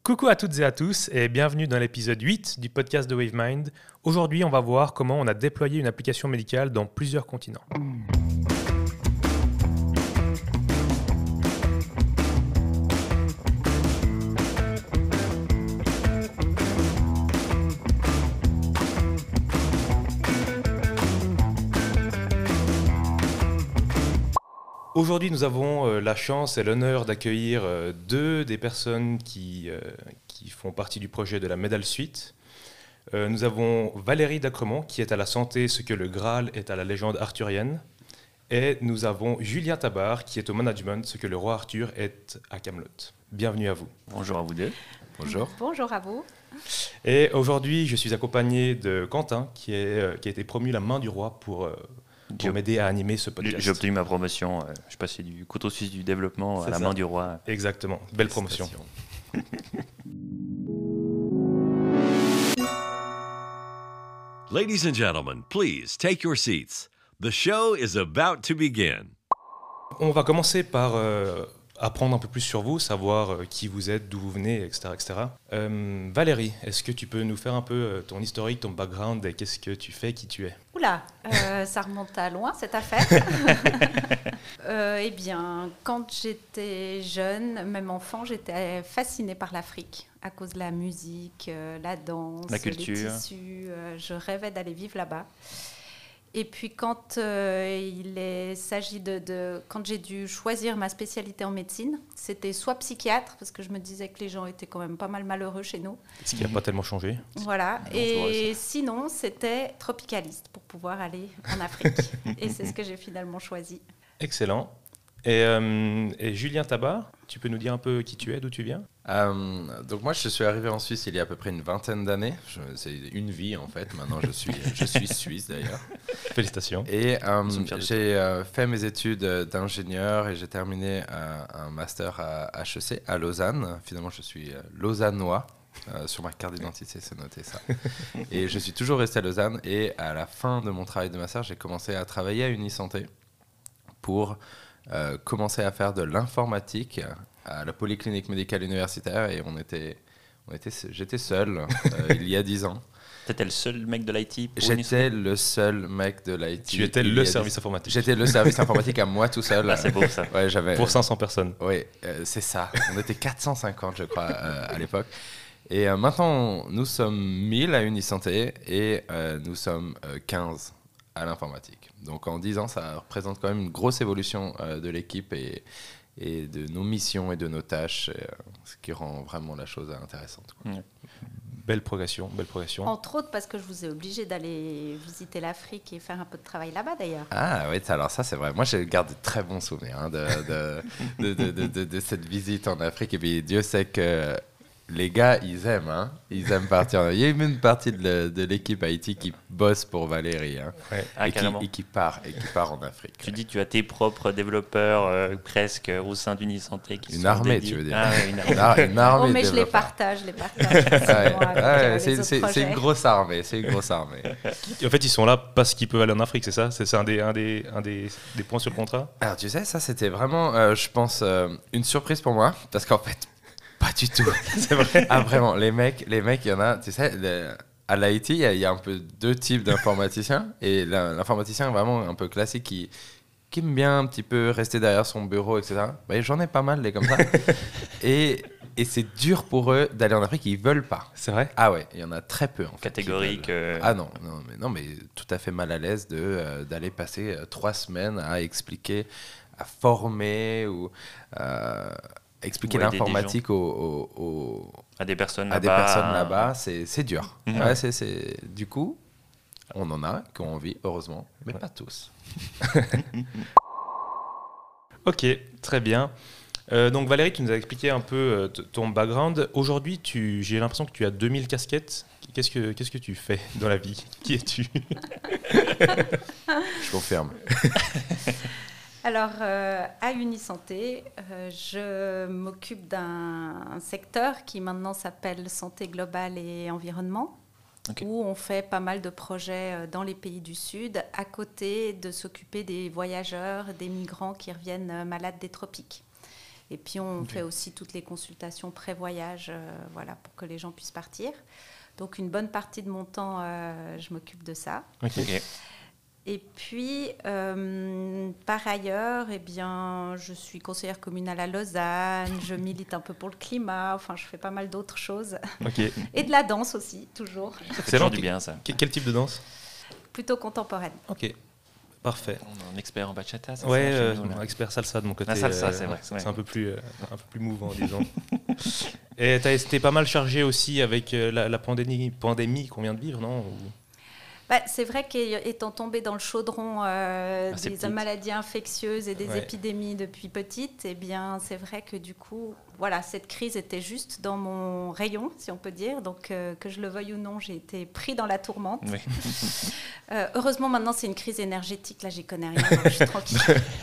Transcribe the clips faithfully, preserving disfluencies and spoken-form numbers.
Coucou à toutes et à tous et bienvenue dans l'épisode huit du podcast de WaveMind. Aujourd'hui, on va voir comment on a déployé une application médicale dans plusieurs continents. Aujourd'hui, nous avons euh, la chance et l'honneur d'accueillir euh, deux des personnes qui, euh, qui font partie du projet de la Medal Suite. Euh, nous avons Valérie Dacremont, qui est à la santé ce que le Graal est à la légende arthurienne. Et nous avons Julien Tabar, qui est au management ce que le roi Arthur est à Camelot. Bienvenue à vous. Bonjour à vous deux. Bonjour. Bonjour à vous. Et aujourd'hui, je suis accompagné de Quentin, qui, est, euh, qui a été promu la main du roi pour... Euh, pour m'aider à animer ce podcast. J'ai obtenu ma promotion. Je suis passé du couteau suisse du développement à la main du roi. Exactement. Belle promotion. Ladies and gentlemen, please take your seats. The show is about to begin. On va commencer par euh, apprendre un peu plus sur vous, savoir euh, qui vous êtes, d'où vous venez, et cetera et cetera. Euh, Valérie, est-ce que tu peux nous faire un peu euh, ton historique, ton background et qu'est-ce que tu fais, qui tu es ? Oula, euh, ça remonte à loin cette affaire. euh, eh bien, quand j'étais jeune, même enfant, j'étais fascinée par l'Afrique à cause de la musique, euh, la danse, la culture. Les tissus. Euh, je rêvais d'aller vivre là-bas. Et puis quand euh, il est, s'agit de, de quand j'ai dû choisir ma spécialité en médecine, c'était soit psychiatre parce que je me disais que les gens étaient quand même pas mal malheureux chez nous. Ce qui n'a pas tellement changé. Voilà. Non, et sinon c'était tropicaliste pour pouvoir aller en Afrique. Et c'est ce que j'ai finalement choisi. Excellent. Et, euh, et Julien Tabar, tu peux nous dire un peu qui tu es, d'où tu viens ? Euh, donc moi, je suis arrivé en Suisse il y a à peu près une vingtaine d'années. Je, c'est une vie en fait. Maintenant, je suis, je suis suisse d'ailleurs. Félicitations. Et euh, de j'ai euh, fait mes études d'ingénieur et j'ai terminé euh, un master à H E C à Lausanne. Finalement, je suis euh, lausannois. Euh, sur ma carte d'identité, c'est noté ça. Et je suis toujours resté à Lausanne. Et à la fin de mon travail de master, j'ai commencé à travailler à Unisanté pour euh, commencer à faire de l'informatique à la polyclinique médicale universitaire. Et on était, on était, j'étais seul euh, il y a dix ans. T'étais le seul mec de l'I T pour J'étais le seul mec de l'I T. Tu étais le service informatique. J'étais le service informatique à moi tout seul. Ah, c'est beau ça. Ouais, j'avais, Pour cinq cents personnes. Oui, euh, c'est ça. On était quatre cent cinquante, je crois, euh, à l'époque. Et euh, maintenant, nous sommes mille à Unisanté et euh, nous sommes euh, quinze à l'informatique. Donc en dix ans, ça représente quand même une grosse évolution euh, de l'équipe et, et de nos missions et de nos tâches, euh, ce qui rend vraiment la chose intéressante, quoi. Ouais. Belle progression, belle progression. Entre autres parce que je vous ai obligé d'aller visiter l'Afrique et faire un peu de travail là-bas d'ailleurs. Ah oui, alors ça c'est vrai. Moi, je garde de très bons souvenirs hein, de, de, de, de, de, de, de cette visite en Afrique. Et puis Dieu sait que les gars, ils aiment, hein. Ils aiment partir. Il y a même une partie de, le, de l'équipe I T qui bosse pour Valérie, hein, Ouais. Ah, et, qui, carrément. et qui part et qui part en Afrique. Tu dis tu as tes propres développeurs euh, presque au sein d'Unisanté qui Une sont armée, dédiés. tu veux dire. Ah, ouais, une armée. Une, ar- une armée Oh, mais de je les développeurs. partage, je les partage facilement Ouais, avec, ouais, euh, les c'est, autres c'est, c'est projets. une grosse armée, c'est une grosse armée. Et en fait, ils sont là parce qu'ils peuvent aller en Afrique, c'est ça ? C'est c'est un, des, un, des, un des, des points sur le contrat ? Alors tu sais, ça c'était vraiment, euh, je pense, euh, une surprise pour moi, parce qu'en fait, pas du tout. C'est vrai ? Ah vraiment, les mecs, les mecs, il y en a, tu sais, le- à l'I T, il y, a- il y a un peu deux types d'informaticiens, et l'in- l'informaticien vraiment un peu classique qui, qui aime bien un petit peu rester derrière son bureau, et cetera. Bah, j'en ai pas mal, des comme ça. et, et c'est dur pour eux d'aller en Afrique, ils veulent pas. C'est vrai ? Ah ouais, il y en a très peu en fait. Catégorique. qui veulent. euh, Ah non, non, mais, non, mais tout à fait mal à l'aise de, euh, d'aller passer euh, trois semaines à expliquer, à former ou euh, expliquer Ou aider des l'informatique aux, aux- aux- à des personnes à des là-bas. personnes là-bas. C'est, c'est dur. Mhm. Ouais, c'est, c'est... Du coup, on en a qui ont envie, heureusement, mais pas tous. Ok, très bien. Euh, donc Valérie, tu nous as expliqué un peu euh, t- ton background. Aujourd'hui, tu, j'ai l'impression que tu as deux mille casquettes. Qu'est-ce que, qu'est-ce que tu fais dans la vie ? Qui es-tu ? Je confirme. Alors, euh, à Unisanté, euh, je m'occupe d'un secteur qui maintenant s'appelle Santé globale et environnement, Ok. où on fait pas mal de projets euh, dans les pays du Sud, à côté de s'occuper des voyageurs, des migrants qui reviennent euh, malades des tropiques. Et puis on Ok. fait aussi toutes les consultations pré-voyage, euh, voilà, pour que les gens puissent partir. Donc une bonne partie de mon temps, euh, je m'occupe de ça. Ok. Ok. Et puis, euh, par ailleurs, eh bien, je suis conseillère communale à Lausanne, je milite un peu pour le climat, enfin, je fais pas mal d'autres choses. Ok. Et de la danse aussi, toujours, Ça fait Excellent. toujours du bien, ça. Que- Quel type de danse? plutôt contemporaine. Ok. Parfait. On est un expert en bachata, c'est Ouais, ça, chez euh, nous, là. expert salsa de mon côté. Ah, salsa, euh, c'est vrai, C'est ouais. un peu plus, euh, un peu plus mouvant, disons. Et t'as été pas mal chargé aussi avec euh, la, la pandémie, pandémie qu'on vient de vivre, non? Ou- Bah, c'est vrai qu'étant tombée dans le chaudron euh, Assez des petite. maladies infectieuses et des Ouais. épidémies depuis petite, eh bien, c'est vrai que du coup, voilà, cette crise était juste dans mon rayon, si on peut dire. Donc, euh, que je le veuille ou non, j'ai été pris dans la tourmente. Oui. Euh, heureusement, maintenant, c'est une crise énergétique. Là, j'y connais rien, donc je suis tranquille.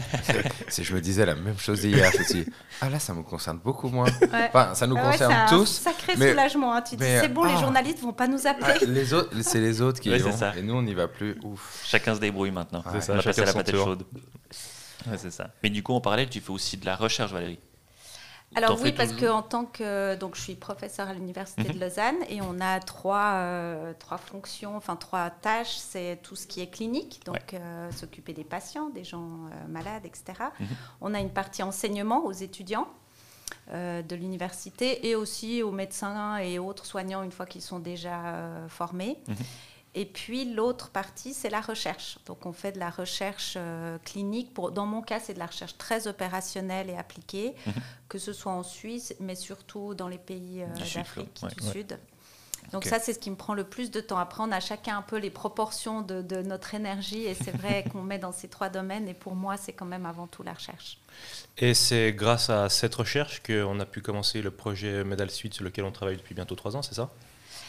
Si je me disais la même chose hier, je me suis dit, ah là, ça me concerne beaucoup moins. Ouais. Enfin, ça nous Ah ouais, concerne c'est un tous. sacré mais- soulagement. Hein. Tu te dis, mais- c'est bon, les ah. journalistes vont pas nous Ah, appeler. les autres, c'est les autres qui Ouais, y c'est vont. ça. Et nous, on n'y va plus. Ouf. Chacun se débrouille maintenant. C'est ça, On va chacun passer à la son patate tour. chaude. Ouais, c'est ça. Mais du coup, en parallèle, tu fais aussi de la recherche, Valérie. Alors T'en oui, fais parce toujours qu'en tant que donc je suis professeure à l'université Mhm. de Lausanne et on a trois euh, trois fonctions, enfin trois tâches. C'est tout ce qui est clinique, donc Ouais. euh, s'occuper des patients, des gens euh, malades, et cetera. Mhm. On a une partie enseignement aux étudiants euh, de l'université et aussi aux médecins et autres soignants une fois qu'ils sont déjà euh, formés. Mhm. Et puis l'autre partie, c'est la recherche. Donc on fait de la recherche euh, clinique. Pour, dans mon cas, c'est de la recherche très opérationnelle et appliquée, Mhm. que ce soit en Suisse, mais surtout dans les pays euh, Du Sud, d'Afrique quoi. du Ouais. Sud. Donc Ok. ça, c'est ce qui me prend le plus de temps. Après, on a chacun un peu les proportions de, de notre énergie et c'est vrai qu'on met dans ces trois domaines. Et pour moi, c'est quand même avant tout la recherche. Et c'est grâce à cette recherche qu'on a pu commencer le projet Medal Suite sur lequel on travaille depuis bientôt trois ans, c'est ça?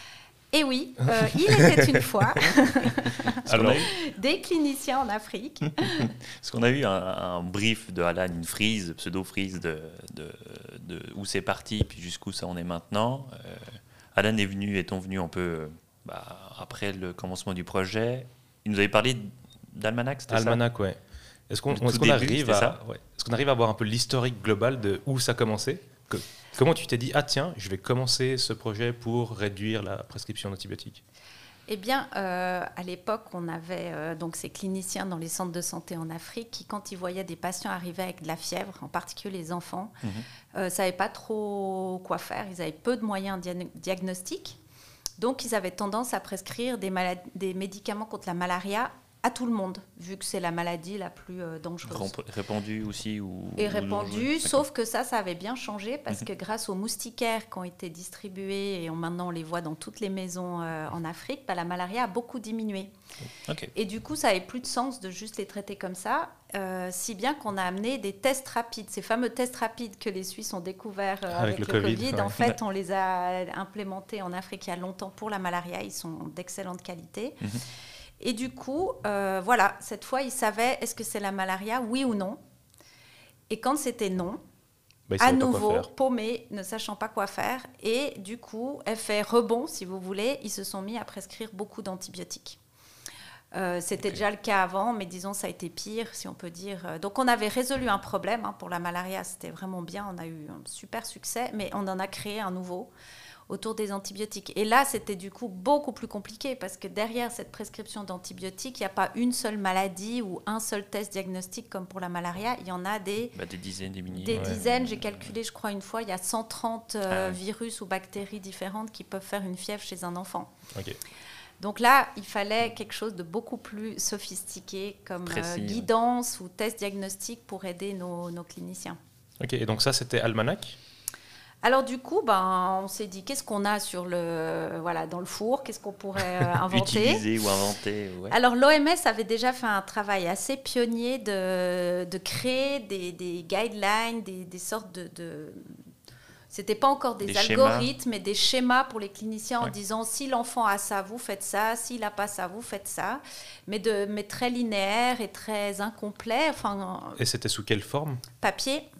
Et oui, euh, il était une fois Parce qu'on Alors- a eu- des cliniciens en Afrique. parce qu'on a eu un, un brief de Alan, une frise, pseudo-frise de, de, de où c'est parti, puis jusqu'où ça en est maintenant. Euh, Alan est venu, étant venu un peu euh, bah, après le commencement du projet. Il nous avait parlé d'Almanac, c'était ça? Almanach, ouais. Est-ce qu'on Le est-ce tout qu'on début, arrive c'était à ça ouais. Est-ce qu'on arrive à avoir un peu l'historique global de où ça commençait? Que- Comment tu t'es dit, ah tiens, je vais commencer ce projet pour réduire la prescription d'antibiotiques? Eh bien, euh, à l'époque, on avait euh, donc ces cliniciens dans les centres de santé en Afrique qui, quand ils voyaient des patients arriver avec de la fièvre, en particulier les enfants, Mhm. ne euh, savaient pas trop quoi faire. Ils avaient peu de moyens dia- diagnostiques. Donc, ils avaient tendance à prescrire des, malad- des médicaments contre la malaria à tout le monde, vu que c'est la maladie la plus euh, dangereuse. Ramp- Répandu aussi ou, Et ou répandu, dangereux. sauf que ça, ça avait bien changé parce Mhm. que grâce aux moustiquaires qui ont été distribués et on, maintenant on les voit dans toutes les maisons euh, en Afrique, bah, la malaria a beaucoup diminué. Ok. Et du coup, ça n'avait plus de sens de juste les traiter comme ça, euh, si bien qu'on a amené des tests rapides, ces fameux tests rapides que les Suisses ont découverts euh, Avec avec, le le, Covid, Covid. ouais. En fait, on les a implémentés en Afrique il y a longtemps pour la malaria. Ils sont d'excellente qualité. Mhm. Et du coup, euh, voilà, cette fois, ils savaient est-ce que c'est la malaria, oui ou non. Et quand c'était non, Bah, ils à savaient pas quoi nouveau, faire. paumés, ne sachant pas quoi faire. Et du coup, effet rebond, si vous voulez, ils se sont mis à prescrire beaucoup d'antibiotiques. Euh, C'était Ok. déjà le cas avant, mais disons, ça a été pire, si on peut dire. Donc, on avait résolu un problème hein, pour la malaria, c'était vraiment bien. On a eu un super succès, mais on en a créé un nouveau autour des antibiotiques. Et là, c'était du coup beaucoup plus compliqué parce que derrière cette prescription d'antibiotiques, il n'y a pas une seule maladie ou un seul test diagnostique comme pour la malaria. Il y en a des, Bah, des dizaines, des milliers. des Ouais. dizaines. J'ai calculé, je crois, une fois, il y a cent trente euh, Ah ouais. virus ou bactéries différentes qui peuvent faire une fièvre chez un enfant. Ok. Donc là, il fallait quelque chose de beaucoup plus sophistiqué comme euh, Précis, ouais. guidance ou test diagnostic pour aider nos, nos cliniciens. Ok, et donc ça, c'était Almanach. Alors du coup, ben, on s'est dit, qu'est-ce qu'on a sur le, voilà, dans le four? Qu'est-ce qu'on pourrait euh, inventer? Utiliser ou inventer. Ouais. Alors l'O M S avait déjà fait un travail assez pionnier de, de créer des, des guidelines, des, des sortes de... de... C'était pas encore des, Des algorithmes, mais des schémas pour les cliniciens en Ouais. disant si l'enfant a ça, vous faites ça, s'il n'a pas ça, vous faites ça, mais, de, mais très linéaire et très incomplet, enfin Et c'était sous quelle forme? papier.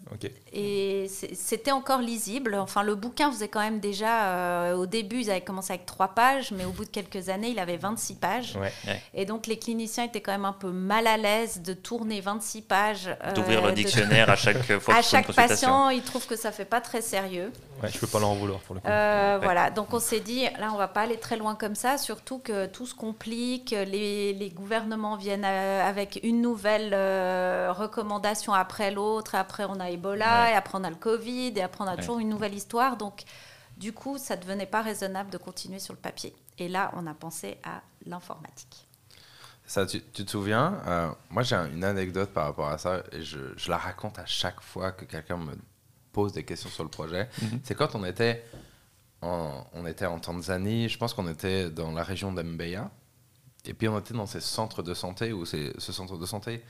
Ok. Et c'est- c'était encore lisible. Enfin, le bouquin faisait quand même déjà... euh, au début, ils avaient commencé avec trois pages, mais au bout de quelques années, il avait vingt-six pages. Ouais. Ouais. Et donc, les cliniciens étaient quand même un peu mal à l'aise de tourner vingt-six pages. euh, D'ouvrir le de- dictionnaire à chaque fois À qu'il faut une chaque consultation. patient, ils trouvent que ça fait pas très sérieux. Ouais, je peux pas leur en vouloir pour le coup. Euh, Ouais. Voilà, donc on s'est dit, là, on va pas aller très loin comme ça, surtout que tout se complique, les, les gouvernements viennent euh, avec une nouvelle euh, recommandation après l'autre, et après on a Ebola, Ouais. et après on a le Covid, et après on a Ouais. toujours une nouvelle histoire, donc du coup, ça devenait pas raisonnable de continuer sur le papier. Et là, on a pensé à l'informatique. Ça, tu, tu te souviens euh, Moi, j'ai un- une anecdote par rapport à ça et je, je la raconte à chaque fois que quelqu'un me pose des questions sur le projet. Mhm. C'est quand on était, en, on était en Tanzanie, je pense qu'on était dans la région d'Mbeya, et puis on était dans ces centres de santé, où c'est ce centre de santé,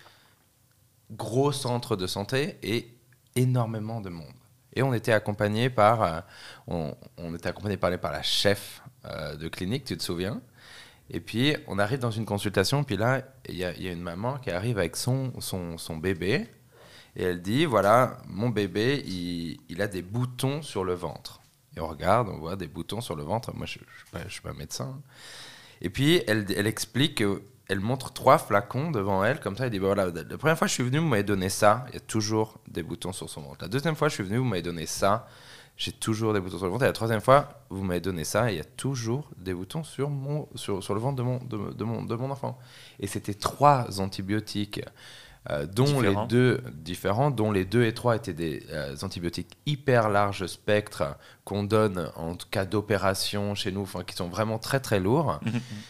gros centre de santé, et énormément de monde. Et on était accompagné par, euh, on, on était accompagné par, par la chef euh, de clinique, tu te souviens? Et puis, on arrive dans une consultation, puis là, il y, a- il y a une maman qui arrive avec son, son, son bébé, et elle dit, voilà, mon bébé, il, il a des boutons sur le ventre. Et on regarde, on voit des boutons sur le ventre. Moi, je ne suis pas médecin. Et puis, elle, elle explique, que- elle montre trois flacons devant elle, comme ça, elle dit, bah, voilà, la première fois que je suis venu, vous m'avez donné ça, il y a toujours des boutons sur son ventre. La deuxième fois que je suis venu, vous m'avez donné ça, j'ai toujours des boutons sur le ventre. Et la troisième fois, vous m'avez donné ça, et il y a toujours des boutons sur, mon, sur, sur le ventre de mon, de, de mon, de mon enfant. Et c'était trois antibiotiques, euh, dont Différents. les deux différents, dont les deux et trois étaient des euh, antibiotiques hyper large spectre qu'on donne en cas d'opération chez nous, enfin, qui sont vraiment très très lourds.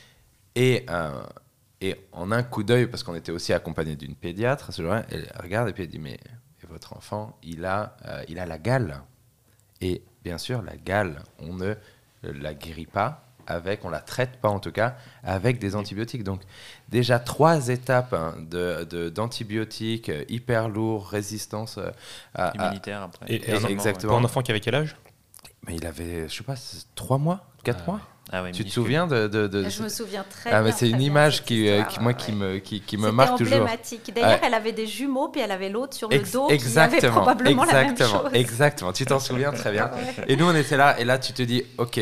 et, euh, et en un coup d'œil, parce qu'on était aussi accompagné d'une pédiatre, ce jour-là, elle regarde et puis elle dit, mais votre enfant, il a, euh, il a la gale. Et bien sûr, la gale, on ne la guérit pas avec, on la traite pas en tout cas, avec des antibiotiques. Donc déjà trois étapes hein, de, de, d'antibiotiques euh, hyper lourds, résistance euh, à, à- Immunitaire après. Et, et un, exactement. pour un enfant qui avait quel âge? Mais il avait, je sais pas, c'est trois mois, quatre Ah mois. Ah ouais, Tu te minuscule. souviens de, de, de- Je me souviens très Ah, bien. mais c'est très une bien image cette qui, euh, histoire, qui moi, qui ouais. me, qui, qui me C'était marque toujours. emblématique. D'ailleurs, Ouais. elle avait des jumeaux, puis elle avait l'autre sur le Ex- dos qui avait exactement, probablement exactement, la même chose. exactement. Tu t'en souviens très bien. Ouais. Et nous, on était là, et là, tu te dis, ok,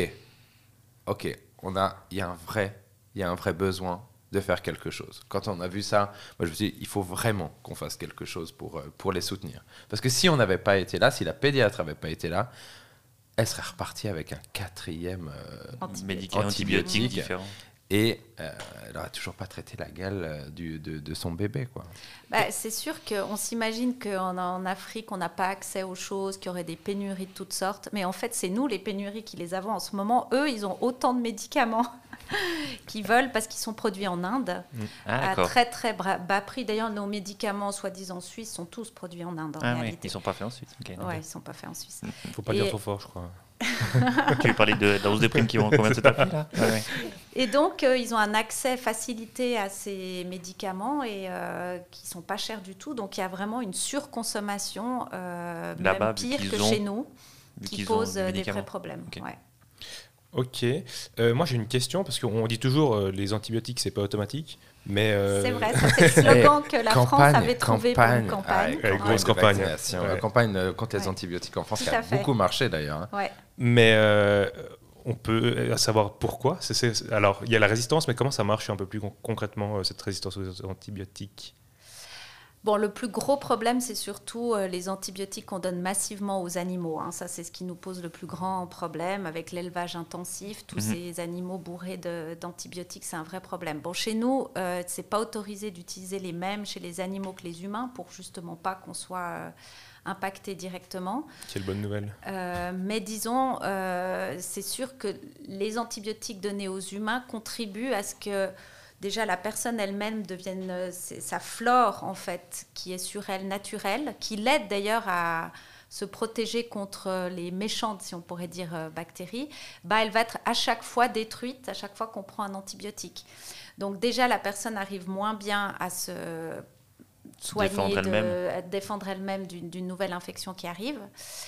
ok, on a, il y a un vrai, il y a un vrai besoin de faire quelque chose. Quand on a vu ça, moi, je me suis dit, il faut vraiment qu'on fasse quelque chose pour, euh, pour les soutenir. Parce que si on n'avait pas été là, si la pédiatre n'avait pas été là, elle serait repartie avec un quatrième euh, Antibiotique. Médicaments antibiotiques Antibiotiques. différents. et euh, elle n'aurait toujours pas traité la gale euh, du, de, de son bébé, quoi. Bah, c'est sûr qu'on s'imagine qu'en en Afrique, on n'a pas accès aux choses, qu'il y aurait des pénuries de toutes sortes. Mais en fait, c'est nous, les pénuries, qui les avons en ce moment. Eux, ils ont autant de médicaments qu'ils veulent parce qu'ils sont produits en Inde Ah, à d'accord. très très bra- bas prix. D'ailleurs, nos médicaments, soi-disant suisses, sont tous produits en Inde en Ah oui, réalité. ils sont pas faits en Suisse. Ok. Ouais, ils ne sont pas faits en Suisse. Faut pas Et- le dire trop fort, je crois. Tu veux parler de, de la hausse des primes qui vont combien de se taper là? Ouais, ouais. Et donc, euh, ils ont un accès facilité à ces médicaments et euh, qui ne sont pas chers du tout. Donc, il y a vraiment une surconsommation, euh, Là-bas, même vu pire qu'ils que ont- chez nous, Vu qui qu'ils ont pose des euh, des médicaments. vrais problèmes. Ok. Ouais. Ok. Euh, moi, j'ai une question, parce qu'on dit toujours euh, les antibiotiques, c'est pas automatique. Mais euh, C'est vrai, ça, c'est le slogan que la France avait trouvé pour une campagne. Avec grosse de campagne. vaccination, Ouais. la campagne euh, contre les Ouais. antibiotiques en France, Tout qui a à fait. beaucoup marché d'ailleurs. hein. Ouais. Mais euh, on peut euh, savoir pourquoi. C'est- c'est- alors, il y a la résistance, mais comment ça marche un peu plus con- concrètement, euh, cette résistance aux antibiotiques? Bon, le plus gros problème, c'est surtout euh, les antibiotiques qu'on donne massivement aux animaux. hein. Ça, c'est ce qui nous pose le plus grand problème avec l'élevage intensif. Tous Mhm. ces animaux bourrés de- d'antibiotiques, c'est un vrai problème. Bon, chez nous, euh, c'est pas autorisé d'utiliser les mêmes chez les animaux que les humains pour justement pas qu'on soit euh, impacté directement. Quelle bonne nouvelle. Euh, mais disons, euh, c'est sûr que les antibiotiques donnés aux humains contribuent à ce que déjà la personne elle-même devienne euh, c'est sa flore en fait qui est sur elle naturelle, qui l'aide d'ailleurs à se protéger contre les méchantes, si on pourrait dire, euh, bactéries. Bah, elle va être à chaque fois détruite à chaque fois qu'on prend un antibiotique. Donc déjà la personne arrive moins bien à se soigner, Défendre de- elle-même. à défendre elle-même d'une, d'une nouvelle infection qui arrive.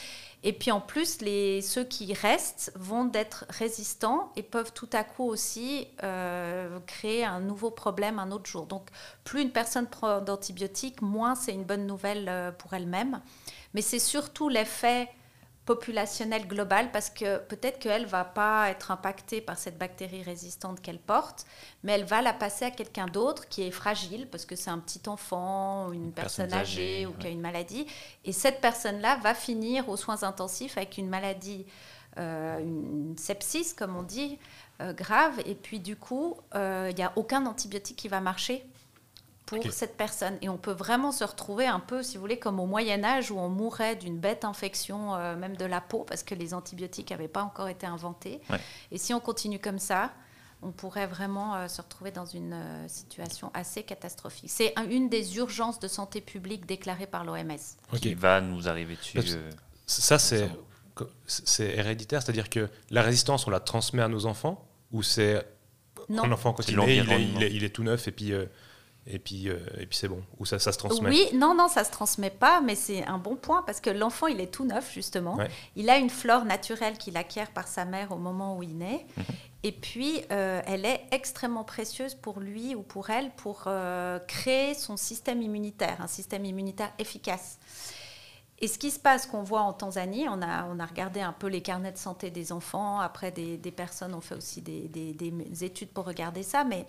Et puis en plus, les, ceux qui restent vont d'être résistants et peuvent tout à coup aussi euh, créer un nouveau problème un autre jour. Donc plus une personne prend d'antibiotiques, moins c'est une bonne nouvelle euh, pour elle-même. Mais c'est surtout l'effet populationnel global, parce que peut-être qu'elle ne va pas être impactée par cette bactérie résistante qu'elle porte, mais elle va la passer à quelqu'un d'autre qui est fragile, parce que c'est un petit enfant, une, une personne, personne âgée, âgée ou ouais. qui a une maladie. Et cette personne-là va finir aux soins intensifs avec une maladie, euh, une sepsis, comme on dit, euh, grave. Et puis du coup, il euh, n'y a aucun antibiotique qui va marcher pour okay. cette personne. Et on peut vraiment se retrouver un peu, si vous voulez, comme au Moyen-Âge, où on mourait d'une bête infection, euh, même de la peau, parce que les antibiotiques n'avaient pas encore été inventés. Ouais. Et si on continue comme ça, on pourrait vraiment euh, se retrouver dans une euh, situation assez catastrophique. C'est un, une des urgences de santé publique déclarées par l'O M S. Okay. Qui va nous arriver dessus. Euh, ça, c'est, c'est héréditaire, c'est-à-dire que la résistance, on la transmet à nos enfants, ou c'est non. un enfant, quand il est, il, est, il, est, il est tout neuf, et puis... Euh, Et puis, euh, et puis c'est bon, ou ça, ça se transmet. Oui, non, non, ça ne se transmet pas, mais c'est un bon point, parce que l'enfant, il est tout neuf, justement. Ouais. Il a une flore naturelle qu'il acquiert par sa mère au moment où il naît. Mmh. Et puis, euh, elle est extrêmement précieuse pour lui ou pour elle pour euh, créer son système immunitaire, un système immunitaire efficace. Et ce qui se passe, qu'on voit en Tanzanie, on a, on a regardé un peu les carnets de santé des enfants, après des, des personnes ont fait aussi des, des, des études pour regarder ça, mais...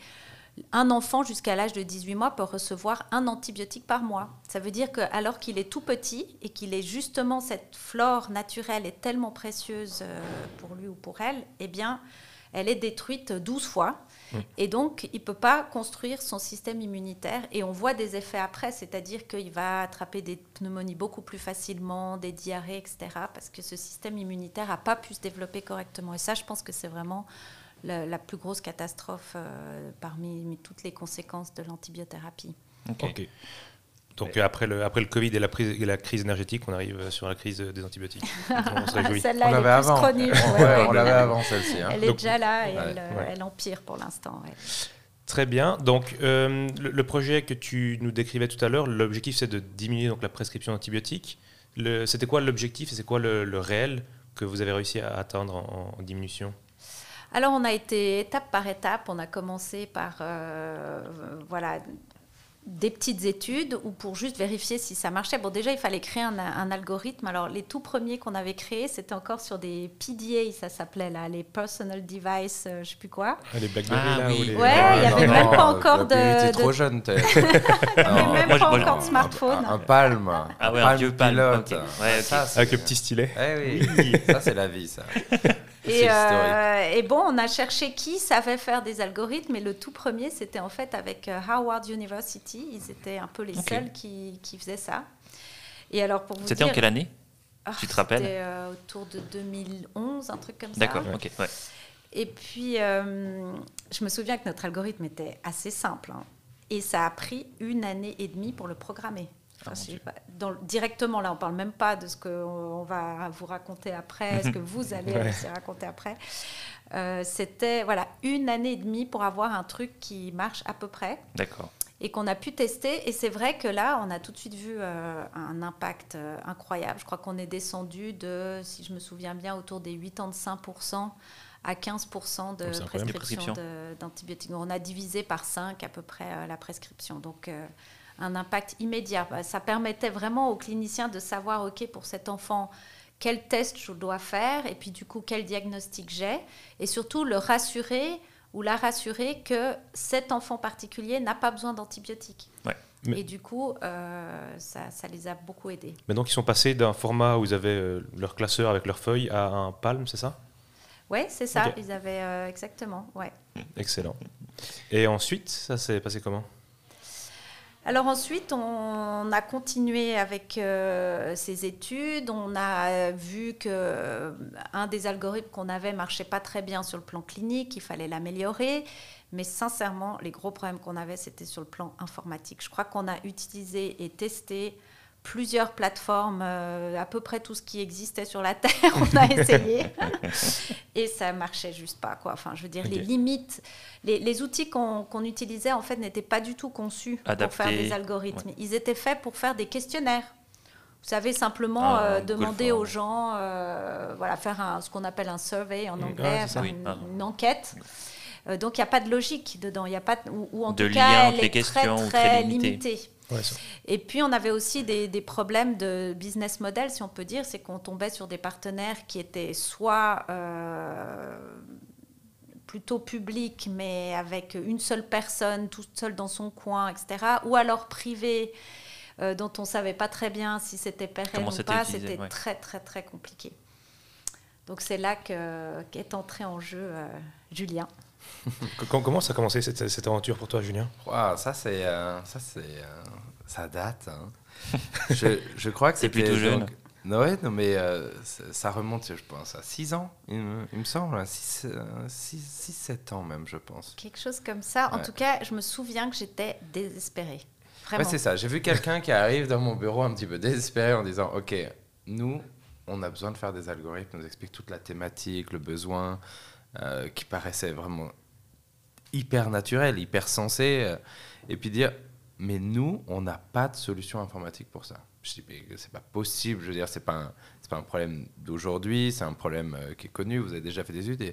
Un enfant jusqu'à l'âge de dix-huit mois peut recevoir un antibiotique par mois. Ça veut dire qu'alors qu'il est tout petit et qu'il est justement, cette flore naturelle est tellement précieuse pour lui ou pour elle, eh bien, elle est détruite douze fois. Mmh. Et donc, il ne peut pas construire son système immunitaire. Et on voit des effets après, c'est-à-dire qu'il va attraper des pneumonies beaucoup plus facilement, des diarrhées, et cetera, parce que ce système immunitaire n'a pas pu se développer correctement. Et ça, je pense que c'est vraiment... La, la plus grosse catastrophe euh, parmi toutes les conséquences de l'antibiothérapie. Ok. okay. Donc ouais. après, le, après le Covid et la, prise, et la crise énergétique, on arrive sur la crise des antibiotiques. On se réjouit. Celle-là, on elle l'avait est avant. plus chronique. Ouais, ouais, on l'avait avant celle-ci. Hein. Elle est Donc, déjà là et ouais. elle, Ouais. elle empire pour l'instant. Ouais. Très bien. Donc euh, le, le projet que tu nous décrivais tout à l'heure, l'objectif c'est de diminuer donc, la prescription d'antibiotiques. Le, c'était quoi l'objectif et c'est quoi le, le réel que vous avez réussi à atteindre en, en diminution ? Alors, on a été étape par étape. On a commencé par euh, voilà, des petites études ou pour juste vérifier si ça marchait. Bon, déjà, il fallait créer un, un algorithme. Alors, les tout premiers qu'on avait créés, c'était encore sur des P D A, ça s'appelait, là, les Personal Device, euh, je ne sais plus quoi. Ah, les BlackBerry, ah, là oui. ou les... Ouais, il n'y avait non, même non, pas encore de... Tu es de... trop jeune. Il n'y avait même moi, pas moi, encore de smartphone. Un, un Palm. Ah ouais, un un vieux Palm. Pilote. Okay. Ouais, okay. Ça, avec le petit stylet. Eh oui, ça, c'est la vie, ça. Et, euh, et bon, on a cherché qui savait faire des algorithmes, et le tout premier, c'était en fait avec Harvard University. Ils étaient un peu les okay. seuls qui, qui faisaient ça. Et alors, pour vous c'était dire, en quelle année oh, tu te rappelles? C'était euh, autour de deux mille onze, un truc comme ça. D'accord, ok. Ouais. Et puis, euh, je me souviens que notre algorithme était assez simple. Hein, et ça a pris une année et demie pour le programmer. Enfin, ah, dans, directement, là, on ne parle même pas de ce qu'on va vous raconter après, ce que vous allez ouais. aussi raconter après. Euh, c'était voilà, une année et demie pour avoir un truc qui marche à peu près. D'accord. Et qu'on a pu tester. Et c'est vrai que là, on a tout de suite vu euh, un impact euh, incroyable. Je crois qu'on est descendu de, si je me souviens bien, autour des quatre-vingt-quinze pour cent à quinze pour cent de prescription de, d'antibiotiques. On a divisé par cinq à peu près euh, la prescription. Donc... Euh, un impact immédiat. Ça permettait vraiment aux cliniciens de savoir, OK, pour cet enfant, quel test je dois faire et puis du coup, quel diagnostic j'ai. Et surtout, le rassurer ou la rassurer que cet enfant particulier n'a pas besoin d'antibiotiques. Ouais. Mais... Et du coup, euh, ça, ça les a beaucoup aidés. Mais donc, ils sont passés d'un format où ils avaient euh, leur classeur avec leurs feuilles à un Palm, c'est ça ? Oui, c'est ça. Okay. Ils avaient euh, exactement, ouais. Excellent. Et ensuite, ça s'est passé comment ? Alors ensuite, on a continué avec euh, ces études. On a vu qu'un euh, des algorithmes qu'on avait ne marchait pas très bien sur le plan clinique, il fallait l'améliorer. Mais sincèrement, les gros problèmes qu'on avait, c'était sur le plan informatique. Je crois qu'on a utilisé et testé plusieurs plateformes, euh, à peu près tout ce qui existait sur la Terre, on a essayé. Et ça ne marchait juste pas, quoi. Enfin, je veux dire, okay. les limites, les, les outils qu'on, qu'on utilisait, en fait, n'étaient pas du tout conçus Adapté. pour faire des algorithmes. Ouais. Ils étaient faits pour faire des questionnaires. Vous savez, simplement ah, euh, demander aux gens, euh, voilà, faire un, ce qu'on appelle un survey en anglais, ah, faire oui. une, ah. une enquête. Euh, donc, il n'y a pas de logique dedans. Y a pas de, ou, ou en de tout cas, elle les est questions, très, très, très limitée. Ouais, ça. Et puis, on avait aussi des, des problèmes de business model, si on peut dire. C'est qu'on tombait sur des partenaires qui étaient soit euh, plutôt publics, mais avec une seule personne, toute seule dans son coin, et cetera. Ou alors privés, euh, dont on ne savait pas très bien si c'était pérenne Comment ou c'était pas. utilisé, C'était ouais. très, très, très compliqué. Donc, c'est là que, qu'est entré en jeu euh, Julien. Comment, comment ça a commencé cette, cette aventure pour toi, Julien? Wow, ça, c'est, euh, ça, c'est, euh, ça date. Hein. je, je crois que C'est c'était plutôt jeune. donc- Non, ouais, non, mais euh, ça, ça remonte, je pense, à six ans, il me, il me semble, six sept ans même, je pense. Quelque chose comme ça. En Ouais. tout cas, je me souviens que j'étais désespérée. Ouais, Vraiment. c'est ça. J'ai vu quelqu'un qui arrive dans mon bureau un petit peu désespéré en disant, OK, nous, on a besoin de faire des algorithmes, on nous explique toute la thématique, le besoin, euh, qui paraissait vraiment hyper naturel, hyper sensé, euh, et puis dire, mais nous, on n'a pas de solution informatique pour ça. Je dis, mais c'est pas possible, je veux dire, c'est pas un, c'est pas un problème d'aujourd'hui, c'est un problème euh, qui est connu, vous avez déjà fait des études. Et,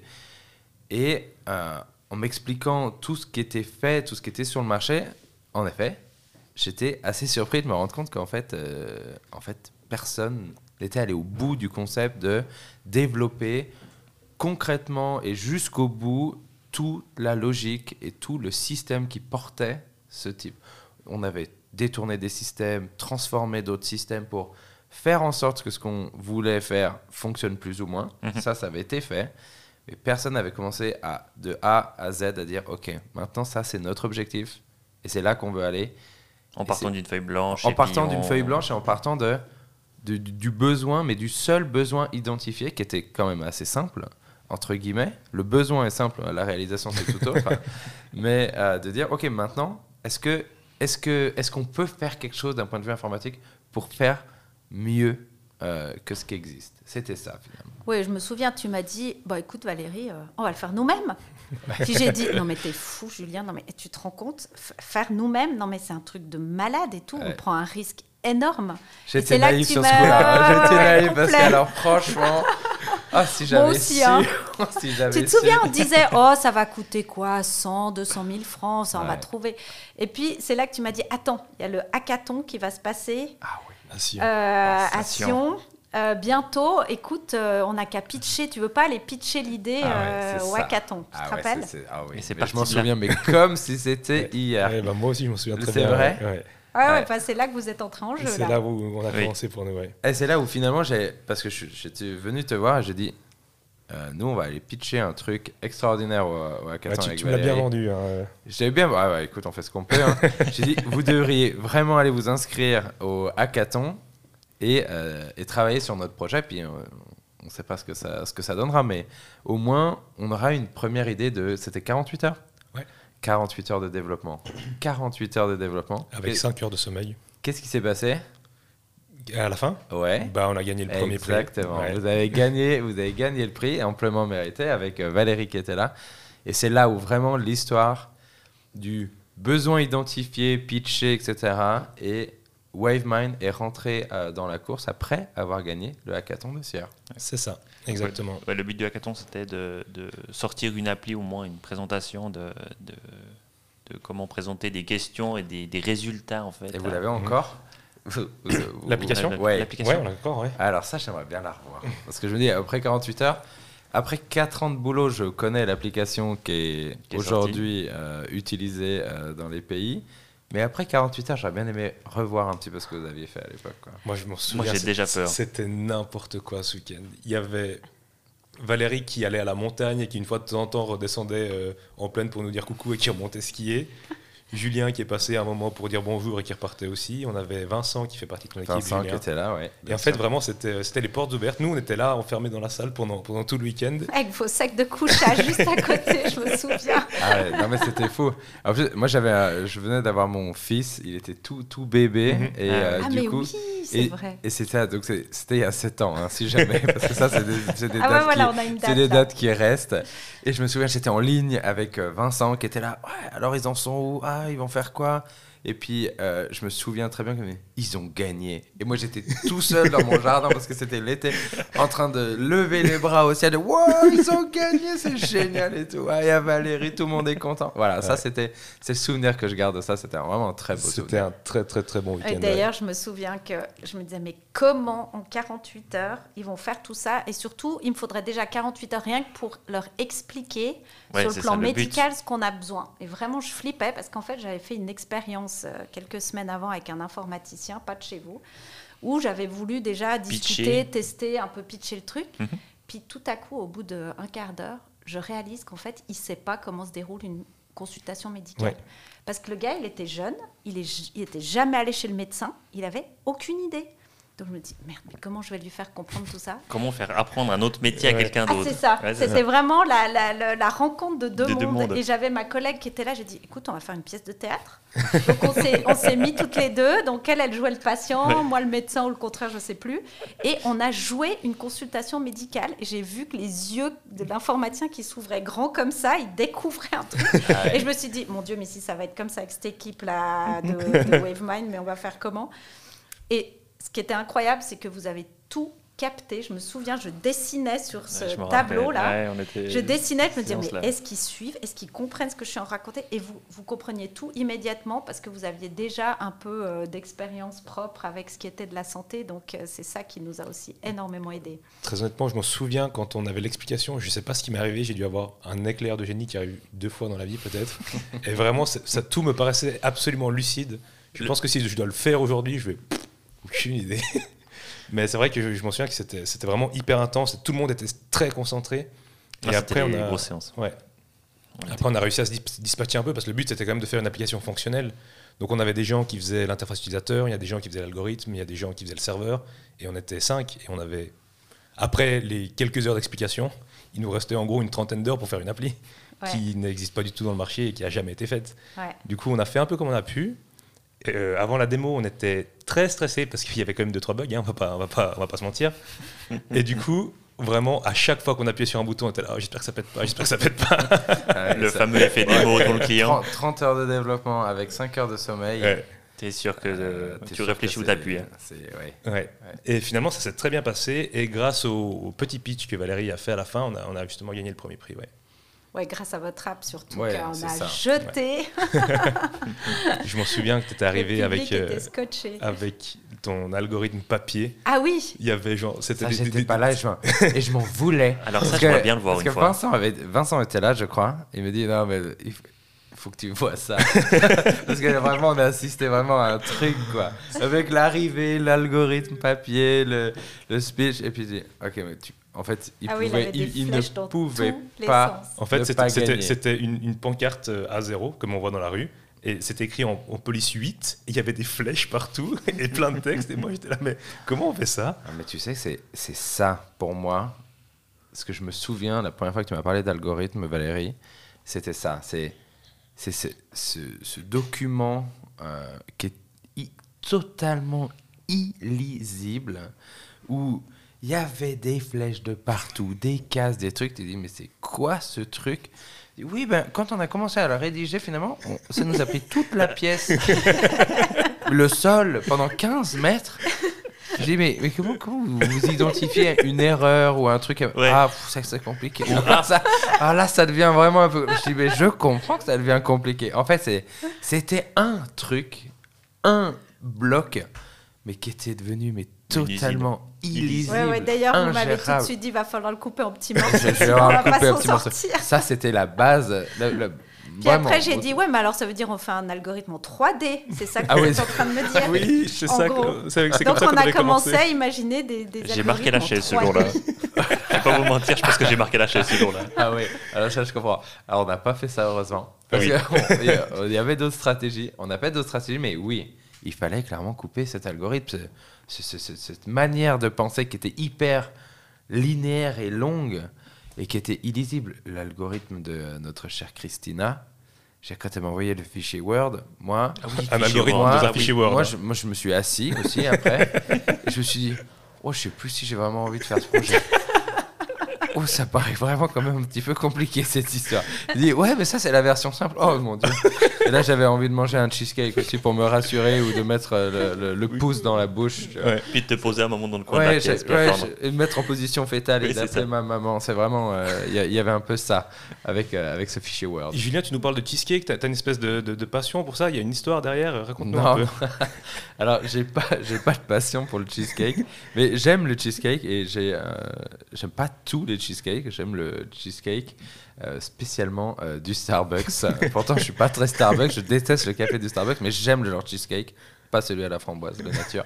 et euh, en m'expliquant tout ce qui était fait, tout ce qui était sur le marché, en effet, j'étais assez surpris de me rendre compte qu'en fait, euh, en fait, personne n'était allé au bout du concept de développer concrètement et jusqu'au bout toute la logique et tout le système qui portait ce type. On avait détourné des systèmes, transformé d'autres systèmes pour faire en sorte que ce qu'on voulait faire fonctionne plus ou moins. Mhm. Ça, ça avait été fait. Mais personne n'avait commencé à, de A à Z à dire, OK, maintenant ça, c'est notre objectif. Et c'est là qu'on veut aller. En Et partant c'est- d'une feuille blanche. En et partant puis d'une on- feuille blanche et en partant de, de- du du besoin, mais du seul besoin identifié, qui était quand même assez simple, entre guillemets. Le besoin est simple, la réalisation c'est tout autre. Mais euh, de dire, OK, maintenant, est-ce que, est-ce que, est-ce qu'on peut faire quelque chose d'un point de vue informatique pour faire mieux euh, que ce qui existe? C'était ça, finalement. Oui, je me souviens, tu m'as dit, bah, écoute Valérie, euh, on va le faire nous-mêmes. Puis j'ai dit, non mais t'es fou Julien, non mais tu te rends compte, F- faire nous-mêmes, non mais c'est un truc de malade et tout, Ouais. on prend un risque énorme. Et J'étais c'est là que naïf tu sur ce m'as- coup-là. J'étais Ouais, naïf parce que, complet. alors, franchement, ah, si j'avais aussi, su, hein. si j'avais Tu te su. souviens, on disait, oh, ça va coûter quoi, cent, deux cent mille francs, ça on va Ouais. trouver. Et puis c'est là que tu m'as dit, attends, il y a le hackathon qui va se passer Ah oui. Ah, si. euh, à à Sion. Euh, bientôt, écoute, euh, on n'a qu'à pitcher. Tu veux pas aller pitcher l'idée Ah ouais, euh, c'est au ça. hackathon, tu Ah te ouais, rappelles? c'est- c'est- ah oui. Et c'est Mais je m'en parti de là. souviens, mais comme si c'était hier. Ouais, bah, moi aussi, je m'en souviens très C'est bien. vrai ouais, ouais. Ouais, ouais, Ouais. bah, c'est là que vous êtes entré en jeu. C'est là. là où on a Oui. commencé pour nous. Ouais. Et c'est là où finalement, j'ai, parce que je- j'étais venu te voir et j'ai dit, euh, nous, on va aller pitcher un truc extraordinaire au, au hackathon Ouais, tu avec tu me l'as bien Valérie. vendu. Hein. J'ai bien, ouais, ouais, écoute, on fait ce qu'on peut. Hein. J'ai dit, vous devriez vraiment aller vous inscrire au hackathon et, euh, et travailler sur notre projet. Puis euh, on ne sait pas ce que, ça, ce que ça donnera, mais au moins, on aura une première idée de. C'était quarante-huit heures Ouais. quarante-huit heures de développement. quarante-huit heures de développement. Avec Et cinq heures de sommeil. qu'est-ce qui s'est passé? À la fin, Ouais. bah, on a gagné le premier prix. Exactement. Ouais. Vous avez gagné, vous avez gagné le prix, amplement mérité, avec euh, Valérie qui était là. Et c'est là où vraiment l'histoire du besoin identifié, pitché, et cetera. Et Wavemind est rentré euh, dans la course après avoir gagné le hackathon de Sierre. C'est ça, exactement. Ouais, le but du hackathon, c'était de, de sortir une appli, au moins une présentation de, de, de comment présenter des questions et des, des résultats, en fait. Et vous l'avez encore Vous- vous- vous- L'application Ouais, Ouais. l'application. Ouais, on l'a encore, ouais. Alors ça, j'aimerais bien la revoir. Parce que je me dis, après quarante-huit heures, après quatre ans de boulot, je connais l'application qui est, Qui est aujourd'hui euh, utilisée euh, dans les pays. Mais après quarante-huit heures, j'aurais bien aimé revoir un petit peu ce que vous aviez fait à l'époque, quoi. Moi, je m'en souviens. j'ai c'est- déjà peur. C'était n'importe quoi ce week-end. Il y avait Valérie qui allait à la montagne et qui, une fois de temps en temps, redescendait euh, en plaine pour nous dire coucou et qui remontait skier. Julien qui est passé un moment pour dire bonjour et qui repartait aussi. On avait Vincent qui fait partie de ton équipe. Vincent qui Julien. était là, ouais. Et en fait, vraiment, c'était c'était les portes ouvertes. Nous, on était là, enfermés dans la salle pendant, pendant tout le week-end. Avec vos sacs de couchage juste à côté, je me souviens. Ah ouais, non mais c'était fou. En plus, moi j'avais, un- je venais d'avoir mon fils, il était tout tout bébé Mhm. et Ah, euh, Ah, du mais coup oui, c'est et, vrai. et c'était donc c'est- c'était il y a sept ans, hein, si jamais, parce que ça c'est des, c'est des Ah ouais, dates voilà, qui, on a une c'est date. des là. dates qui restent. Et je me souviens, j'étais en ligne avec euh, Vincent qui était là. Ouais, alors ils en sont où? Ah, ils vont faire quoi? Et puis, euh, je me souviens très bien qu'ils ont gagné. Et moi, j'étais tout seul dans mon jardin parce que c'était l'été, en train de lever les bras au ciel. Wow, ils ont gagné, c'est génial et tout. Ah, il y a Valérie, tout le monde est content. Voilà, ouais. ça, c'était, c'est le souvenir que je garde de ça. C'était vraiment un très beau c'était souvenir. C'était un très, très, très bon week-end. Et d'ailleurs, ouais. je me souviens que je me disais, mais comment en quarante-huit heures ils vont faire tout ça? Et surtout, il me faudrait déjà quarante-huit heures rien que pour leur expliquer ouais, sur le plan ça, médical le ce qu'on a besoin. Et vraiment, je flippais parce qu'en fait, j'avais fait une expérience euh, quelques semaines avant avec un informaticien, pas de chez vous, où j'avais voulu déjà discuter, pitcher. tester, un peu pitcher le truc. Mm-hmm. Puis tout à coup, au bout d'un quart d'heure, je réalise qu'en fait, il ne sait pas comment se déroule une consultation médicale. Ouais. Parce que le gars, il était jeune, il n'était jamais allé chez le médecin, il n'avait aucune idée. Donc je me dis, merde, mais comment je vais lui faire comprendre tout ça? Comment faire apprendre un autre métier ouais. à quelqu'un d'autre? Ah, c'est ça, ouais, c'est c'était ça. Vraiment la, la, la, la rencontre de deux, de mondes. deux mondes. Et j'avais ma collègue qui était là, j'ai dit, écoute, on va faire une pièce de théâtre. Donc on s'est, on s'est mis toutes les deux, donc elle, elle jouait le patient, ouais. moi le médecin ou le contraire, je ne sais plus. Et on a joué une consultation médicale et j'ai vu que les yeux de l'informaticien qui s'ouvraient grands comme ça, il découvrait un truc. Ah ouais. Et je me suis dit, mon Dieu, mais si ça va être comme ça avec cette équipe-là de, de WaveMind, mais on va faire comment? Et ce qui était incroyable, c'est que vous avez tout capté. Je me souviens, je dessinais sur ce ouais, tableau-là. Ouais, était... Je dessinais, je me disais, mais là. Est-ce qu'ils suivent? Est-ce qu'ils comprennent ce que je suis en train de raconter? Et vous, vous compreniez tout immédiatement parce que vous aviez déjà un peu euh, d'expérience propre avec ce qui était de la santé. Donc, euh, c'est ça qui nous a aussi énormément aidés. Très honnêtement, je m'en souviens quand on avait l'explication. Je ne sais pas ce qui m'est arrivé. J'ai dû avoir un éclair de génie qui arrive deux fois dans la vie, peut-être. Et vraiment, ça, tout me paraissait absolument lucide. Je le... pense que si je dois le faire aujourd'hui, je vais... Aucune idée. Mais c'est vrai que je, je m'en souviens que c'était, c'était vraiment hyper intense et tout le monde était très concentré. Ah, et après, on a... grosses séances. Ouais. On après, on a réussi à se dispatcher un peu parce que le but, c'était quand même de faire une application fonctionnelle. Donc, on avait des gens qui faisaient l'interface utilisateur, il y a des gens qui faisaient l'algorithme, il y a des gens qui faisaient le serveur. Et on était cinq. Et on avait, après les quelques heures d'explication, il nous restait en gros une trentaine d'heures pour faire une appli ouais. qui n'existe pas du tout dans le marché et qui n'a jamais été faite. Ouais. Du coup, on a fait un peu comme on a pu. Euh, avant la démo, on était très stressé parce qu'il y avait quand même deux trois bugs, hein, on va pas, on va pas, on va pas se mentir. Et du coup, vraiment, à chaque fois qu'on appuyait sur un bouton, on était là, oh, j'espère que ça pète pas, j'espère que ça pète pas. Ouais, le ça... fameux effet démo pour le client. trente, trente heures de développement avec cinq heures de sommeil. Ouais. T'es sûr que euh, tu réfléchis où t'appuies. Hein. Ouais. Ouais. Ouais. Et finalement, ça s'est très bien passé. Et grâce au, au petit pitch que Valérie a fait à la fin, on a, on a justement gagné le premier prix. Ouais. Ouais, grâce à votre app surtout, ouais, qu'on a ça. jeté. Ouais. Je m'en souviens que tu étais arrivé avec, euh, scotché. avec ton algorithme papier. Ah oui. Il y y avait genre... C'était ça, des, j'étais des, pas des... là et je, m'en, et je m'en voulais. Alors ça, j'aimerais bien le voir parce une fois. Parce que Vincent, avait, Vincent était là, je crois. Il me dit, non, mais il faut, il faut que tu vois ça. Parce que vraiment, on a assisté vraiment à un truc, quoi. Avec l'arrivée, l'algorithme papier, le, le speech. Et puis il dit, ok, mais tu... En fait, il, ah pouvait, oui, il, il, il ne pouvait pas. En fait, c'était, c'était, c'était une, une pancarte A zéro, comme on voit dans la rue. Et c'était écrit en, en police huit. Et il y avait des flèches partout et plein de textes. Et moi, j'étais là, mais comment on fait ça? Ah, mais tu sais, c'est, c'est ça, pour moi. Ce que je me souviens, la première fois que tu m'as parlé d'algorithme, Valérie, c'était ça. C'est, c'est, c'est ce, ce document euh, qui est i- totalement illisible, où... il y avait des flèches de partout, des cases, des trucs. Tu te dis, mais c'est quoi ce truc? Oui, ben, quand on a commencé à la rédiger, finalement, on, ça nous a pris toute la pièce, le sol, pendant quinze mètres. Je dis, mais, mais comment, comment vous, vous identifiez une erreur ou un truc? Ouais. Ah, pff, ça, c'est compliqué. Alors, ça, alors là, ça devient vraiment un peu... Je dis, mais je comprends que ça devient compliqué. En fait, c'est, c'était un truc, un bloc, mais qui était devenu mais totalement illisible. Ouais, ouais, d'ailleurs, vous m'avez tout de suite dit, il va falloir le couper en petits morceaux. Je vais avoir le couper en petits morceaux. Ça, c'était la base. Le, le, Puis vraiment, après, j'ai dit, ouais, mais alors ça veut dire on fait un algorithme en trois D. C'est ça que ah vous oui. êtes en train de me dire. Oui, c'est ça. Que, c'est, c'est Donc, comme ça on qu'on a commencé commencé. à imaginer des, des J'ai marqué la chaise ce jour-là. Je vais pas vous mentir, je pense que j'ai marqué la chaise ce jour-là. Ah oui, alors ça, je comprends. Alors, on n'a pas fait ça, heureusement. Parce oui. qu'il y avait d'autres stratégies. On n'a pas d'autres stratégies, mais oui, il fallait clairement couper cet algorithme. C'est, c'est, c'est, cette manière de penser qui était hyper linéaire et longue et qui était illisible. L'algorithme de notre chère Christina, quand elle m'a envoyé le fichier Word, moi... Ah oui, un algorithme moi, dans un fichier Word. Moi je, moi, je me suis assis aussi après et je me suis dit, oh, je sais plus si j'ai vraiment envie de faire ce projet. Oh, ça paraît vraiment quand même un petit peu compliqué, cette histoire. Il dit, ouais, mais ça, c'est la version simple. Oh, mon Dieu. Et là, j'avais envie de manger un cheesecake aussi pour me rassurer ou de mettre euh, le, le, le Oui. pouce dans la bouche. tu vois. Ouais. Puis de te poser un moment dans le coin de la Ouais, pièce. j'ai- puis ouais, attendre. j'ai- et me mettre en position fétale Oui, et c'est d'appeler ça. ma maman. C'est vraiment. Il y, y avait un peu ça avec, euh, avec ce fichier Word. Et Julien, tu nous parles de cheesecake, t'as as une espèce de, de, de passion pour ça, il y a une histoire derrière, raconte-nous Non. un peu. Alors, j'ai pas, j'ai pas de passion pour le cheesecake, mais j'aime le cheesecake et j'ai, euh, j'aime pas tous les cheesecakes. J'aime le cheesecake, euh, spécialement euh, du Starbucks. Pourtant, je suis pas très Starbucks. Je déteste le café du Starbucks, mais j'aime le leur cheesecake, pas celui à la framboise de nature.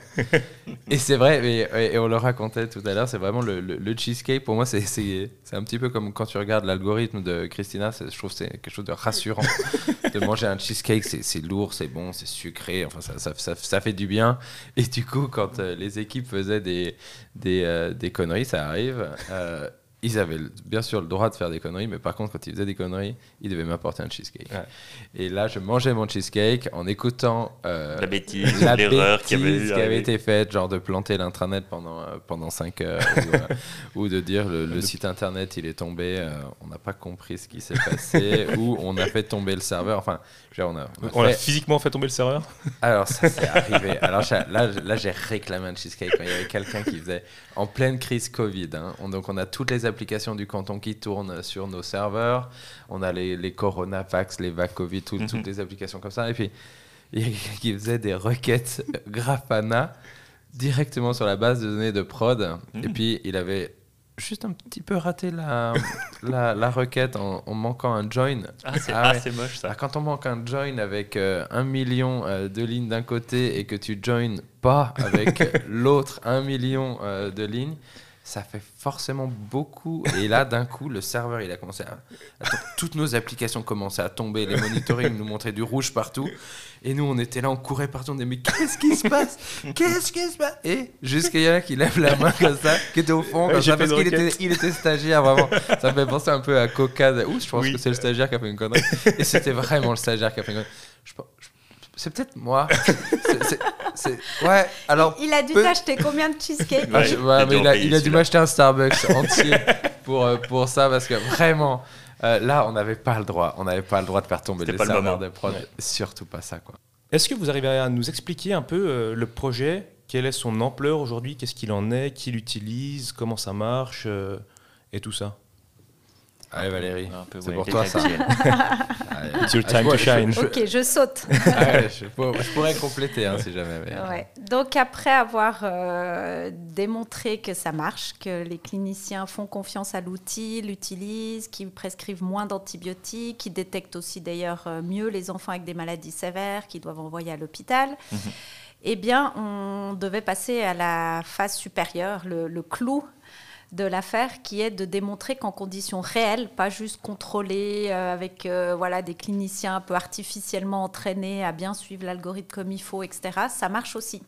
Et c'est vrai, et, et on le racontait tout à l'heure, c'est vraiment le, le, le cheesecake. Pour moi, c'est, c'est, c'est un petit peu comme quand tu regardes l'algorithme de Christina. C'est, je trouve que c'est quelque chose de rassurant de manger un cheesecake. C'est, c'est lourd, c'est bon, c'est sucré. Enfin, ça, ça, ça, ça fait du bien. Et du coup, quand euh, les équipes faisaient des, des, euh, des conneries, ça arrive. Euh, Ils avaient bien sûr le droit de faire des conneries, mais par contre, quand ils faisaient des conneries, ils devaient m'apporter un cheesecake. Ouais. Et là, je mangeais mon cheesecake en écoutant euh, La bêtise, la l'erreur qui avait, bêtise qui avait arrivé. été faite, genre de planter l'intranet pendant, euh, pendant cinq heures, ou, euh, ou de dire le, le site internet il est tombé, euh, on n'a pas compris ce qui s'est passé, ou on a fait tomber le serveur. Enfin, je veux dire, on a, on a On a fait- physiquement fait tomber le serveur. alors ça c'est arrivé. Alors j'ai- là, là j'ai réclamé un cheesecake quand il y avait quelqu'un qui faisait en pleine crise Covid. Hein. On- donc on a toutes les applications du canton qui tournent sur nos serveurs. On a les, les Coronavax, les Vacovid, tout- Mhm. toutes les applications comme ça. Et puis il y a quelqu'un qui faisait des requêtes Grafana directement sur la base de données de prod. Mhm. Et puis il avait juste un petit peu raté la, la, la requête en, en manquant un join. Ah, c'est Ah ah, ouais. c'est moche ça. Ah, quand on manque un join avec euh, un million euh, de lignes d'un côté et que tu joins pas avec l'autre un million euh, de lignes, ça fait forcément beaucoup. Et là, d'un coup, le serveur, il a commencé à... à to- toutes nos applications commençaient à tomber. Les monitoring nous montraient du rouge partout. Et nous, on était là, on courait partout. On disait, mais qu'est-ce qui se passe? Qu'est-ce qui se passe? Et jusqu'à y en a qui lève la main comme ça, qui était au fond, Ouais, comme j'ai ça, fait parce une qu'il était, requête. il était stagiaire, vraiment. Ça me fait penser un peu à Coca. Ouh, je pense Oui. que c'est le stagiaire qui a fait une connerie. Et c'était vraiment le stagiaire qui a fait une connerie. Je pense- je- c'est peut-être moi. C'est- c'est- c'est- Ouais, alors... Il a dû peu- t'acheter combien de cheesecake ah, Ouais, je- il ouais, a mais dû il en a, payer, il a dû celui-là. m'acheter un Starbucks entier pour, euh, pour ça, parce que vraiment, euh, là, on n'avait pas le droit. On n'avait pas le droit de faire tomber C'était les pas le serveurs moment. de prod. Ouais. Surtout pas ça, quoi. Est-ce que vous arrivez à nous expliquer un peu euh, le projet? Quelle est son ampleur aujourd'hui? Qu'est-ce qu'il en est? Qui l'utilise? Comment ça marche euh, et tout ça? Allez, Valérie, Un peu, c'est ouais, pour toi, ça. quelqu'un Allez. It's your Ah, time je- to je- shine. je- Ok, je saute. Ouais, je, pour- je pourrais compléter hein, si jamais. mais- Ouais. Donc après avoir euh, démontré que ça marche, que les cliniciens font confiance à l'outil, l'utilisent, qu'ils prescrivent moins d'antibiotiques, qu'ils détectent aussi d'ailleurs euh, mieux les enfants avec des maladies sévères qu'ils doivent envoyer à l'hôpital, Mhm. eh bien on devait passer à la phase supérieure, le, le clou de l'affaire, qui est de démontrer qu'en conditions réelles, pas juste contrôlées euh, avec euh, voilà, des cliniciens un peu artificiellement entraînés à bien suivre l'algorithme comme il faut, et cetera, ça marche aussi.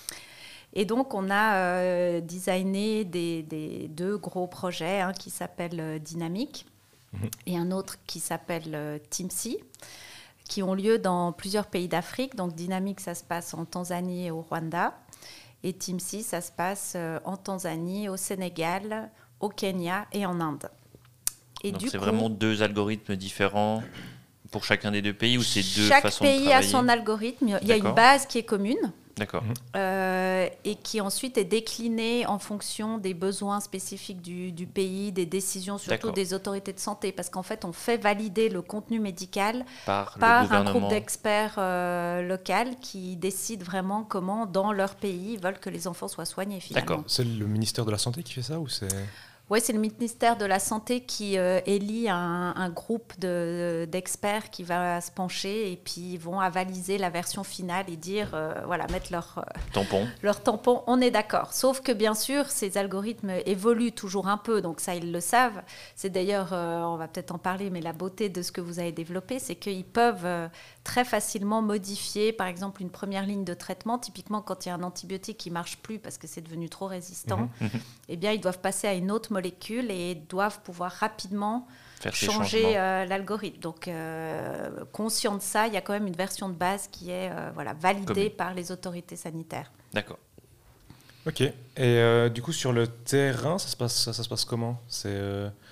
Et donc, on a euh, designé des, des deux gros projets, un qui s'appelle euh, Dynamic Mhm. et un autre qui s'appelle euh, TeamC, qui ont lieu dans plusieurs pays d'Afrique. Donc, Dynamic, ça se passe en Tanzanie et au Rwanda. Et TeamC, ça se passe euh, en Tanzanie, au Sénégal, au Kenya et en Inde. Et Donc du c'est coup, vraiment deux algorithmes différents pour chacun des deux pays ou c'est deux chaque façons de pays a travailler? son algorithme. Il y a une D'accord. base qui est commune. D'accord. euh, et qui ensuite est déclinée en fonction des besoins spécifiques du, du pays, des décisions surtout D'accord. des autorités de santé. Parce qu'en fait, on fait valider le contenu médical Par, le par un gouvernement. groupe d'experts euh, local qui décident vraiment comment, dans leur pays, ils veulent que les enfants soient soignés finalement. D'accord. C'est le ministère de la Santé qui fait ça ou c'est... Oui, c'est le ministère de la Santé qui euh, élit un, un groupe de, d'experts qui va se pencher et puis ils vont avaliser la version finale et dire, euh, voilà, mettre leur, euh, Tampon. leur tampon, on est d'accord. Sauf que bien sûr, ces algorithmes évoluent toujours un peu, donc ça, ils le savent. C'est d'ailleurs, euh, on va peut-être en parler, mais la beauté de ce que vous avez développé, c'est qu'ils peuvent euh, très facilement modifier, par exemple, une première ligne de traitement. Typiquement, quand il y a un antibiotique qui ne marche plus parce que c'est devenu trop résistant, Mhm. eh bien, ils doivent passer à une autre molécule et doivent pouvoir rapidement Faire ces changer changements. euh, l'algorithme. Donc, euh, conscient de ça, il y a quand même une version de base qui est euh, voilà, validée Commune. par les autorités sanitaires. D'accord. Ok. Et euh, du coup, sur le terrain, ça se passe, ça, ça se passe comment? C'est, euh,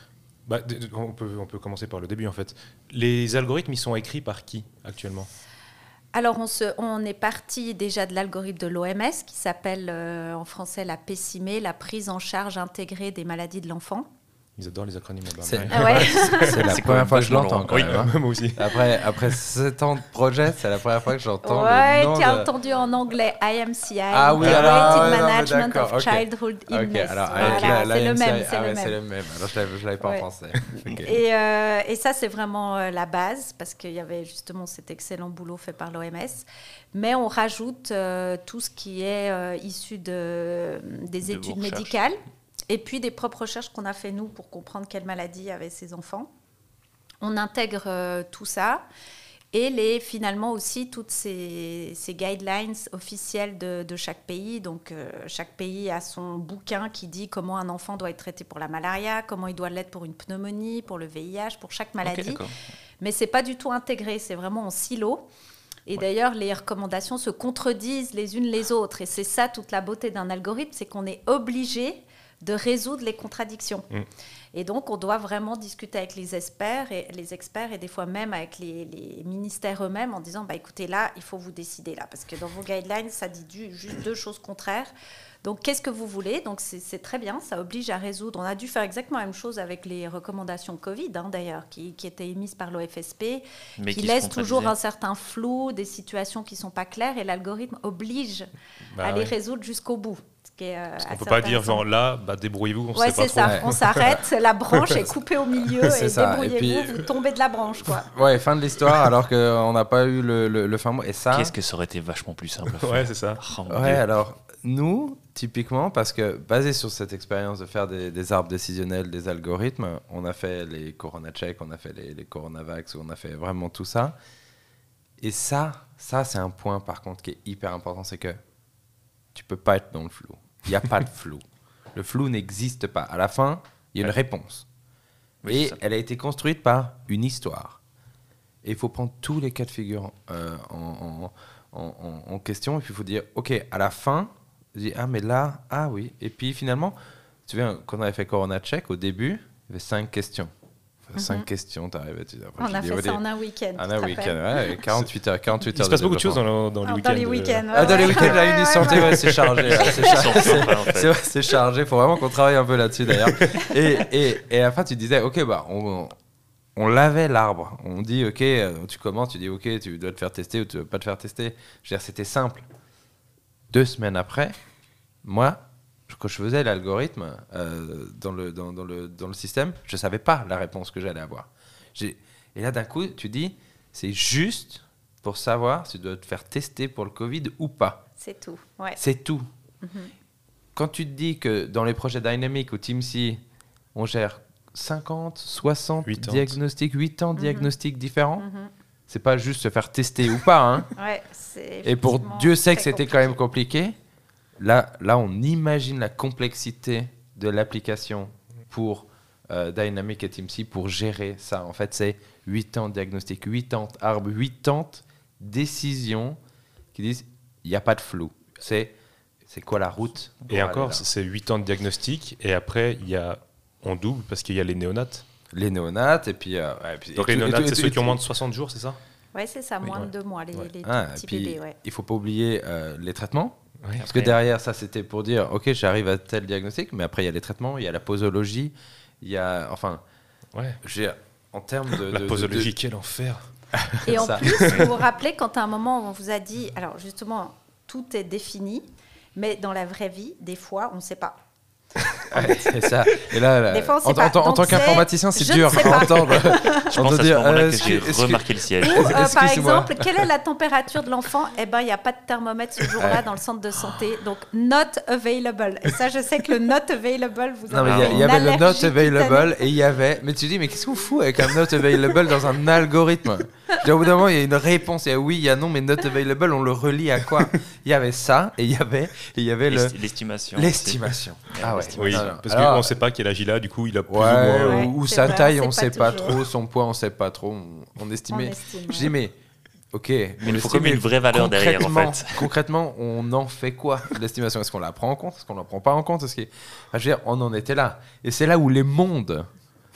Bah, on, peut, on peut commencer par le début en fait. Les algorithmes, ils sont écrits par qui actuellement ? Alors, on, se, on est parti déjà de l'algorithme de l'O M S qui s'appelle euh, en français la P C I M E, la prise en charge intégrée des maladies de l'enfant. Ils adorent les acronymes là-bas. C'est Ouais. Ah ouais. c'est la C'est première quand fois même que je l'entends vachement quand Oui, même. hein. moi aussi. Après, après sept ans de projet, c'est la première fois que j'entends Ouais, le nom tu as de... entendu en anglais I M C I, Ah oui, Integrated alors, ouais, non, mais Management d'accord, of ok. Childhood Ok, Illness. alors Voilà, avec la, la c'est le M C I, même, c'est ah le ouais, même. c'est le même. Alors je l'avais, je l'avais pas Ouais. en français. Ok. Et, euh, et ça, c'est vraiment euh, la base, parce qu'il y avait justement cet excellent boulot fait par l'O M S. Mais on rajoute euh, tout ce qui est euh, issu de, des De vos études recherches. médicales, et puis des propres recherches qu'on a fait nous pour comprendre quelle maladie avaient ces enfants. On intègre euh, tout ça. Et les, finalement aussi toutes ces, ces guidelines officielles de, de chaque pays. Donc euh, chaque pays a son bouquin qui dit comment un enfant doit être traité pour la malaria, comment il doit l'être pour une pneumonie, pour le V I H, pour chaque Ok, maladie. d'accord. Mais c'est pas du tout intégré, c'est vraiment en silo. Et Ouais. d'ailleurs, les recommandations se contredisent les unes les autres. Et c'est ça toute la beauté d'un algorithme, c'est qu'on est obligé de résoudre les contradictions. Mm. Et donc, on doit vraiment discuter avec les experts et les experts et des fois même avec les, les ministères eux-mêmes en disant, bah écoutez, là, il faut vous décider là, parce que dans vos guidelines, ça dit du, juste deux choses contraires. Donc, qu'est-ce que vous voulez ? Donc, c'est, c'est très bien, ça oblige à résoudre. On a dû faire exactement la même chose avec les recommandations Covid, hein, d'ailleurs, qui, qui étaient émises par l'O F S P, Mais qui se laissent toujours un contradisaient. certain flou, des situations qui ne sont pas claires, et l'algorithme oblige Bah, à les ouais. résoudre jusqu'au bout. Ce qui est, euh, Parce qu'on assez peut pas dire intéressant. genre là, bah débrouillez-vous, on Ouais, sait pas c'est trop. ça. Ouais. On s'arrête, la branche est coupée au milieu C'est et ça. Et débrouillez-vous, puis- vous tombez de la branche, quoi. Ouais, fin de l'histoire alors qu'on n'a pas eu le, le, le fin mot. Et ça, Qu'est-ce que ça aurait été vachement plus simple à faire. Ouais, c'est ça. Oh, mon ouais, Dieu. alors nous, typiquement, parce que basé sur cette expérience de faire des, des arbres décisionnels, des algorithmes, on a fait les Corona Check, on a fait les, les Coronavax, on a fait vraiment tout ça. Et ça, ça c'est un point par contre qui est hyper important, c'est que tu peux pas être dans le flou. Il n'y a pas de flou. Le flou n'existe pas. À la fin, il y a une Ouais. réponse. Oui, Et c'est ça. elle a été construite par une histoire. Et il faut prendre tous les cas de figure euh, en, en, en, en- en question. Et puis il faut dire, OK, à la fin, je dis, ah mais là, ah oui. Et puis finalement, tu vois, quand on avait fait Corona Check, au début, il y avait cinq questions. Enfin, Cinq Mhm. questions, t'arrivais. Tu dis, après, On j'ai a dit, fait ouais, ça des- en un week-end. en tu un te week-end, rappelles ouais, quarante-huit heures, quarante-huit Il heures se passe beaucoup de choses développement. dans, le- dans les Ah, week-ends. Dans les euh, week-ends. Ah, dans les ouais. week-ends, la Ouais, Unisanté, ouais, ouais, c'est chargé. ouais, c'est Ils sont chargé. sympas, en fait. C'est vrai, c'est chargé, il faut vraiment qu'on travaille un peu là-dessus d'ailleurs. Et, et, et à la fin, tu disais, ok, bah, on, on lavait l'arbre. On dit, ok, euh, tu commences, tu dis, ok, tu dois te faire tester ou tu ne dois pas te faire tester. Je veux dire, c'était simple. Deux semaines après, moi, quand je faisais l'algorithme euh, dans, le, dans, dans, le, dans le système, je ne savais pas la réponse que j'allais avoir. J'ai- Et là, d'un coup, tu dis, c'est juste pour savoir si tu dois te faire tester pour le Covid ou pas. C'est tout. Ouais. C'est tout. Mhm. Quand tu te dis que dans les projets Dynamic ou TeamC, on gère cinquante, soixante quatre-vingts. diagnostics, quatre-vingts Mhm. diagnostics différents, Mhm. c'est pas juste se faire tester ou pas. Hein. Ouais, c'est Et pour effectivement Dieu sait que très c'était quand même compliqué. compliqué. Là, là, on imagine la complexité de l'application pour euh, Dynamic et TeamC pour gérer ça. En fait, c'est quatre-vingts diagnostics, quatre-vingts arbres, quatre-vingts décisions qui disent il n'y a pas de flou. C'est c'est quoi la route pour Et aller encore, là. c'est huit ans de diagnostic. Et après, il y a, on double parce qu'il y a les néonates. Les néonates et puis, euh, ouais, et puis Donc et les tout- et néonates, tout- c'est et ceux tout- qui ont moins de soixante jours, c'est ça? Ouais, c'est ça, moins Ouais. de deux mois, les, Ouais. les tout Ah, et petits puis, bébés. Ouais. il faut pas oublier euh, les traitements. Oui. Parce que derrière ça, c'était pour dire, ok, j'arrive à tel diagnostic, mais après il y a les traitements, il y a la posologie, il y a, enfin, Ouais. j'ai en termes de, La de- posologie, de- quel enfer. Et en Ça. plus, vous vous rappelez quand à un moment on vous a dit, alors justement, tout est défini, mais dans la vraie vie, des fois, on ne sait pas. Ouais, c'est ça. Et là, là, Des fois, on sait en, pas. en tant- en Donc, tant c'est- qu'informaticien, c'est je ne dur sais à pas. entendre. Je pense à ce moment-là que j'ai remarqué le siège. Ou, euh, par Excuse-moi. exemple, quelle est la température de l'enfant? Eh ben, il n'y a pas de thermomètre ce jour-là Ouais. dans le centre de santé, donc not available. Et ça, je sais que le not available, vous Non, mais avez il y a- il y, une avait le not allergie available cutanée. et il y avait. Mais tu dis, mais qu'est-ce qu'on fout avec un not available dans un algorithme? Je dis, au bout d'un moment, il y a une réponse. Il y a oui, il y a non, mais not available, on le relie à quoi? Il y avait ça et il y avait, et il y avait le. L'esti- L'estimation. L'estimation. Ah ouais. Oui, Non, non. parce Alors, qu'on ne sait pas quel âge il a, du coup, il a plus Ouais, ou moins. Ouais, ou, ou c'est sa vrai, taille, on on sait sait pas pas toujours. trop, son poids, on sait pas trop, on, on estimait. On estime, Je dis, ouais. mais ok, Mais il on faut estime, comme une mais vraie valeur derrière, en concrètement- fait. Concrètement, on en fait quoi de l'estimation? Est-ce qu'on la prend en compte? Est-ce qu'on la prend pas en compte? Est-ce que, enfin, je veux dire, on en était là. Et c'est là où les mondes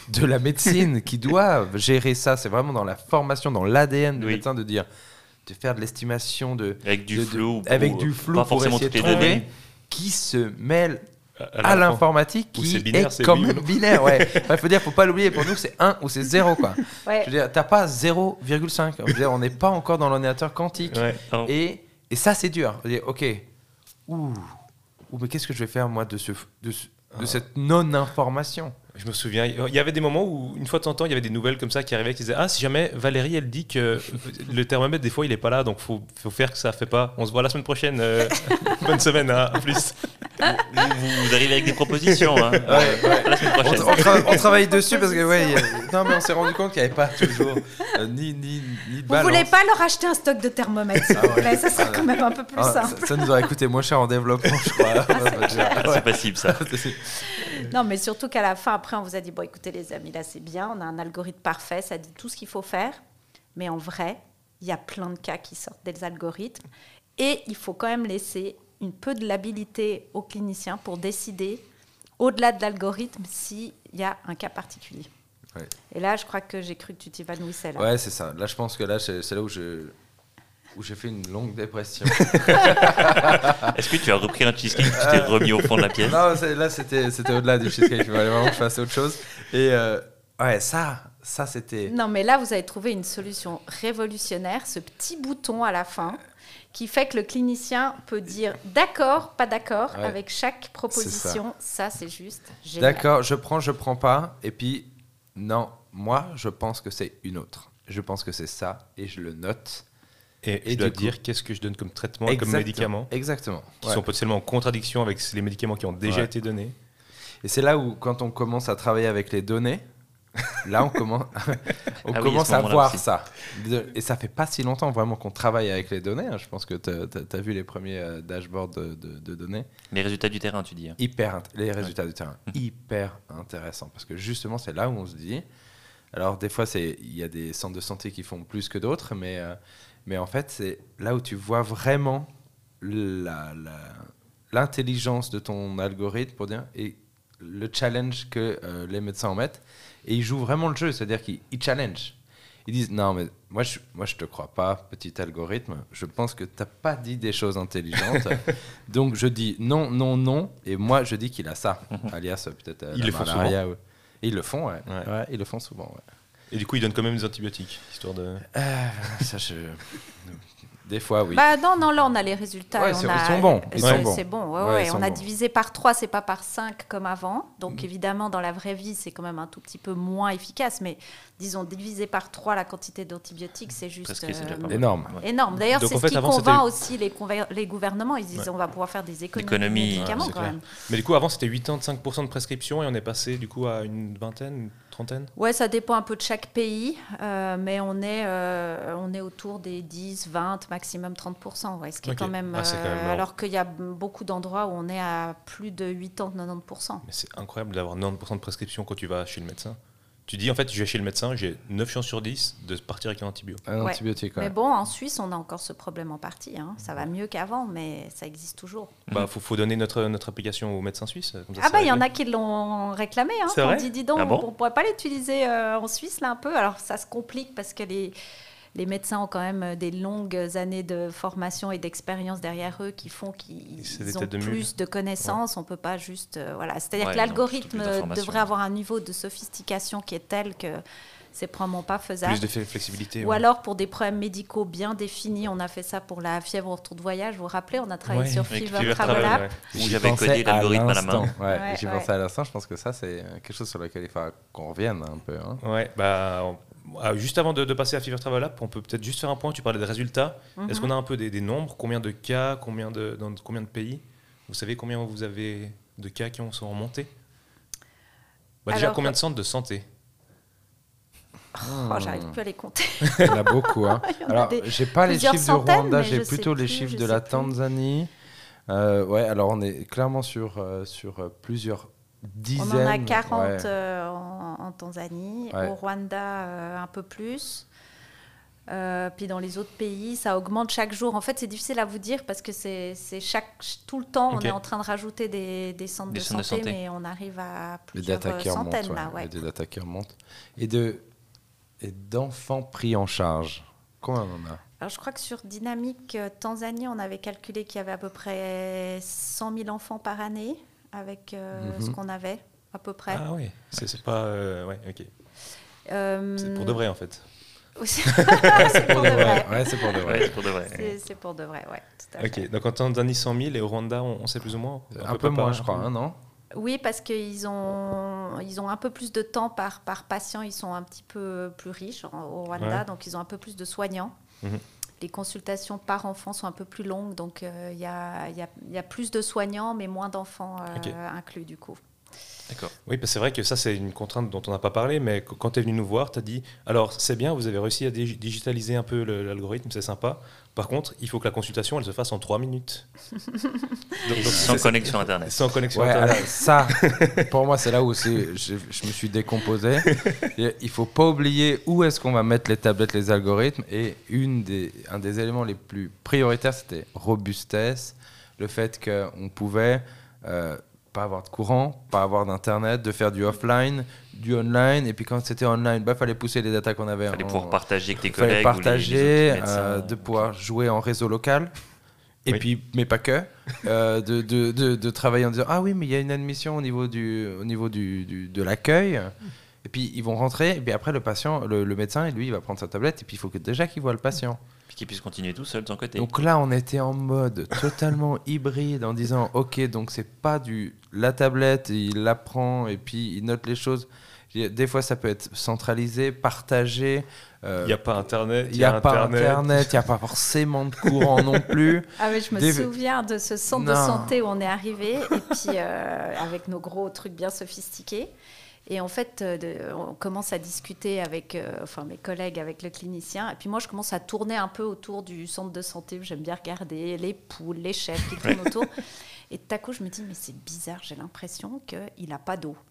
de la médecine qui doivent gérer ça. C'est vraiment dans la formation, dans l'A D N du Oui. médecin de dire, de faire de l'estimation de, Avec du de- de- flou. avec pour- du flou Pas pour forcément essayer toutes de les trouver données. qui se mêle À, à l'informatique Ou qui c'est binaire, est c'est quand oui ou même non. binaire. Ouais. Il faut dire, faut pas l'oublier. Pour nous, c'est un ou c'est zéro, quoi. Ouais. Je veux dire, t'as pas zéro virgule cinq. Je veux dire, on n'est pas encore dans l'ordinateur quantique. Ouais. Non. Et, et ça, c'est dur. Je veux dire, ok, ouh, ouh, mais qu'est-ce que je vais faire, moi, de, ce, de, ce- de cette non-information? Je me souviens, il y avait des moments où, une fois de temps en temps, il y avait des nouvelles comme ça qui arrivaient qui disaient Ah, si jamais Valérie, elle dit que le thermomètre, des fois, il est pas là, donc faut, faut faire que ça fait pas. On se voit la semaine prochaine. euh, bonne semaine, hein, à plus. Vous, vous arrivez avec des propositions. Hein. Ouais, ouais. La semaine On, prochaine. on tra- on travaille dessus parce que, ouais, il y a- non, mais on s'est rendu compte qu'il n'y avait pas toujours euh, ni, ni, ni de Vous balance. voulez pas leur acheter un stock de thermomètres, s'il vous Ah ouais. plaît, ça serait Ah, quand même un peu plus Ah, simple. ça, ça nous aurait coûté moins cher en développement, je crois. On va dire. Ah, c'est possible, ça. Non, mais surtout qu'à la fin, après, on vous a dit, bon, écoutez les amis, là c'est bien, on a un algorithme parfait, ça dit tout ce qu'il faut faire, mais en vrai, il y a plein de cas qui sortent des algorithmes, et il faut quand même laisser un peu de l'habilité aux cliniciens pour décider, au-delà de l'algorithme, s'il y a un cas particulier. Ouais. Et là, je crois que j'ai cru que tu t'évanouissais là. Ouais, c'est ça. Là, je pense que là, c'est c'est là où je où j'ai fait une longue dépression. Est-ce que tu as repris un cheesecake que tu t'es remis au fond de la pièce? Non, c'est- là, c'était c'était au-delà du cheesecake. Il fallait vraiment que je fasse autre chose. Et euh, ouais, ça, ça c'était. Non, mais là, vous avez trouvé une solution révolutionnaire, ce petit bouton à la fin, qui fait que le clinicien peut dire d'accord, pas d'accord, Ouais. avec chaque proposition. Ça, c'est juste génial. D'accord, je prends, je prends pas. Et puis, non, moi, je pense que c'est une autre. Je pense que c'est ça et je le note. Et, Et je dois du coup- dire qu'est-ce que je donne comme traitement et comme Exactement. médicament, Exactement. qui Ouais. sont potentiellement en contradiction avec les médicaments qui ont déjà Ouais. été donnés. Et c'est là où, quand on commence à travailler avec les données, là, on commence, on Ah oui, commence à ce à moment-là voir aussi. ça. De- Et ça fait pas si longtemps vraiment qu'on travaille avec les données. hein. Je pense que tu as vu les premiers euh, dashboards de, de- de données. Les résultats du terrain, tu dis. hein. Hyper, int- les résultats du terrain, hyper intéressants. Parce que justement, c'est là où on se dit. Alors, des fois, c'est- il y a des centres de santé qui font plus que d'autres, mais, euh, mais en fait, c'est là où tu vois vraiment la- la- l'intelligence de ton algorithme pour dire, et le challenge que euh, les médecins en mettent. Et ils jouent vraiment le jeu, c'est-à-dire qu'ils ils challenge. Ils disent non, mais moi je, moi, je te crois pas, petit algorithme. Je pense que tu n'as pas dit des choses intelligentes. Donc je dis non, non, non. Et moi je dis qu'il a ça. Alias, peut-être. euh, Ils la le font malaria, ou- Et ils le font, ouais. Ouais. Ouais, ils le font souvent, ouais. Et du coup, ils donnent quand même des antibiotiques, histoire de. Euh, ça, je... Des fois, oui. Bah non, non, là on a les résultats. Ouais, et on c'est- a- ils sont bons, ils c'est- sont bons. C'est bon, ouais, Ouais, ouais, ils on sont a bons. divisé par trois, c'est pas par cinq comme avant. Donc Mm. évidemment, dans la vraie vie, c'est quand même un tout petit peu moins efficace. Mais disons, divisé par trois la quantité d'antibiotiques, c'est juste Presque, c'est déjà pas mal. Énorme. Ouais. énorme. D'ailleurs, Donc, c'est en ce fait, qui avant, convainc c'était- aussi les, conver- les gouvernements. Ils disent Ouais. on va pouvoir faire des économies, Économies, de médicaments ouais, c'est quand clair. même. Mais du coup, avant, c'était quatre-vingt-cinq pour cent de prescription et on est passé du coup à une vingtaine, une trentaine. Ouais, ça dépend un peu de chaque pays, euh, mais on est, euh, on est autour des dix, vingt, maximum trente pour cent. Ouais, ce qui Ok. est quand même. Ah, c'est quand même euh, marrant. alors qu'il y a beaucoup d'endroits où on est à plus de quatre-vingt-dix à quatre-vingt-dix pour cent. Mais c'est incroyable d'avoir quatre-vingt-dix pour cent de prescription quand tu vas chez le médecin. Tu dis en fait, je vais chez le médecin, j'ai neuf chances sur dix de partir avec un antibio. Un Ouais. antibiotique, ouais. Mais bon, en Suisse, on a encore ce problème en partie. hein. Ça va mieux qu'avant, mais ça existe toujours. Bah, faut, faut donner notre, notre application au médecin suisse. comme ça, Ah c'est bah, il y en réglé. a qui l'ont réclamé. Hein, C'est on vrai dit, dis donc, Ah bon on ne pourrait pas l'utiliser euh, en Suisse, là, un peu. Alors, ça se complique parce que les, les médecins ont quand même des longues années de formation et d'expérience derrière eux qui font C'est des qu'ils ont têtes de mule. plus de connaissances. On peut pas juste... euh, voilà. C'est-à-dire Ouais, que ils ont l'algorithme plus d'informations. devrait avoir un niveau de sophistication qui est tel que c'est probablement pas faisable. Plus de fle- flexibilité. Ou ouais. alors pour des problèmes médicaux bien définis, on a fait ça pour la fièvre au retour de voyage. Vous vous rappelez, on a travaillé Ouais, sur avec Fever Fever Travel Travel, App. Où J'y j'avais pensais codé l'algorithme à la l'instant. main. Ouais, Ouais, j'y ouais. pensais à l'instant. Je pense que ça, c'est quelque chose sur lequel il faut qu'on revienne un peu. hein. Ouais, bah, on- ah, juste avant de, de passer à Fever Travel App, on peut peut-être juste faire un point. Tu parlais des résultats. Mhm. Est-ce qu'on a un peu des, des nombres? Combien de cas? Combien de, dans combien de pays? Vous savez combien vous avez de cas qui ont, sont remontés? Bah, déjà, Alors, combien de centres de santé? Oh, j'arrive plus à les compter. Il y en a beaucoup. Hein. Il y en a Alors, des- j'ai pas les plusieurs chiffres du centaines, Rwanda, mais j'ai je sais plutôt les plus, chiffres je de sais la plus. Tanzanie. Euh, ouais, alors on est clairement sur, euh, sur euh, plusieurs dizaines. On en a quarante ouais. euh, en, en Tanzanie, Ouais. au Rwanda euh, un peu plus. Euh, puis dans les autres pays, ça augmente chaque jour. En fait, c'est difficile à vous dire parce que c'est, c'est chaque, tout le temps, Ok. on est en train de rajouter des, des centres Des de, centres de santé, santé. mais on arrive à Les plusieurs data qui remontent. centaines ouais. là. Il y Ouais. a des data qui remontent. Et, de, et d'enfants pris en charge, combien on en a? Alors, je crois que sur Dynamique euh, Tanzanie, on avait calculé qu'il y avait à peu près cent mille enfants par année avec euh, Mhm. ce qu'on avait, à peu près. Ah oui, c'est, c'est pas... euh, ouais, ok. Euh, C'est pour de vrai, en fait. c'est pour de vrai. Ouais, c'est pour de vrai. Ouais, c'est pour de vrai. C'est, c'est pour de vrai, ouais. Tout à fait. Ok, donc en Tanzanie cent mille et au Rwanda, on, on sait plus ou moins Un peut peu pas- moins, je crois, hein, non? Oui, parce qu'ils ont, ils ont un peu plus de temps par, par patient. Ils sont un petit peu plus riches en- au Rwanda, Ouais. donc ils ont un peu plus de soignants. Mhm. Les consultations par enfant sont un peu plus longues, donc euh, il y, a, il y a- il y a plus de soignants, mais moins d'enfants euh, Ok. inclus du coup. D'accord. Oui, parce que c'est vrai que ça, c'est une contrainte dont on n'a pas parlé, mais qu- quand tu es venu nous voir, tu as dit, alors c'est bien, vous avez réussi à digi- digitaliser un peu le- l'algorithme, c'est sympa. Par contre, il faut que la consultation, elle se fasse en trois minutes. Donc- donc, Sans c'est- connexion Internet. Sans connexion Ouais, Internet. alors, ça, pour moi, c'est là où c'est- je, je me suis décomposé. Et il faut pas oublier où est-ce qu'on va mettre les tablettes, les algorithmes. Et une des, un des éléments les plus prioritaires, c'était robustesse, le fait qu'on pouvait euh, pas avoir de courant, pas avoir d'internet, de faire du offline, du online. Et puis quand c'était online, bah fallait pousser les datas qu'on avait. Il fallait en- pouvoir partager avec tes fallait collègues. ou les- les partager, autres médecins. euh, de pouvoir jouer en réseau local. Et Oui. puis, mais pas que, euh, de, de, de, de travailler en disant ah oui, mais il y a une admission au niveau du, au niveau du, du- de l'accueil. Et puis ils vont rentrer. Et puis après le patient, le, le médecin, lui, il va prendre sa tablette. Et puis il faut que déjà qu'il voit le patient. Puis qu'ils puissent continuer tout seul de son côté. Donc là, on était en mode totalement hybride en disant ok, donc c'est pas du la tablette, il la prend et puis il note les choses. Des fois, ça peut être centralisé, partagé. euh, Il n'y a pas Internet, il n'y a, pas Internet, il n'y a pas forcément de courant non plus. Ah mais je me Des- souviens de ce centre Non. de santé où on est arrivé et puis euh, avec nos gros trucs bien sophistiqués. Et en fait, euh, de- on commence à discuter avec, euh, enfin mes collègues, avec le clinicien. Et puis moi, je commence à tourner un peu autour du centre de santé où j'aime bien regarder les poules, les chèvres qui tournent autour. Et tout à coup, je me dis mais c'est bizarre, j'ai l'impression qu'il n'a pas d'eau.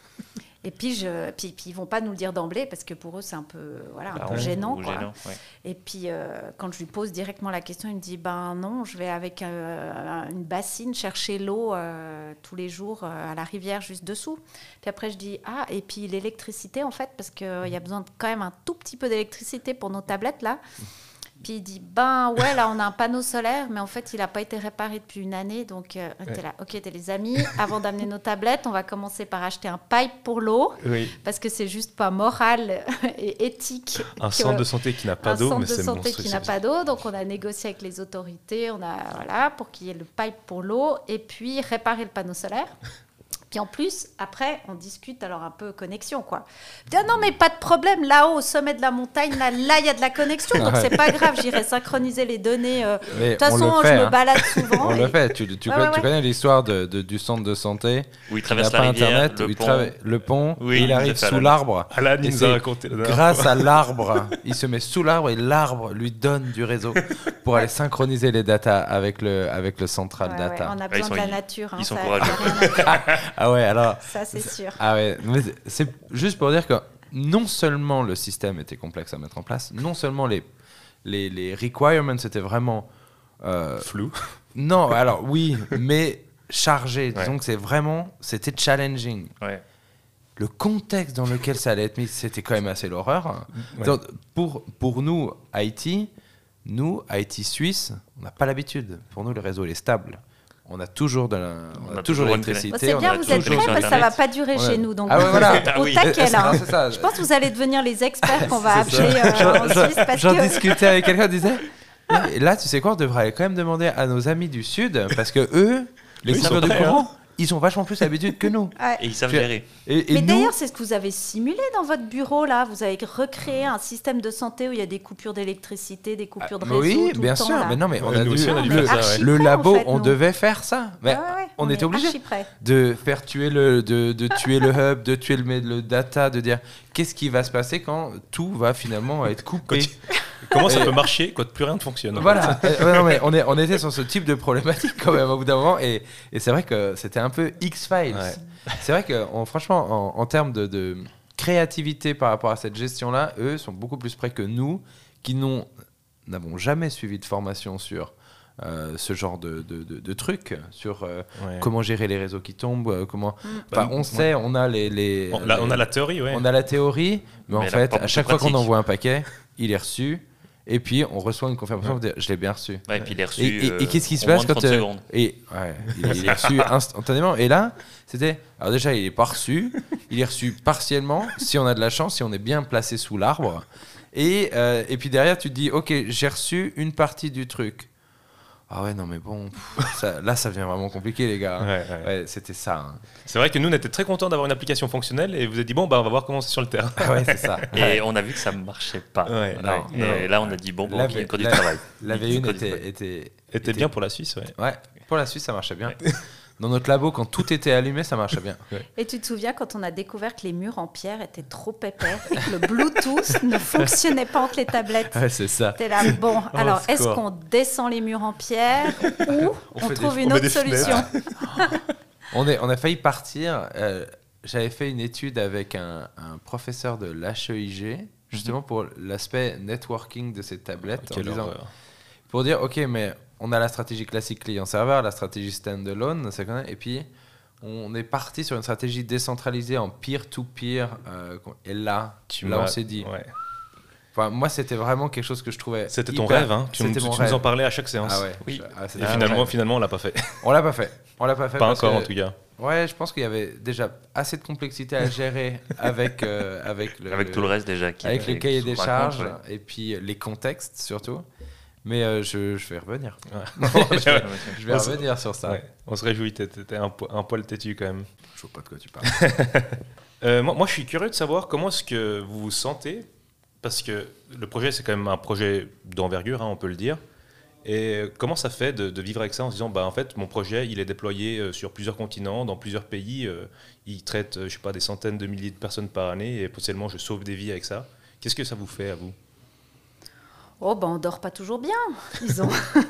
Et puis, je, puis, puis ils vont pas nous le dire d'emblée parce que pour eux c'est un peu, voilà, un Bah, peu on- gênant, ou quoi. gênant, ouais. Et puis, euh, quand je lui pose directement la question, il me dit ben non, je vais avec euh, une bassine chercher l'eau euh, tous les jours euh, à la rivière juste dessous. Puis après, je dis ah, et puis l'électricité en fait, parce qu'il y a besoin de, quand même un tout petit peu d'électricité pour nos tablettes là. Puis il dit ben ouais, là on a un panneau solaire, mais en fait il n'a pas été réparé depuis une année. Donc euh, Ouais. t'es là, ok, t'es les amis, avant d'amener nos tablettes, on va commencer par acheter un pipe pour l'eau, Oui, parce que c'est juste pas moral et éthique. un que- centre de santé qui n'a pas un d'eau, centre mais de c'est santé monstrueux. qui n'a pas d'eau, donc on a négocié avec les autorités, on a voilà pour qu'il y ait le pipe pour l'eau et puis réparer le panneau solaire. Puis en plus, après, on discute alors un peu connexion, quoi. Je dis, ah non, mais pas de problème, là-haut, au sommet de la montagne, là, là, il y a de la connexion, donc c'est pas grave, j'irai synchroniser les données. euh. De Mais toute on façon, le fait, je me hein. balade souvent. On et- le fait. Tu, tu, Ouais, connais, ouais, tu ouais. connais l'histoire de, de- du centre de santé. Où il Il n'a traverse la pas rivière, Internet, le où il pont. traverse le pont, Oui, et il il arrive nous a fait sous Alan. l'arbre. Alan, il Et nous a c'est raconté la dernière grâce à l'arbre, il se met sous l'arbre et l'arbre lui donne du réseau pour aller synchroniser les datas avec le, avec le central Ouais, data. ouais, on a ils besoin sont- de la ils- nature. hein, ils sont ça, courageux. y a rien à dire. Ah ouais, alors. Ça, c'est sûr. Ah ouais, mais c'est juste pour dire que non seulement le système était complexe à mettre en place, non seulement les, les, les requirements étaient vraiment euh, Flou. non, alors oui, mais chargé. Ouais. Disons que c'est vraiment, c'était challenging. Ouais. Le contexte dans lequel ça allait être mis, c'était quand même assez l'horreur. Ouais. Donc, Pour, pour nous, Haïti, nous, Haïti Suisse, on n'a pas l'habitude. Pour nous, le réseau il est stable. On a toujours de la, on On a a toujours toujours une l'électricité. Bon, c'est on bien, a vous êtes toujours- prêts, parce que ça va Internet. pas durer Ouais. chez nous. Donc, Ah ouais, vous voilà. êtes au Oui. taquet, là. Non, hein. c'est ça. Je pense que vous allez devenir les experts qu'on va C'est ça. appeler euh, J'en- en j'en- Suisse parce J'en que discutais avec quelqu'un, qui disait là, là, tu sais quoi, on devrait aller quand même demander à nos amis du Sud, parce que eux, les Eux, ils coupures sont de prêts, courant, ils ont vachement plus l'habitude que nous. Ouais. Et ils savent Tu- gérer. Et, et Mais nous, d'ailleurs, c'est ce que vous avez simulé dans votre bureau là. Vous avez recréé un système de santé où il y a des coupures d'électricité, des coupures de Ah, réseau. oui, tout bien le temps, sûr, là. mais non, mais on Ouais, a nous dû aussi, on a dû le, faire ça, ouais. le Archi labo, prêt, en fait, on nous. devait faire ça. Mais Ouais, ouais, on, était obligé archi prêts. de faire tuer le, de, de tuer le hub, de tuer le, le data, de dire qu'est-ce qui va se passer quand tout va finalement être coupé. Quand Comment ça Et- peut marcher quand plus rien ne fonctionne en Voilà. fait. Euh, ouais, non, mais on, est, on était sur ce type de problématique quand même au bout d'un moment. Et, et c'est vrai que c'était un peu X-Files. Ouais. C'est vrai que on- franchement, en, en termes de, de créativité par rapport à cette gestion-là, eux sont beaucoup plus près que nous, qui n'ont, n'avons jamais suivi de formation sur euh, ce genre de, de, de, de trucs, sur euh, Ouais. comment gérer les réseaux qui tombent, euh, comment... Mm. Enfin, Bah, on ouais. sait, on a les... les, On, là, les- on a la théorie, ouais. on a la théorie, mais, en Mais la fait, propre à chaque fois qu'on pratique. envoie un paquet, il est reçu, et puis on reçoit une confirmation pour dire « je l'ai bien reçu ». Ouais, et puis il est reçu. Et, et- et euh, qu'est-ce qui se en moins passe de quand trente euh, secondes. et ouais, il, il est reçu instantanément. Et là, c'était alors déjà il est pas reçu, il est reçu partiellement si on a de la chance, si on est bien placé sous l'arbre. Et euh, et puis derrière tu te dis ok j'ai reçu une partie du truc. Ah ouais non mais bon pff, ça, là ça devient vraiment compliqué les gars. Ouais, ouais. Ouais, c'était ça. Hein. C'est vrai que nous, on était très contents d'avoir une application fonctionnelle et vous avez dit, bon, bah, on va voir comment c'est sur le terrain. Ah ouais c'est ça. Et Ouais. on a vu que ça ne marchait pas. Ouais, Non, Et non. là, on a dit, bon, bon La ok, V- encore du la- travail. La Il V dit un encore du était, travail. était Était bien pour la Suisse, ouais. ouais pour la Suisse ça marchait bien. Dans notre labo quand tout était allumé ça marchait bien. Et tu te souviens quand on a découvert que les murs en pierre étaient trop épais et que le Bluetooth ne fonctionnait pas entre les tablettes. Ouais c'est ça. T'es là, bon, alors est-ce secours. qu'on descend les murs en pierre ou on, fait des- trouve on une met autre des solution? On, est, on a failli partir. euh, J'avais fait une étude avec un, un professeur de l'H E I G, justement pour l'aspect networking de ces tablettes. En Quelle disant- horreur. pour dire, OK, mais on a la stratégie classique client-serveur, la stratégie standalone, ça connaît, et puis on est parti sur une stratégie décentralisée en peer-to-peer. euh, et là, Tu là on m'as- s'est dit. ouais. Enfin, moi, c'était vraiment quelque chose que je trouvais. C'était ton hyper- rêve, hein. Tu, C'était tu mon nous rêve. en parlais à chaque séance. Ah ouais. Oui. je- ah, Et c'était mon finalement, rêve. finalement, on l'a pas fait. On l'a pas fait. On l'a pas fait. Pas parce encore, que- en tout cas. Ouais, je pense qu'il y avait déjà assez de complexité à gérer avec, euh, avec, le, Avec tout le reste déjà. Qui avec le qui cahier se des raconte, charges ouais. et puis les contextes surtout. Mais euh, je, je vais revenir. Ouais. je vais, je vais On se- revenir sur ça. Ouais. On se réjouit, t'es- t'étais un, po- un poil têtu quand même. Je vois pas de quoi tu parles. Euh, moi, moi, je suis curieux de savoir comment est-ce que vous vous sentez, parce que le projet, c'est quand même un projet d'envergure, hein, on peut le dire. Et comment ça fait de, de vivre avec ça en se disant, bah, en fait, mon projet, il est déployé euh, sur plusieurs continents, dans plusieurs pays. euh, il traite, euh, je sais pas, des centaines de milliers de personnes par année, et potentiellement, je sauve des vies avec ça. Qu'est-ce que ça vous fait à vous? Oh, ben on dort pas toujours bien, disons.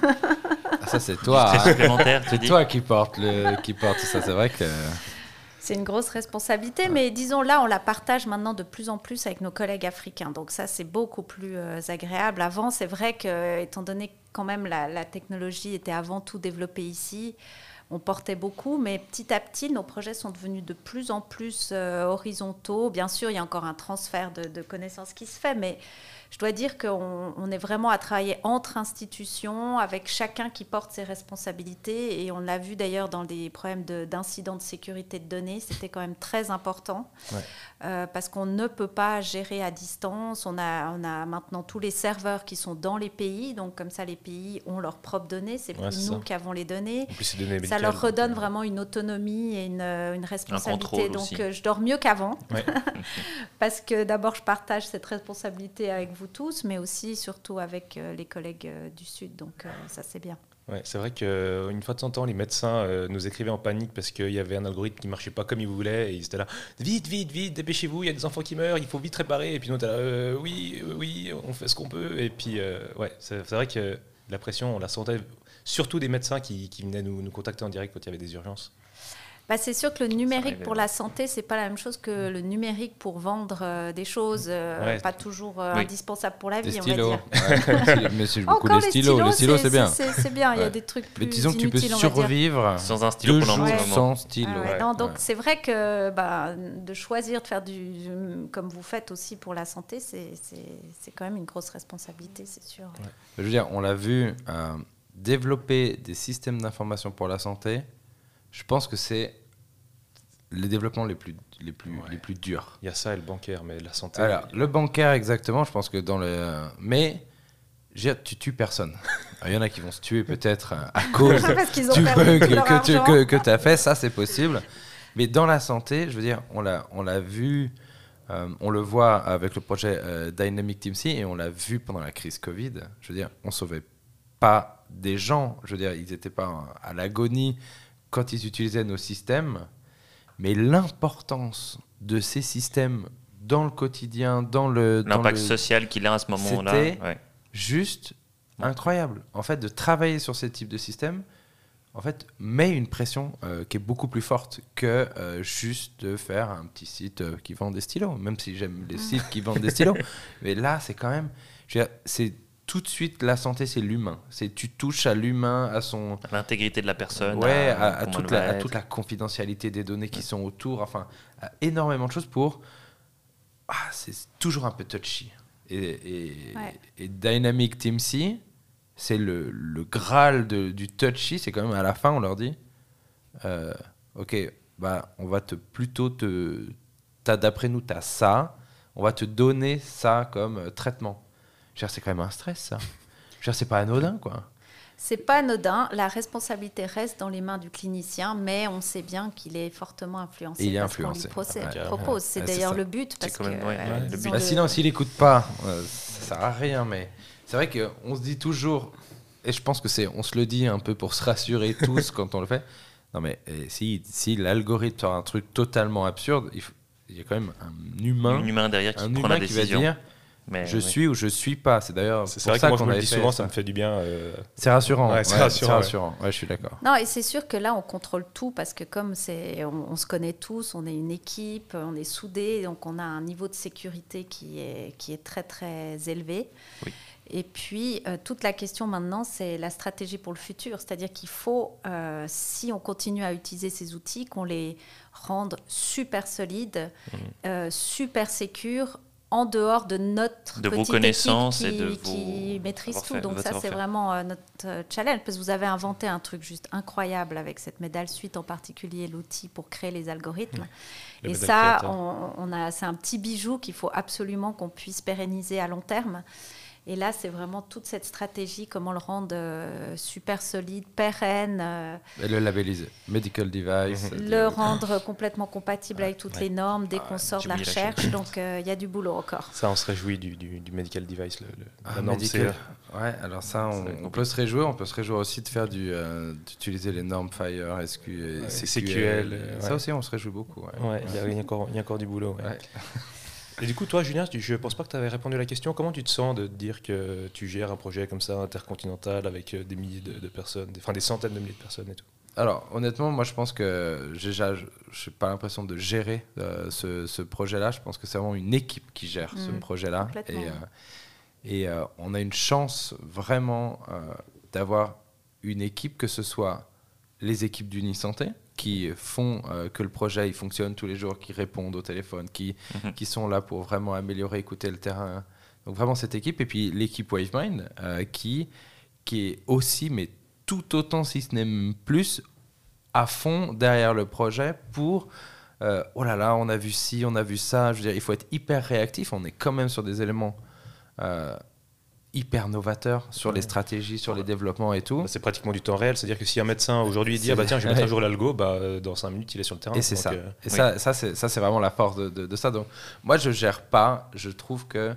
Ah, ça c'est toi. Très hein. supplémentaire, tu C'est dis. toi qui porte le qui porte ça. C'est vrai que C'est une grosse responsabilité, mais disons là, on la partage maintenant de plus en plus avec nos collègues africains. Donc ça, c'est beaucoup plus euh, agréable. Avant, c'est vrai que, étant donné que quand même la, la technologie était avant tout développée ici, on portait beaucoup, mais petit à petit, nos projets sont devenus de plus en plus euh, horizontaux. Bien sûr, il y a encore un transfert de, de connaissances qui se fait, mais je dois dire qu'on on est vraiment à travailler entre institutions, avec chacun qui porte ses responsabilités. Et on l'a vu d'ailleurs dans les problèmes de- d'incidents de sécurité de données, c'était quand même très important. Ouais. Euh, parce qu'on ne peut pas gérer à distance. On a, on a maintenant tous les serveurs qui sont dans les pays. Donc comme ça, les pays ont leurs propres données. C'est Ouais, plus c'est nous ça. qui avons les données. En plus, c'est données Ça médicales, leur donc, redonne euh, vraiment une autonomie et une, une responsabilité. contrôle Donc aussi. euh, je dors mieux qu'avant. Ouais. Parce que d'abord, je partage cette responsabilité avec vous tous, mais aussi, surtout avec euh, les collègues euh, du Sud. Donc, euh, ça, c'est bien. Ouais, c'est vrai qu'une fois de temps en temps, les médecins euh, nous écrivaient en panique parce qu'il y avait un algorithme qui ne marchait pas comme ils voulaient et ils étaient là, vite, vite, vite, dépêchez-vous, il y a des enfants qui meurent, il faut vite réparer. Et puis nous, on était là, Euh, oui, euh, oui, on fait ce qu'on peut. Et puis, euh, ouais, c'est c'est vrai que la pression, on la sentait, surtout des médecins qui, qui venaient nous, nous contacter en direct quand il y avait des urgences. Bah, c'est sûr que le numérique arrivait, pour ouais. la santé, c'est pas la même chose que le numérique pour vendre euh, des choses, euh, Ouais. pas toujours euh, Oui. indispensables pour la des vie, on va stylos. dire. Ouais. Mais c'est beaucoup Encore les stylos. Les stylos c'est bien. C'est c'est bien, il y a Ouais. des trucs Mais plus disons que tu peux inutiles, on va dire. survivre Sans un stylo deux pendant un jours petit moment. sans stylo. Ah ouais, Ouais. non, donc Ouais. c'est vrai que bah, de choisir de faire du comme vous faites aussi pour la santé, c'est c'est- c'est quand même une grosse responsabilité, c'est sûr. Je veux dire, on l'a vu, euh, développer des systèmes d'information pour la santé, je pense que c'est les développements les plus, les plus, Ouais. les plus durs. Il y a ça et le bancaire, mais la santé. Alors, le bancaire, exactement, je pense que dans le... Mais, je veux dire, tu tues personne. Alors, il y en a qui vont se tuer peut-être euh, à cause Parce qu'ils ont du perdu bug tout leur que tu argent. que, que as fait, ça c'est possible. Mais dans la santé, je veux dire, on l'a, on l'a vu, euh, on le voit avec le projet euh, Dynamic Team C et on l'a vu pendant la crise Covid. Je veux dire, on sauvait pas des gens, je veux dire, ils n'étaient pas à l'agonie quand ils utilisaient nos systèmes, mais l'importance de ces systèmes dans le quotidien, dans le... dans L'impact le- social qu'il a à ce moment-là. C'était- ouais. juste Ouais. incroyable. En fait, de travailler sur ce type de système, en fait, met une pression euh, qui est beaucoup plus forte que euh, juste de faire un petit site euh, qui vend des stylos, même si j'aime les sites qui vendent des stylos. Mais là, c'est quand même... Je veux dire, c'est tout de suite, la santé, c'est l'humain. C'est, tu touches à l'humain, à son... À l'intégrité de la personne. Ouais, à, à, à, toute la, à toute la confidentialité des données qui sont autour. Enfin, à énormément de choses pour... Ah, c'est toujours un peu touchy. Et, et, Ouais. et Dynamic Teamsy, c'est le, le graal de, du touchy. C'est quand même à la fin, on leur dit euh, ok, bah, on va te plutôt te. T'as, d'après nous, tu as ça. On va te donner ça comme euh, traitement. Je veux dire, c'est quand même un stress, ça. Je veux dire, c'est pas anodin, quoi. C'est pas anodin. La responsabilité reste dans les mains du clinicien, mais on sait bien qu'il est fortement influencé. Et il est parce qu'on influencé. lui procè- Ouais. propose. C'est Ouais, c'est d'ailleurs ça. le but. Parce quand même- que, ouais, euh, ouais, le ils but. ont Bah, le- sinon, s'il n'écoute pas, euh, ça sert à rien. Mais c'est vrai qu'on se dit toujours, et je pense que c'est, on se le dit un peu pour se rassurer tous quand on le fait. Non, mais eh, si, si l'algorithme sort un truc totalement absurde, il, faut- il y a quand même un humain, Un humain derrière qui un prend humain la qui va décision. dire Mais, je oui. suis ou je suis pas. C'est d'ailleurs C'est, c'est pour vrai que ça moi, je qu'on me le avait dis fait souvent, ça. ça me fait du bien. euh, C'est rassurant. Ouais, c'est ouais, rassurant, c'est ouais. rassurant. Ouais, je suis d'accord. Non, et c'est sûr que là, on contrôle tout parce que comme c'est, on, on se connaît tous, on est une équipe, on est soudés, donc on a un niveau de sécurité qui est, qui est très, très élevé. Oui. Et puis, euh, toute la question maintenant, c'est la stratégie pour le futur. C'est-à-dire qu'il faut, euh, si on continue à utiliser ces outils, qu'on les rende super solides, Mmh. euh, super sécures, en dehors de notre De vos petite connaissances équipe et qui, de vos qui maîtrise tout. savoir-faire, Donc votre ça, c'est savoir-faire. vraiment euh, notre euh, challenge, parce que vous avez inventé un truc juste incroyable avec cette Medal Suite, en particulier l'outil pour créer les algorithmes. Le Et Medal ça, Creator. on, on a, c'est un petit bijou qu'il faut absolument qu'on puisse pérenniser à long terme. Et là, c'est vraiment toute cette stratégie, comment le rendre euh, super solide, pérenne, euh, Et le labelliser. Medical device. Mhm. le rendre complètement compatible avec toutes ouais. les normes dès Ah, qu'on sort de la j'ai oublié la recherche. Donc, euh, il y a du boulot encore. Ça, on se réjouit du, du, du medical device, le, le, Ah, la norme medical. C E. Ouais, alors ça, on, Ça va être on peut se réjouir. On peut se réjouir aussi de faire du, euh, d'utiliser les normes Fire, S Q, et Ouais, C Q L. C Q L, Ça ouais. aussi, on se réjouit beaucoup. Ouais. Ouais, il y, a- il y a encore- il y a encore du boulot. ouais. Ouais. Et du coup, toi, Julien, tu- je pense pas que tu avais répondu à la question. Comment tu te sens de te dire que tu gères un projet comme ça, intercontinental, avec euh, des milliers de, de personnes, des- enfin des centaines de milliers de personnes et tout? Alors, honnêtement, moi, je pense que déjà, je n'ai pas l'impression de gérer euh, ce, ce projet-là. Je pense que c'est vraiment une équipe qui gère ce Mm, projet-là. complètement. Et, euh, et euh, on a une chance vraiment euh, d'avoir une équipe, que ce soit les équipes d'Unisanté, qui font euh, que le projet il fonctionne tous les jours, qui répondent au téléphone, qui, Mhm. qui sont là pour vraiment améliorer, écouter le terrain. Donc vraiment cette équipe. Et puis l'équipe WaveMind, euh, qui, qui est aussi, mais tout autant, si ce n'est même plus, à fond derrière le projet pour... euh, oh là là, on a vu ci, on a vu ça. Je veux dire, il faut être hyper réactif. On est quand même sur des éléments euh, hyper novateurs sur les stratégies, sur les développements et tout. Bah, c'est pratiquement du temps réel. C'est-à-dire que si un médecin aujourd'hui dit C'est- ah bah tiens, je vais mettre ouais. à jour l'algo, bah, euh, dans cinq minutes, il est sur le terrain. Et c'est Donc, ça. euh, Et oui. ça, ça, c'est, ça, c'est vraiment la force de, de, de ça. Donc, moi, je gère pas. Je trouve que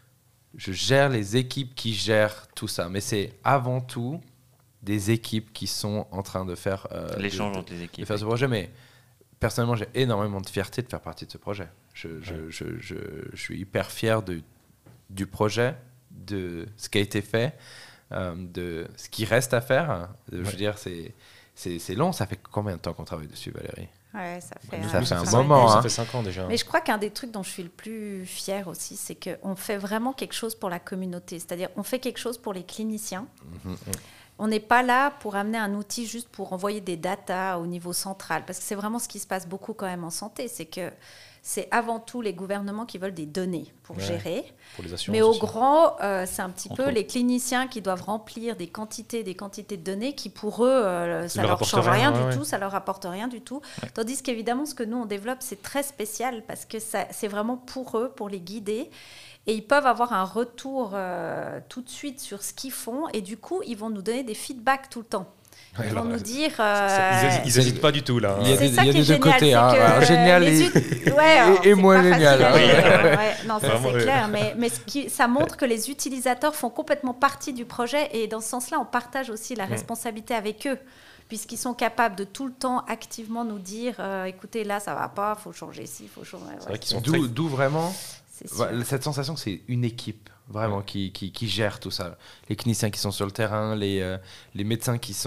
je gère les équipes qui gèrent tout ça. Mais c'est avant tout des équipes qui sont en train de faire, euh, L'échange de, entre les de équipes. faire ce projet. Mais personnellement, j'ai énormément de fierté de faire partie de ce projet. Je, je, Ouais. je, je, je suis hyper fier de, du projet, de ce qui a été fait, euh, de ce qui reste à faire. Je veux Ouais. dire, c'est, c'est, c'est long. Ça fait combien de temps qu'on travaille dessus, Valérie? Ouais, ça fait, nous, ça nous, fait un fait moment, Ça hein. fait cinq ans déjà. Mais je crois qu'un des trucs dont je suis le plus fière aussi, c'est qu'on fait vraiment quelque chose pour la communauté. C'est-à-dire, on fait quelque chose pour les cliniciens. Mhm. On n'est pas là pour amener un outil juste pour envoyer des datas au niveau central. Parce que c'est vraiment ce qui se passe beaucoup quand même en santé. C'est que c'est avant tout les gouvernements qui veulent des données pour Ouais. gérer. Pour les assurances Mais au aussi. grand, euh, c'est un petit Entre peu autres. les cliniciens qui doivent remplir des quantités, des quantités de données qui, pour eux, euh, ça leur leur apporte change rien, rien, ouais, du ouais. tout, ça leur apporte rien du tout. Tandis qu'évidemment, ce que nous, on développe, c'est très spécial parce que ça- c'est vraiment pour eux, pour les guider. Et ils peuvent avoir un retour euh, tout de suite sur ce qu'ils font. Et du coup, ils vont nous donner des feedbacks tout le temps. Ils Ouais, vont alors, nous ça- dire... ça- ils euh, hési- Ils n'hésitent pas du tout là. Il y a hein. c'est des- ça il y a qui est des deux génial, côtés, c'est hein. que Alors, génial les et- ut- ouais, alors, et c'est moins pas génial, facile à hein. dire, ouais. Non, ça Vraiment, c'est ouais. clair, mais, mais ce qui, ça montre que les utilisateurs font complètement partie du projet et dans ce sens-là, on partage aussi la Mm. responsabilité avec eux, puisqu'ils sont capables de tout le temps activement nous dire, euh, écoutez, là, ça va pas, faut changer ci, faut changer... C'est ouais, vrai qu'ils sont D'où, très- d'où vraiment c'est sûr. voilà, cette sensation que c'est une équipe vraiment qui, qui, qui gère tout ça. Les cliniciens qui sont sur le terrain, les, euh, les médecins qui sont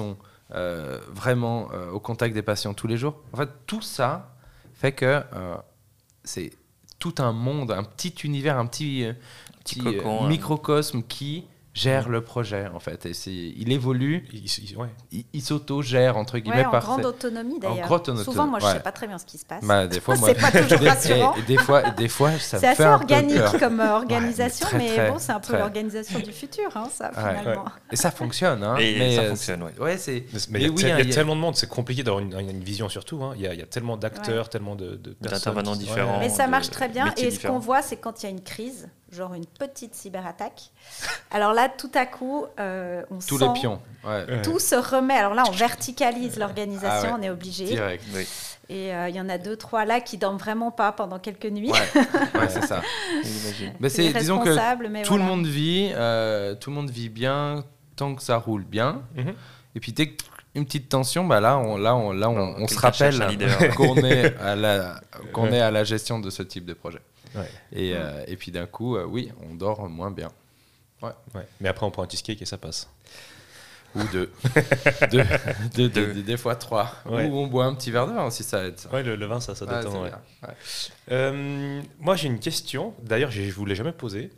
euh, vraiment euh, au contact des patients tous les jours. En fait, tout ça fait que euh, c'est tout un monde, un petit univers, un petit, euh, petit, petit cocon, euh, hein. microcosme qui gère le projet, en fait. Et c'est, il évolue, Il- il- ouais. il, il s'auto-gère, entre guillemets, Ouais, en par grande ses- autonomie d'ailleurs. grande autonomie, Souvent, moi, je ne ouais. sais pas très bien ce qui se passe. Bah, des fois, moi, C'est pas toujours des, rassurant. et- et des fois, des fois, ça C'est me assez fait un peu organique peur. comme euh, organisation, Ouais, mais mais, très, très, bon, c'est un peu très. l'organisation du futur, hein, ça, Ouais. finalement. Et ça fonctionne, hein. Et mais ça euh, fonctionne, ouais. Ouais, c'est. Mais il y a, oui, tel- hein, il y a il y a- tellement de monde, c'est compliqué d'avoir une, une vision surtout. Hein. Il, y a, il y a tellement d'acteurs, tellement de, de personnes. D'intervenants qui- différents. Mais ça de marche très bien. métiers Et ce qu'on différents. voit, c'est quand il y a une crise, genre une petite cyberattaque. Alors là, tout à coup, euh, on Tous sent les pions. Ouais. Ouais. tout se remet. Alors là, on verticalise l'organisation, Ah ouais. on est obligé. Direct. Oui. Et euh, il y en a deux, trois là qui dorment vraiment pas pendant quelques nuits. Ouais, ouais c'est ça. J'imagine. Mais C'est c'est, disons que responsable, mais tout voilà. le monde vit, euh, tout le monde vit bien tant que ça roule bien. Mhm. Et puis dès qu'une petite tension, bah là, on, là, on, là, on, on se Quelqu'un rappelle cherche un leader. qu'on est à la, qu'on Ouais. est à la gestion de ce type de projet. Ouais. Et, euh, et puis d'un coup, euh, oui, on dort moins bien. Ouais. Mais après, on prend un cheesecake et ça passe. Ou deux. deux, deux, Deux. deux, des fois trois. Ouais. Ou on boit un petit verre de vin aussi, ça aide. Ça. Ouais, le, le vin, ça, ça Ouais, détend. c'est ouais. bien. Ouais. Euh, moi, j'ai une question. D'ailleurs, je ne vous l'ai jamais posée.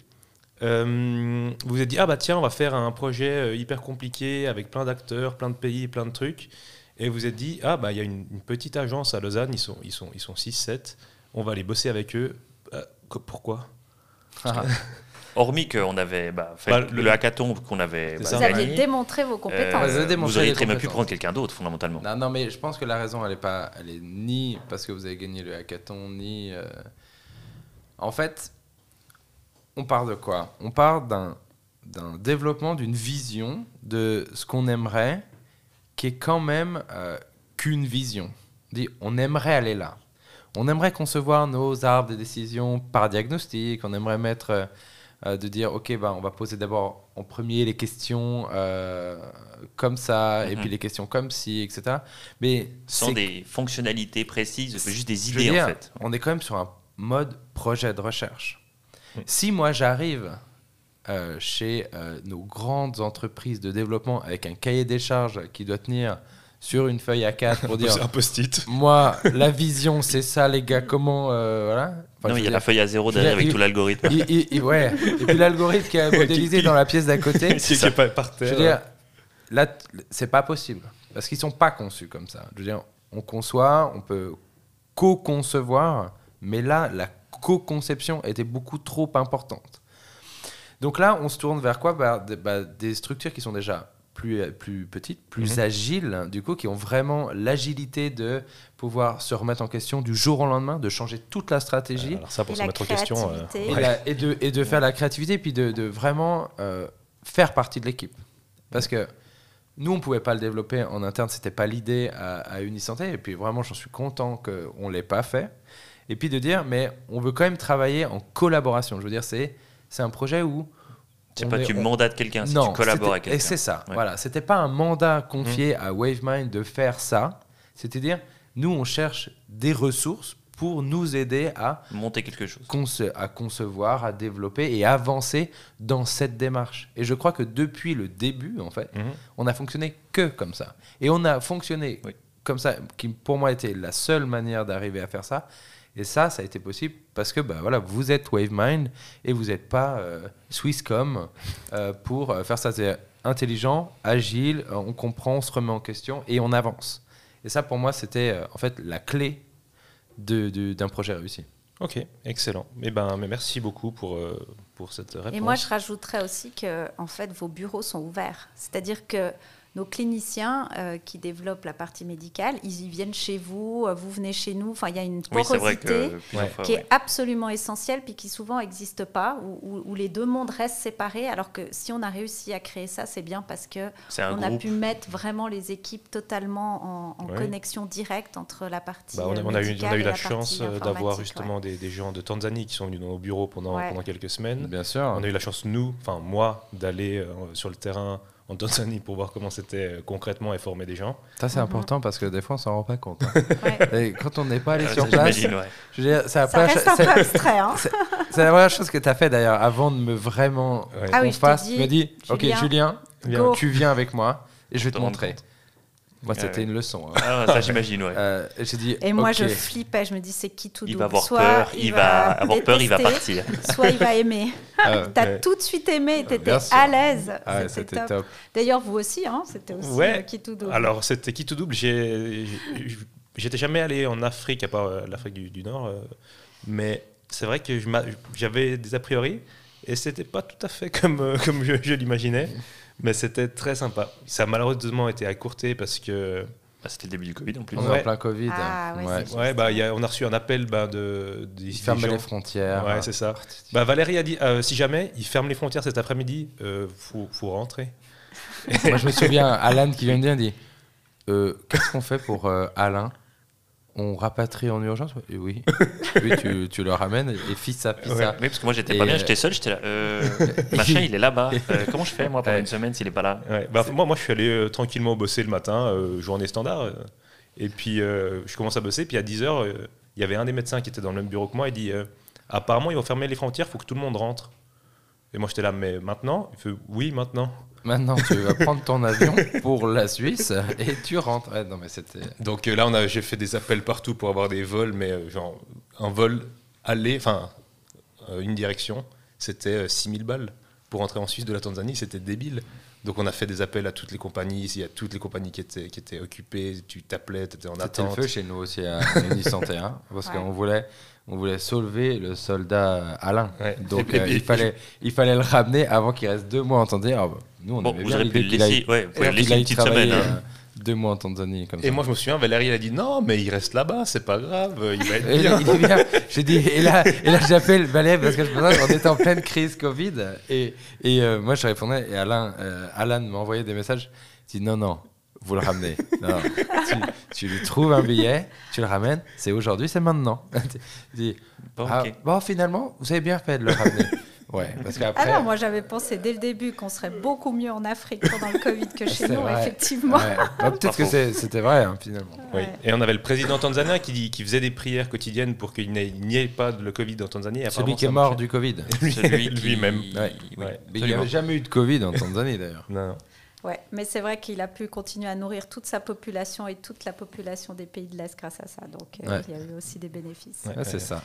Euh, vous vous êtes dit, ah bah tiens, on va faire un projet euh, hyper compliqué avec plein d'acteurs, plein de pays, plein de trucs. Et vous vous êtes dit, ah bah il y a une, une petite agence à Lausanne, ils sont, ils sont, ils sont six sept, on va aller bosser avec eux. Euh, co- pourquoi Ah, Hormis qu'on avait bah, fait Bah, le, le- hackathon qu'on avait C'est bah, ça. Vous gagné. aviez démontré vos Euh, compétences. Vous avez démontré vous auriez les très bien pu compétences. prendre quelqu'un d'autre, fondamentalement. Non, non, mais je pense que la raison, elle est pas, elle est ni parce que vous avez gagné le hackathon, ni. euh, En fait, on part de quoi? On part d'un, d'un développement, d'une vision de ce qu'on aimerait, qui est quand même euh, qu'une vision. On dit, on aimerait aller là. On aimerait concevoir nos arbres de décision par diagnostic. On aimerait mettre, euh, euh, de dire, ok, ben, on va poser d'abord en premier les questions euh, comme ça, et Mhm. puis les questions comme ci, et cetera. Mais Sans c'est- des fonctionnalités précises, juste des je veux idées dire, en fait. on est quand même sur un mode projet de recherche. Mm. Si moi j'arrive euh, chez euh, nos grandes entreprises de développement avec un cahier des charges qui doit tenir sur une feuille A quatre pour dire C'est un post-it. moi la vision c'est ça les gars, comment euh, voilà. Enfin, non, je il y a veux la dire, feuille à zéro je veux derrière dire, avec il- tout l'algorithme. il- il- il- ouais. Et puis l'algorithme qui est modélisé dans la pièce d'à côté. C'est qui est pas par terre. Je veux dire, là, t- c'est pas possible. Parce qu'ils sont pas conçus comme ça. Je veux dire, on conçoit, on peut co-concevoir, mais là, la co-conception était beaucoup trop importante. Donc là, on se tourne vers quoi? Bah, des, bah, des structures qui sont déjà plus, plus petites, plus Mhm. agiles, du coup, qui ont vraiment l'agilité de pouvoir se remettre en question du jour au lendemain, de changer toute la stratégie. Alors ça, pour Et se la mettre en question. euh, créativité. Et, ouais. la- et de, et de faire la créativité, puis de, de vraiment euh, faire partie de l'équipe. Parce que nous, on ne pouvait pas le développer en interne, ce n'était pas l'idée à, à Unisanté. Et puis vraiment, j'en suis content qu'on ne l'ait pas fait. Et puis de dire, mais on veut quand même travailler en collaboration. Je veux dire, c'est, c'est un projet où... C'est on pas est- tu on- mandates quelqu'un, c'est non, tu collabores avec c'était- et quelqu'un. c'est ça, Ouais. voilà. C'était pas un mandat confié à Wavemind de faire ça. C'est-à-dire, nous, on cherche des ressources pour nous aider à Monter quelque chose. conce- à concevoir, à développer et avancer dans cette démarche. Et je crois que depuis le début, en fait, Mhm. on a fonctionné que comme ça. Et on a fonctionné Oui. comme ça, qui pour moi était la seule manière d'arriver à faire ça. Et ça, ça a été possible parce que bah, voilà, vous êtes Wavemind et vous n'êtes pas euh, Swisscom euh, pour euh, faire ça. C'est intelligent, agile, euh, on comprend, on se remet en question et on avance. Et ça, pour moi, c'était euh, en fait la clé de, de- d'un projet réussi. Ok, excellent. Eh ben, mais merci beaucoup pour, euh, pour cette réponse. Et moi, je rajouterais aussi que, en fait, vos bureaux sont ouverts. C'est-à-dire que nos cliniciens euh, qui développent la partie médicale, ils y viennent chez vous, euh, vous venez chez nous. Enfin, il y a une Oui, c'est vrai porosité que plusieurs Ouais. fois, qui ouais. est absolument essentielle, puis qui souvent n'existe pas, où, où- où les deux mondes restent séparés. Alors que si on a réussi à créer ça, c'est bien parce que C'est un on a groupe. pu mettre vraiment les équipes totalement en, en Ouais. connexion directe entre la partie Bah, on, a, euh, on a eu, on médicale a eu et la partie chance euh, d'avoir informatique, justement ouais. des, des gens de Tanzanie qui sont venus dans nos bureaux pendant, Ouais. pendant quelques semaines. Bien sûr. On a eu la chance, nous, enfin moi, d'aller euh, sur le terrain en Tanzanie pour voir comment c'était euh, concrètement et former des gens. Ça, c'est Mhm. important parce que des fois, on s'en rend pas compte. hein. Ouais. Et quand on n'est pas allé Ouais, sur ça, place, j'imagine, ouais. je veux dire, c'est la Ça première reste cho- un peu c'est- abstrait. Hein. c'est la première chose que tu as fait d'ailleurs avant de me vraiment Ouais. qu'on Ah oui, je t'ai fasse. dit, tu m'as dit, ok, Julien, Julien, go. tu viens avec moi et je vais te Te rendre montrer. compte. Moi, Ah c'était ouais. une leçon. Hein. Ah, ça, j'imagine, ouais. Euh, j'ai dit, Et moi, ok. je flippais. Je me dis, c'est qui tout Il double. va avoir Soit peur, il va avoir peur, il va détester, partir. soit il va aimer. Ah, T'as ouais. tout de suite aimé, t'étais Bien sûr. à l'aise. Ah ouais, c'était c'était top. top. D'ailleurs, vous aussi, hein, c'était aussi Ouais. euh, qui tout double. Alors, c'était qui tout double. J'ai, j'ai- j'étais jamais allé en Afrique, à part euh, l'Afrique du, du Nord. euh, mais c'est vrai que je m'a- j'avais des a priori. Et c'était pas tout à fait comme, euh, comme je, je l'imaginais. Mais c'était très sympa. Ça a malheureusement été accourté parce que. Bah, c'était le début du Covid en plus. On est Ouais. en plein Covid. Ah, ouais, Ouais. c'est Ouais, bah, y a- on a reçu un appel bah, de. Des, Ils des ferment gens. les frontières. Ouais, c'est ça. Bah, Valérie a dit euh, si jamais ils ferment les frontières cet après-midi, euh, faut, faut rentrer. Moi, je me souviens, Alan qui vient me dire, dit euh, qu'est-ce qu'on fait pour euh, Alain? On rapatrie en urgence? Et oui. Oui, tu, tu le ramènes et fils ça, fils ça. Oui, parce que moi j'étais Et pas bien, euh, j'étais seul, j'étais là. Euh, machin, il est là-bas. Euh, comment je fais moi pendant Ouais. une semaine s'il est pas là? Ouais, bah, moi, moi, je suis allé euh, tranquillement bosser le matin, euh, journée standard. euh, et puis, euh, je commence à bosser. Puis, à dix heures, euh, il y avait un des médecins qui était dans le même bureau que moi. Il dit euh, apparemment, ils vont fermer les frontières, il faut que tout le monde rentre. Et moi, j'étais là, mais maintenant? Il fait oui, maintenant. Maintenant, tu vas prendre ton avion pour la Suisse et tu rentres. Ouais, non, mais c'était. Donc euh, là, on a, j'ai fait des appels partout pour avoir des vols, mais euh, genre, un vol aller, enfin, euh, une direction, c'était euh, six mille balles. Pour rentrer en Suisse de la Tanzanie, c'était débile. Donc on a fait des appels à toutes les compagnies. Il y a toutes les compagnies qui étaient, qui étaient occupées. Tu t'appelais, tu étais en C'était le attente. feu chez nous aussi à Uni cent et un parce Ouais. qu'on voulait, on voulait sauver le soldat Alain. Ouais. Donc Et- et- euh, et- il, fallait, il fallait le ramener avant qu'il reste deux mois en Tanzanie. Alors, bah, nous, on Bon, aimait vous bien auriez pu l'idée le qu'il aille, laisser, ouais, vous pouvez le qu'il laisser aille une petite travailler semaine. hein. euh, deux mois en Tanzanie. Comme Et ça. moi, je me souviens, Valérie, elle a dit non, mais il reste là-bas, c'est pas grave, il va être Et bien. il est bien. J'ai dit, et là, et là j'appelle Valérie parce que je pensais qu'on était en pleine crise Covid. Et, et euh, moi, je répondais, et Alain, euh, Alan m'a envoyé des messages. Il dit, non, non, vous le ramenez. Non, non. Tu, tu lui trouves un billet, tu le ramènes, c'est aujourd'hui, c'est maintenant. Il dit, Bon, ah, ok. bon, finalement, vous avez bien fait de le ramener. Ouais, parce Ah qu'après. non, moi j'avais pensé dès le début qu'on serait beaucoup mieux en Afrique pendant le Covid que chez C'est nous, vrai. effectivement. Ouais. Bah, peut-être que faux. c'est- c'était vrai, hein, finalement. Oui. Ouais. Et on avait le président tanzanien qui, dit- qui faisait des prières quotidiennes pour qu'il n'y ait, il n'y ait pas de le Covid en Tanzanie. Et Celui apparemment, qui est ça mort marchait. du Covid. Celui qui- Lui-même. Ouais. Oui, Ouais. Mais il n'y absolument. avait jamais eu de Covid en Tanzanie, d'ailleurs. Non, non. Ouais, mais c'est vrai qu'il a pu continuer à nourrir toute sa population et toute la population des pays de l'Est grâce à ça. Donc euh, Ouais. il y a eu aussi des bénéfices. Ouais. Ouais, c'est ça.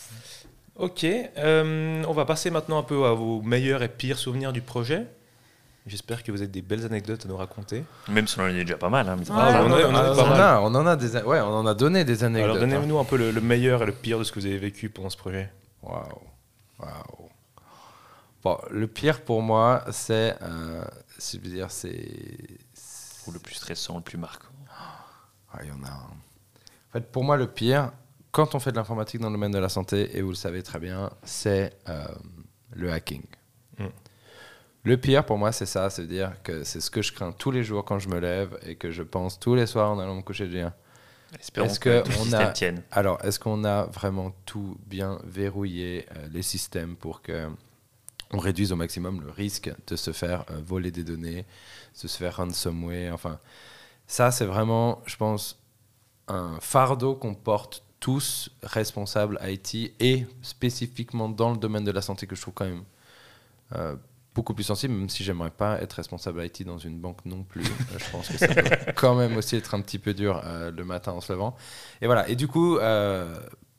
Ok, euh, on va passer maintenant un peu à vos meilleurs et pires souvenirs du projet. J'espère que vous avez des belles anecdotes à nous raconter. Même si on en est déjà pas mal. Hein, mais c'est Ouais. pas Ah, grave. on a- on a Ah, pas on mal. a- on en a des, ouais, on en a donné des anecdotes. Alors hein. donnez-nous un peu le, le meilleur et le pire de ce que vous avez vécu pendant ce projet. Waouh, waouh. Bon, le pire pour moi, c'est, euh, si je veux dire, c'est, Ou le plus stressant, le plus marquant. ah, il y en a. un. En fait, pour moi, le pire, quand on fait de l'informatique dans le domaine de la santé, et vous le savez très bien, c'est euh, le hacking. Mm. Le pire pour moi, c'est ça, c'est dire que c'est ce que je crains tous les jours quand je me lève et que je pense tous les soirs en allant me coucher de dire. Espérons Est-ce que, que tout le on système a- tienne. Alors, est-ce qu'on a vraiment tout bien verrouillé, euh, les systèmes, pour que on réduise au maximum le risque de se faire euh, voler des données, de se faire ransomware, enfin, ça, c'est vraiment, je pense, un fardeau qu'on porte tous, responsables I T, et spécifiquement dans le domaine de la santé, que je trouve quand même euh, beaucoup plus sensible, même si j'aimerais pas être responsable I T dans une banque non plus. Euh, je pense que ça peut quand même aussi être un petit peu dur euh, le matin en se levant. Et voilà, et du coup, euh,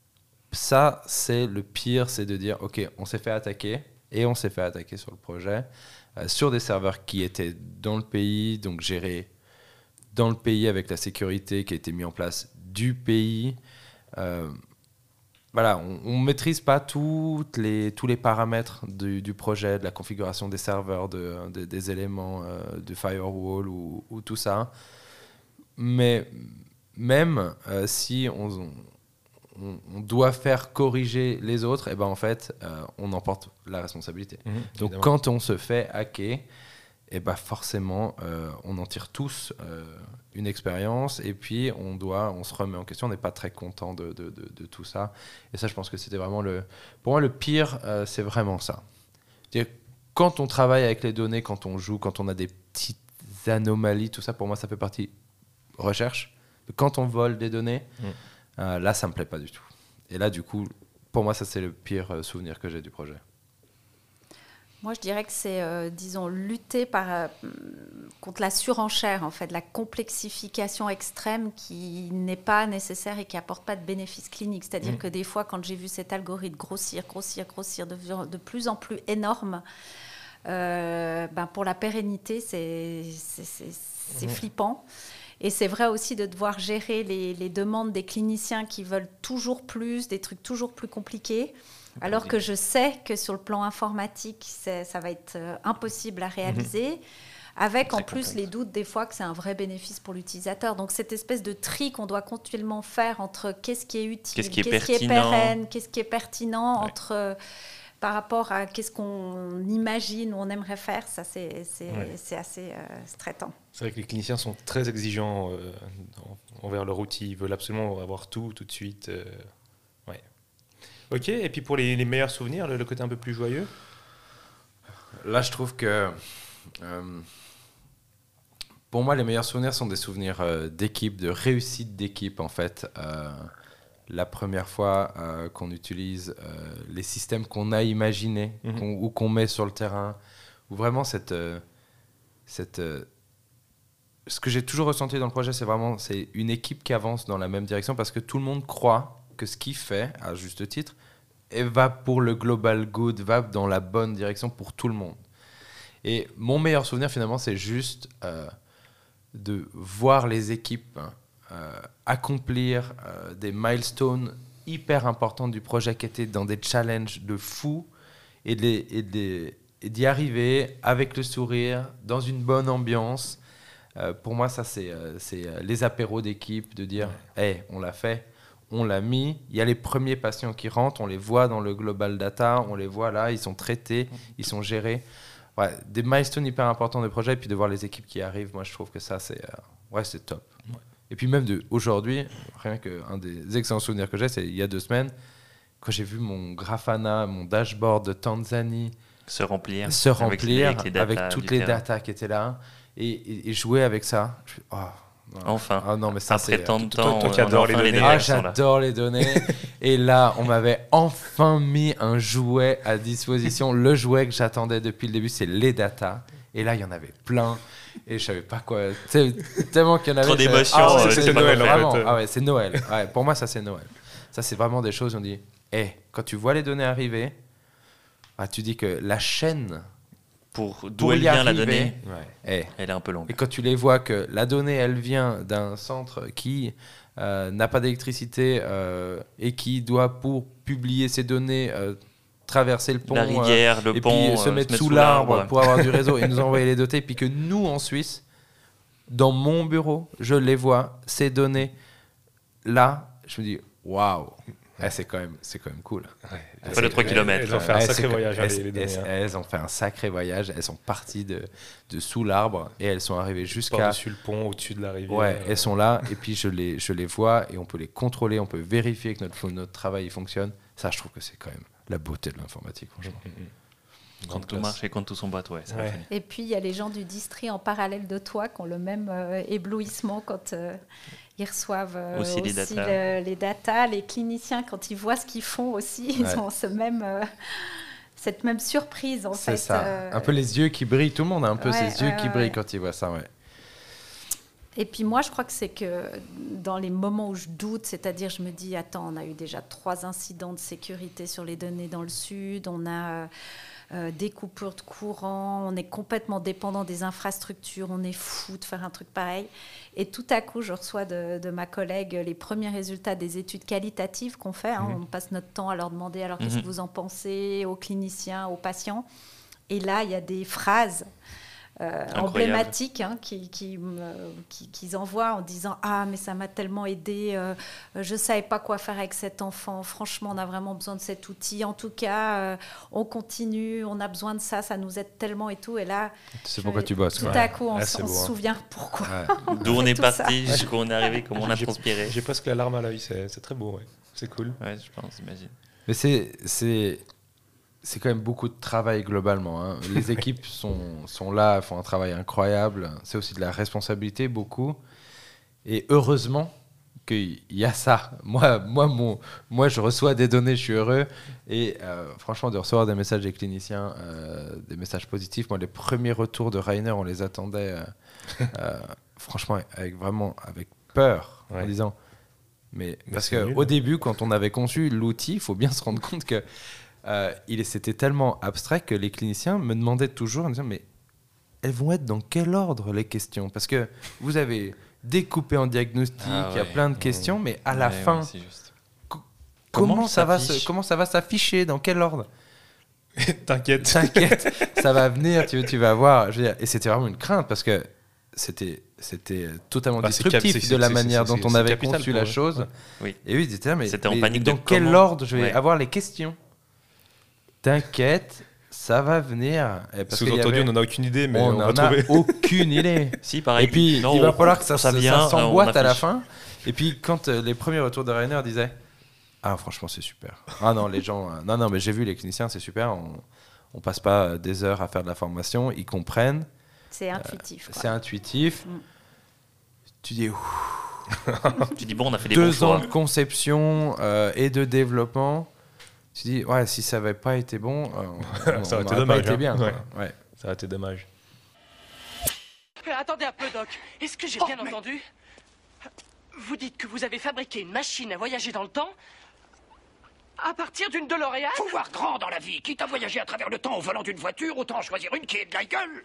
ça, c'est le pire, c'est de dire, OK, on s'est fait attaquer, et on s'est fait attaquer sur le projet, euh, sur des serveurs qui étaient dans le pays, donc gérés dans le pays avec la sécurité qui a été mise en place du pays. Euh, voilà, on ne maîtrise pas toutes les, tous les paramètres du, du projet, de la configuration des serveurs, de, de- des éléments euh, de firewall ou, ou tout ça. Mais même euh, si on, on, on doit faire corriger les autres, et ben en fait, euh, on emporte la responsabilité. Donc Évidemment. quand on se fait hacker, et ben forcément, euh, on en tire tous euh, une expérience, et puis on doit, on se remet en question. On n'est pas très content de, de, de, de tout ça. Et ça, je pense que c'était vraiment le, pour moi le pire, euh, c'est vraiment ça. C'est-à-dire, quand on travaille avec les données, quand on joue, quand on a des petites anomalies, tout ça, pour moi, ça fait partie recherche. Quand on vole des données, Mm. euh, là, ça me plaît pas du tout. Et là, du coup, pour moi, ça c'est le pire euh, souvenir que j'ai du projet. Moi, je dirais que c'est, euh, disons, lutter par, euh, contre la surenchère, en fait, la complexification extrême qui n'est pas nécessaire et qui n'apporte pas de bénéfices cliniques. C'est-à-dire mmh. que des fois, quand j'ai vu cet algorithme grossir, grossir, grossir, de, de plus en plus énorme, euh, ben pour la pérennité, c'est, c'est, c'est, c'est mmh. flippant. Et c'est vrai aussi de devoir gérer les, les demandes des cliniciens qui veulent toujours plus, des trucs toujours plus compliqués. Alors que je sais que sur le plan informatique, ça va être euh, impossible à réaliser, mmh. avec Très en plus contente. les doutes des fois que c'est un vrai bénéfice pour l'utilisateur. Donc cette espèce de tri qu'on doit continuellement faire entre qu'est-ce qui est utile, qu'est-ce qui est, qu'est-ce qui est pérenne, qu'est-ce qui est pertinent, ouais. entre, euh, par rapport à qu'est-ce qu'on imagine ou on aimerait faire, ça c'est, c'est, ouais. c'est assez euh, stressant. C'est vrai que les cliniciens sont très exigeants euh, envers leur outil, ils veulent absolument avoir tout, tout de suite. Euh... Ok, et puis pour les, les meilleurs souvenirs, le, le côté un peu plus joyeux? Là, je trouve que euh, pour moi, les meilleurs souvenirs sont des souvenirs euh, d'équipe, de réussite d'équipe en fait. Euh, la première fois euh, qu'on utilise euh, les systèmes qu'on a imaginés mm-hmm. qu'on, ou qu'on met sur le terrain, ou vraiment cette... Euh, cette euh, ce que j'ai toujours ressenti dans le projet, c'est vraiment c'est une équipe qui avance dans la même direction parce que tout le monde croit que ce qu'il fait, à juste titre, et va pour le global good, va dans la bonne direction pour tout le monde. Et mon meilleur souvenir, finalement, c'est juste euh, de voir les équipes euh, accomplir euh, des milestones hyper importants du projet qui étaient dans des challenges de fou et, de les, et, de les, et d'y arriver avec le sourire, dans une bonne ambiance. Euh, pour moi, ça, c'est, euh, c'est les apéros d'équipe, de dire ouais. « Hey, on l'a fait ». On l'a mis, il y a les premiers patients qui rentrent, on les voit dans le global data, on les voit là, ils sont traités, ils sont gérés. Ouais, des milestones hyper importants de projet, et puis de voir les équipes qui arrivent, moi je trouve que ça c'est, euh, ouais, c'est top. Ouais. Et puis même de, aujourd'hui, rien qu'un des excellents souvenirs que j'ai, c'est il y a deux semaines, quand j'ai vu mon Grafana, mon dashboard de Tanzanie se remplir, se remplir avec, les, avec, les avec toutes les terrain. datas qui étaient là, et, et, et jouer avec ça. Je suis, oh, Enfin, ah non, mais ça, après c'est... tant de temps, toi, toi qui adore les données. Ah, j'adore les données. Et là, on m'avait enfin mis un jouet à disposition. Le jouet que j'attendais depuis le début, c'est les datas. Et là, il y en avait plein. Et je savais pas quoi. Tellement qu'il y en avait. Trop d'émotions. Ah, c'est, c'est, c'est Noël, vraiment, en fait. Ah ouais, c'est Noël. Ouais, pour moi, ça, c'est Noël. Ça, c'est vraiment des choses où on dit, hey, quand tu vois les données arriver, ah, tu dis que la chaîne... Pour d'où pour elle vient arriver, la donnée, ouais. et, elle est un peu longue. Et quand tu les vois que la donnée, elle vient d'un centre qui euh, n'a pas d'électricité euh, et qui doit, pour publier ces données, euh, traverser le pont, la rivière, euh, le et pont, puis euh, se mettre se sous, sous l'arbre, l'arbre pour avoir du réseau et nous envoyer les données, puis que nous, en Suisse, dans mon bureau, je les vois, ces données, là, je me dis, waouh! Ah, c'est, quand même, c'est quand même cool. Ouais, c'est pas de trois kilomètres. Elles ont fait un sacré voyage. Elles, les, les elles, données, elles ont fait un sacré voyage. Elles sont parties de, de sous l'arbre et elles sont arrivées jusqu'à... Par-dessus le pont, au-dessus de la rivière. Ouais, elles sont là et puis je les, je les vois et on peut les contrôler, on peut vérifier que notre, notre travail fonctionne. Ça, je trouve que c'est quand même la beauté de l'informatique, franchement. Mmh. Quand tout marche et quand tout s'emboîte, ouais, ça ouais. Et puis, il y a les gens du district en parallèle de toi qui ont le même euh, éblouissement quand... Euh, ils reçoivent euh, aussi, aussi les, data. Le, les datas, les cliniciens, quand ils voient ce qu'ils font aussi, ils ouais. ont ce même, euh, cette même surprise en c'est fait. C'est ça, euh... un peu les yeux qui brillent, tout le monde a un peu ouais, ses yeux ouais, qui ouais. brillent quand ils voient ça, ouais. Et puis moi, je crois que c'est que dans les moments où je doute, c'est-à-dire je me dis, attends, on a eu déjà trois incidents de sécurité sur les données dans le sud, on a... Euh, des coupures de courant, on est complètement dépendant des infrastructures, on est fou de faire un truc pareil. Et tout à coup, je reçois de, de ma collègue les premiers résultats des études qualitatives qu'on fait. Hein. Mmh. On passe notre temps à leur demander alors mmh. qu'est-ce que vous en pensez, aux cliniciens, aux patients. Et là, il y a des phrases euh, emblématiques hein, qui, qui, euh, qui, qu'ils envoient en disant « Ah, mais ça m'a tellement aidé, euh, je ne savais pas quoi faire avec cet enfant, franchement, on a vraiment besoin de cet outil. En tout cas, euh, on continue, on a besoin de ça, ça nous aide tellement et tout. » Et là, c'est pourquoi tu bosses. Tout ouais. à coup, on, ah, on beau, se hein. souvient pourquoi. Ouais. D'où on est parti, jusqu'où on est arrivé, comment on a j'ai, transpiré. J'ai presque la larme à l'œil, c'est, c'est très beau, ouais. C'est cool. Ouais, je pense, j'imagine. Mais c'est... c'est... C'est quand même beaucoup de travail globalement. Hein. Les équipes sont, sont là, font un travail incroyable. C'est aussi de la responsabilité, beaucoup. Et heureusement qu'il y a ça. Moi, moi, mon, moi, je reçois des données, je suis heureux. Et euh, franchement, de recevoir des messages des cliniciens, euh, des messages positifs. Moi, les premiers retours de Rainer, on les attendait, euh, euh, franchement, avec vraiment avec peur, ouais. en disant. Mais, mais parce qu'au début, quand on avait conçu l'outil, il faut bien se rendre compte que euh, il, c'était tellement abstrait que les cliniciens me demandaient toujours, en disant, mais elles vont être dans quel ordre les questions ? Parce que vous avez découpé en diagnostic, ah il ouais, y a plein de questions, ouais. mais à la ouais, fin, ouais, juste. Co- comment, comment, ça va se, comment ça va s'afficher ? Dans quel ordre ? T'inquiète. T'inquiète, ça va venir, tu, tu vas voir. Je veux dire, et c'était vraiment une crainte parce que c'était, c'était totalement bah, disruptif cap- de la c'est, manière c'est, dont c'est, on avait conçu la chose. Ouais. Oui. Et oui, c'était, mais, c'était mais en panique dans de quel comment... ordre je vais ouais. avoir les questions ? T'inquiète. Ça va venir. Sous-entendu, avait... on n'en a aucune idée, mais on on n'en va trouver. a aucune idée. Si, pareil. Et puis, non, il va falloir que ça, ça, ça, vient, ça s'emboîte à la fin. Et puis, quand euh, les premiers retours de Rainer disaient « Ah, franchement, c'est super. Ah non, les gens... Euh, non, non, mais j'ai vu les cliniciens, c'est super. On ne passe pas des heures à faire de la formation. Ils comprennent. C'est intuitif. Euh, c'est intuitif. Mm. Tu dis... tu dis, bon, on a fait des Deux bons choix. ans de conception euh, et de développement. Tu dis, ouais, si ça n'avait pas été bon, euh, on, ça aurait été dommage. Pas été bien, ouais. Ouais. Ça aurait été dommage. Mais attendez un peu, Doc. Est-ce que j'ai oh, bien mais... entendu ? Vous dites que vous avez fabriqué une machine à voyager dans le temps à partir d'une DeLorean ? Faut voir grand dans la vie. Quitte à voyager à travers le temps au volant d'une voiture, autant choisir une qui ait de la gueule.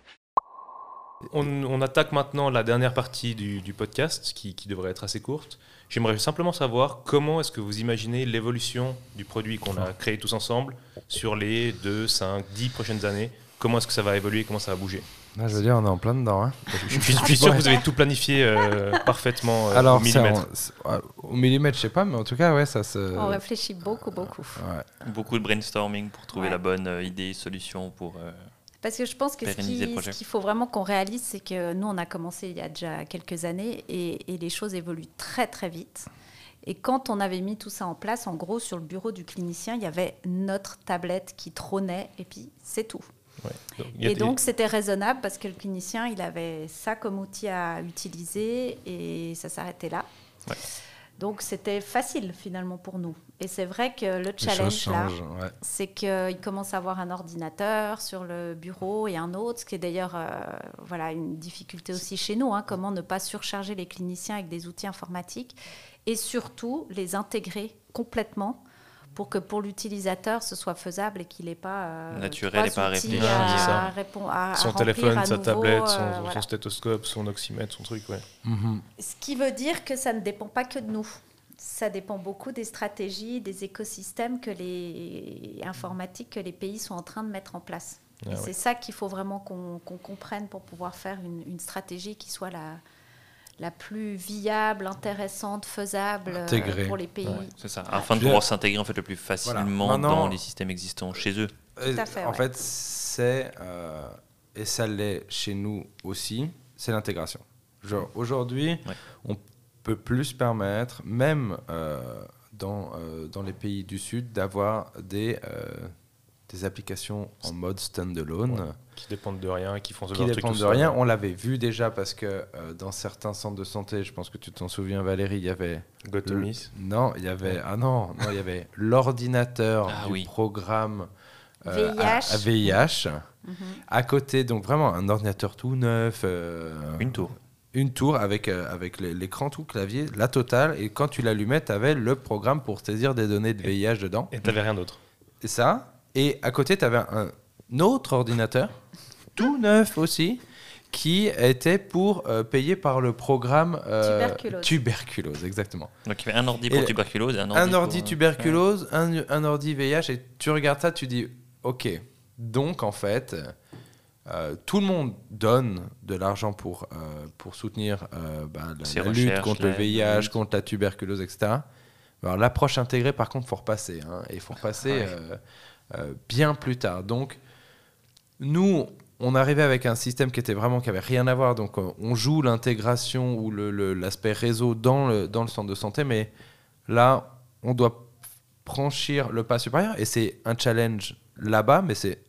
On, on attaque maintenant la dernière partie du, du podcast, qui, qui devrait être assez courte. J'aimerais simplement savoir comment est-ce que vous imaginez l'évolution du produit qu'on a créé tous ensemble sur les deux, cinq, dix prochaines années. Comment est-ce que ça va évoluer, comment ça va bouger ? Là, je veux dire, on est en plein dedans. Hein. Je, je, je suis sûr que vous avez tout planifié euh, parfaitement euh, Alors, au millimètre. C'est en, c'est, au millimètre, je sais pas, mais en tout cas, ouais, ça se... On réfléchit beaucoup, beaucoup. Ouais. Beaucoup de brainstorming pour trouver ouais. la bonne euh, idée, solution pour... Euh, Parce que je pense que ce, qui, ce qu'il faut vraiment qu'on réalise, c'est que nous, on a commencé il y a déjà quelques années et, et les choses évoluent très, très vite. Et quand on avait mis tout ça en place, en gros, sur le bureau du clinicien, il y avait notre tablette qui trônait et puis c'est tout. Ouais. Donc, et donc, c'était raisonnable parce que le clinicien, il avait ça comme outil à utiliser et ça s'arrêtait là. Ouais. Donc, c'était facile finalement pour nous. Et c'est vrai que le challenge là, ouais. c'est qu'il commence à avoir un ordinateur sur le bureau et un autre, ce qui est d'ailleurs euh, voilà, une difficulté aussi chez nous. Hein, comment ne pas surcharger les cliniciens avec des outils informatiques et surtout les intégrer complètement pour que pour l'utilisateur, ce soit faisable et qu'il n'ait pas... Euh, naturel et pas à réfléchir. À, à répondre, à, son à téléphone, à sa nouveau, tablette, son, euh, son voilà. stéthoscope, son oxymètre, son truc, ouais. Mm-hmm. Ce qui veut dire que ça ne dépend pas que de nous. Ça dépend beaucoup des stratégies, des écosystèmes que les informatiques, que les pays sont en train de mettre en place. Ah, et ouais. C'est ça qu'il faut vraiment qu'on, qu'on comprenne pour pouvoir faire une, une stratégie qui soit la... la plus viable, intéressante, faisable Intégrée. pour les pays. Ouais, c'est ça, afin de pouvoir s'intégrer en fait, le plus facilement voilà. Maintenant, dans les systèmes existants chez eux. Tout à fait, en ouais. fait, c'est, euh, et ça l'est chez nous aussi, c'est l'intégration. Genre, aujourd'hui, ouais. on peut plus se permettre, même euh, dans, euh, dans les pays du Sud, d'avoir des, euh, des applications en mode standalone. Ouais. Qui dépendent de rien, qui font ce qui genre de trucs dépendent de seul. rien. On l'avait vu déjà parce que euh, dans certains centres de santé, je pense que tu t'en souviens, Valérie, il y avait Gotomis. Le... Non, il y avait ah non, non, il y avait l'ordinateur ah, du oui. programme euh, V I H. À, à V I H. Mm-hmm. À côté, donc vraiment un ordinateur tout neuf. Euh, une tour. Une tour avec euh, avec l'écran tout clavier, la totale. Et quand tu l'allumais, tu avais le programme pour saisir des données de V I H dedans. Et tu n'avais rien d'autre. Et ça. Et à côté, tu avais un Un autre ordinateur, tout neuf aussi, qui était pour euh, payer par le programme euh, tuberculose. tuberculose, exactement. Donc il y avait un ordi pour et tuberculose et un ordi un ordi pour, tuberculose, ouais. un, un ordi V I H, et tu regardes ça, tu dis, ok, donc en fait, euh, tout le monde donne de l'argent pour, euh, pour soutenir euh, bah, la, la lutte contre le V I H, lutte. contre la tuberculose, et cetera. Alors l'approche intégrée, par contre, il faut repasser, hein, et il faut repasser ouais. euh, euh, bien plus tard. Donc, nous, on arrivait avec un système qui était vraiment qui avait rien à voir. Donc, euh, on joue l'intégration ou le, le, l'aspect réseau dans le, dans le centre de santé. Mais là, on doit franchir le pas supérieur. Et c'est un challenge là-bas, mais c'est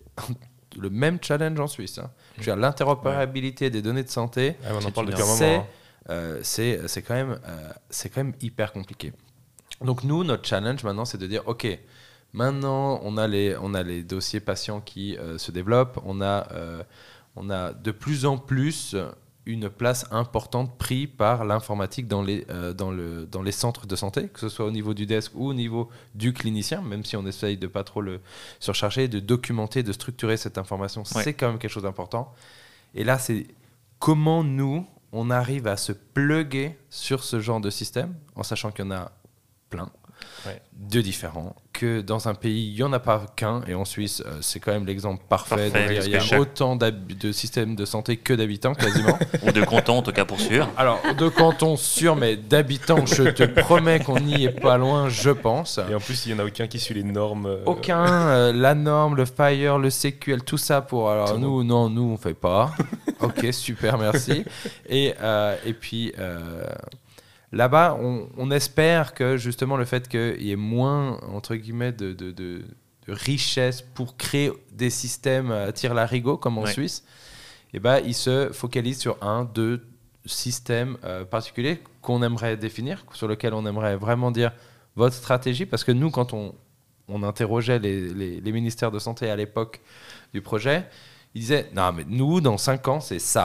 le même challenge en Suisse. Hein. Je veux dire, l'interopérabilité ouais. des données de santé, ah, on en parle depuis un moment. C'est, hein. euh, c'est, c'est, quand même, euh, c'est quand même hyper compliqué. Donc nous, notre challenge maintenant, c'est de dire, OK, maintenant, on a les, on a les dossiers patients qui euh, se développent, on a, euh, on a de plus en plus une place importante prise par l'informatique dans les, euh, dans, le, dans les centres de santé, que ce soit au niveau du desk ou au niveau du clinicien, même si on essaye de ne pas trop le surcharger, de documenter, de structurer cette information, ouais. C'est quand même quelque chose d'important. Et là, c'est comment nous, on arrive à se plugger sur ce genre de système, en sachant qu'il y en a plein, ouais. de différents, que dans un pays, il n'y en a pas qu'un, et en Suisse, euh, c'est quand même l'exemple parfait. parfait il y a chaque... autant de systèmes de santé que d'habitants, quasiment. Ou de cantons, en tout cas, pour sûr. Alors, de cantons, sûr, mais d'habitants, je te promets qu'on n'y est pas loin, je pense. Et en plus, il n'y en a aucun qui suit les normes. Euh... Aucun, euh, la norme, le Fire, le C Q L, tout ça pour... Alors, tout nous, bon. non, nous, on ne fait pas. Ok, super, merci. Et, euh, et puis... Euh, Là-bas, on, on espère que justement le fait qu'il y ait moins, entre guillemets, de, de, de, de richesse pour créer des systèmes à tire-larigot, comme en ouais. Suisse, eh ben, ils se focalisent sur un, deux systèmes euh, particuliers qu'on aimerait définir, sur lesquels on aimerait vraiment dire votre stratégie, parce que nous, quand on, on interrogeait les, les, les ministères de santé à l'époque du projet, ils disaient « Non, mais nous, dans cinq ans, c'est ça ».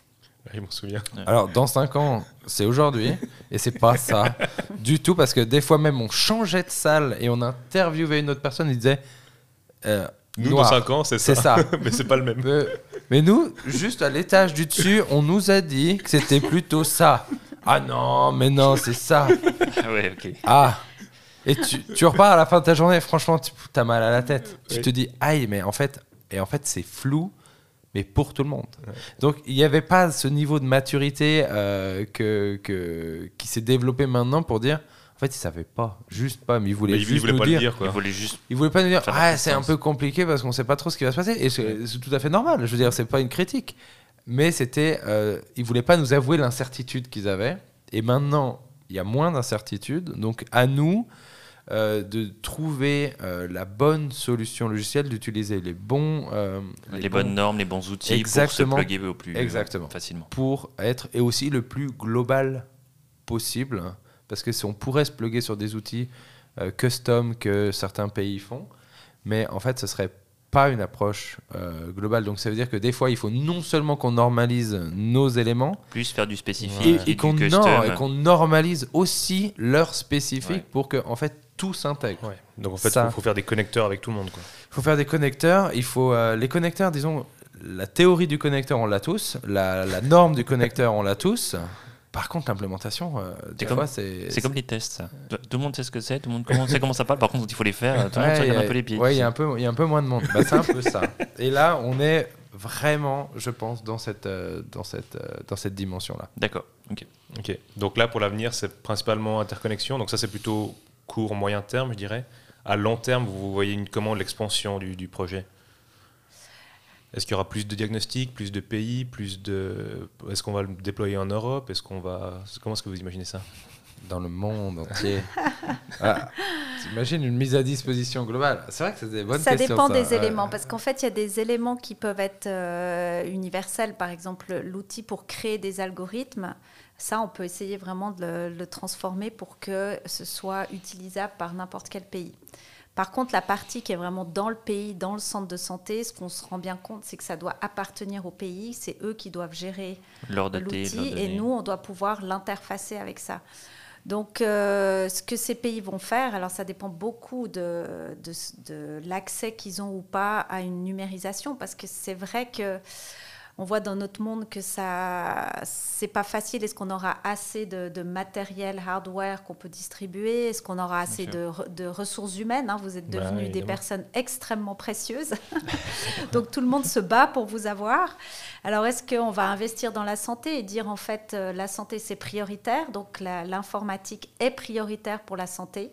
Je m'en souviens. Alors, dans cinq ans, c'est aujourd'hui, et c'est pas ça du tout, parce que des fois même, on changeait de salle et on interviewait une autre personne, il disait euh, nous, noir, dans cinq ans, c'est ça. C'est ça. Mais c'est pas le même. Mais, mais nous, juste à l'étage du dessus, on nous a dit que c'était plutôt ça. Ah non, mais non, c'est ça. Ah ouais, ok. Ah. Et tu, tu repars à la fin de ta journée, franchement, tu as mal à la tête. Oui. Tu te dis, aïe, mais en fait, et en fait, c'est flou. Mais pour tout le monde. Ouais. Donc, il n'y avait pas ce niveau de maturité euh, que, que, qui s'est développé maintenant pour dire, en fait, ils ne savaient pas, juste pas, mais ils voulaient mais juste voulaient nous pas dire. Le dire quoi. Ils voulaient juste. Ils voulaient pas nous dire, ah, c'est un peu compliqué parce qu'on ne sait pas trop ce qui va se passer. Et c'est, c'est tout à fait normal. Je veux dire, c'est pas une critique. Mais c'était, euh, ils ne voulaient pas nous avouer l'incertitude qu'ils avaient. Et maintenant, il y a moins d'incertitude. Donc, à nous. Euh, de trouver euh, la bonne solution logicielle, d'utiliser les bons... Euh, les, les bonnes bons... normes, les bons outils Exactement. Pour se plugger au plus Exactement. Euh, facilement. Pour être, et aussi le plus global possible, parce que si on pourrait se plugger sur des outils euh, custom que certains pays font, mais en fait, ce serait pas une approche euh, globale. Donc ça veut dire que des fois, il faut non seulement qu'on normalise nos éléments, plus faire du spécifique et, et, qu'on, non, et qu'on normalise aussi leur spécifique ouais. pour que, en fait, tout s'intègre. Ouais. Donc en fait, il faut, faut faire des connecteurs avec tout le monde. Il faut faire des connecteurs. Il faut euh, les connecteurs, disons, la théorie du connecteur, on l'a tous. La, la norme du connecteur, on l'a tous. Par contre, l'implémentation, euh, des comme, fois, c'est... C'est comme les tests, ça. Tout le monde sait ce que c'est, tout le monde comment, sait comment ça parle. Par contre, il faut les faire, tout le ouais, monde se regarde un peu les pieds. Oui, il y a un peu, il y a un peu moins de monde. Bah, c'est un peu ça. Et là, on est vraiment, je pense, dans cette, euh, dans cette, euh, dans cette dimension-là. D'accord. Ok. Ok. Donc là, pour l'avenir, c'est principalement interconnexion. Donc ça, c'est plutôt court, moyen terme, je dirais. À long terme, vous voyez une, comment l'expansion du, du projet ? Est-ce qu'il y aura plus de diagnostics, plus de pays, plus de... Est-ce qu'on va le déployer en Europe ? Est-ce qu'on va... Comment est-ce que vous imaginez ça ? Dans le monde entier. Voilà. T'imagines une mise à disposition globale ? C'est vrai que c'est des bonnes ça questions. Dépend ça des dépend des éléments, parce qu'en fait, il y a des éléments qui peuvent être euh, universels. Par exemple, l'outil pour créer des algorithmes, ça, on peut essayer vraiment de le, le transformer pour que ce soit utilisable par n'importe quel pays. Par contre, la partie qui est vraiment dans le pays, dans le centre de santé, ce qu'on se rend bien compte, c'est que ça doit appartenir au pays. C'est eux qui doivent gérer leur daté, l'outil leur et nous, on doit pouvoir l'interfacer avec ça. Donc, euh, ce que ces pays vont faire, alors ça dépend beaucoup de, de, de l'accès qu'ils ont ou pas à une numérisation, parce que c'est vrai que on voit dans notre monde que ça, c'est pas facile. Est-ce qu'on aura assez de, de matériel, hardware qu'on peut distribuer ? Est-ce qu'on aura assez de, de ressources humaines, hein ? Vous êtes devenus bah, des personnes extrêmement précieuses. Donc, tout le monde se bat pour vous avoir. Alors, est-ce qu'on va investir dans la santé et dire, en fait, euh, la santé, c'est prioritaire. Donc, la, l'informatique est prioritaire pour la santé.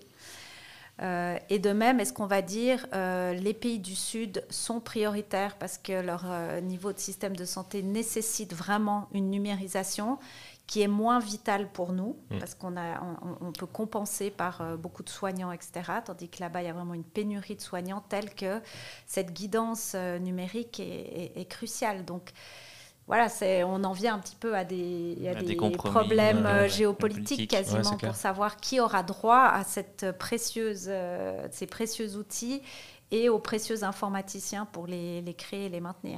Euh, et de même, est-ce qu'on va dire euh, les pays du Sud sont prioritaires parce que leur euh, niveau de système de santé nécessite vraiment une numérisation qui est moins vitale pour nous, mmh. parce qu'on a, on, on peut compenser par euh, beaucoup de soignants, et cetera, tandis que là-bas, il y a vraiment une pénurie de soignants telle que cette guidance euh, numérique est, est, est cruciale. Donc, voilà, c'est, on en vient un petit peu à des, à À des, des compromis, problèmes ouais, ouais, géopolitiques politiques. quasiment Ouais, c'est clair. pour savoir qui aura droit à cette précieuse, euh, ces précieux outils et aux précieux informaticiens pour les, les créer et les maintenir.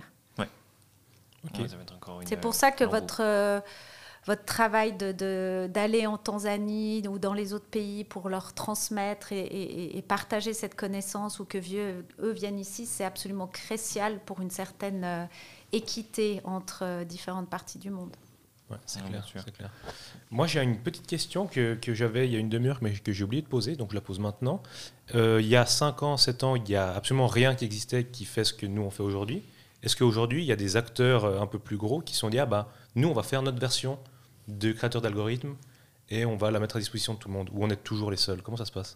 Ok. Ouais, ça va être encore une, C'est pour ça que un votre, euh, votre travail de, de, d'aller en Tanzanie ou dans les autres pays pour leur transmettre et, et, et partager cette connaissance ou que vieux, eux viennent ici, c'est absolument crucial pour une certaine euh, équité entre euh, différentes parties du monde. Ouais, c'est Ouais, clair, bien sûr. c'est clair. Moi, j'ai une petite question que, que j'avais il y a une demi-heure, mais que j'ai oublié de poser, donc je la pose maintenant. Euh, il y a cinq ans, sept ans, il n'y a absolument rien qui existait qui fait ce que nous, on fait aujourd'hui. Est-ce qu'aujourd'hui, il y a des acteurs euh, un peu plus gros qui se sont dit, ah bah, nous, on va faire notre version de créateur d'algorithmes et on va la mettre à disposition de tout le monde, ou on est toujours les seuls? Comment ça se passe?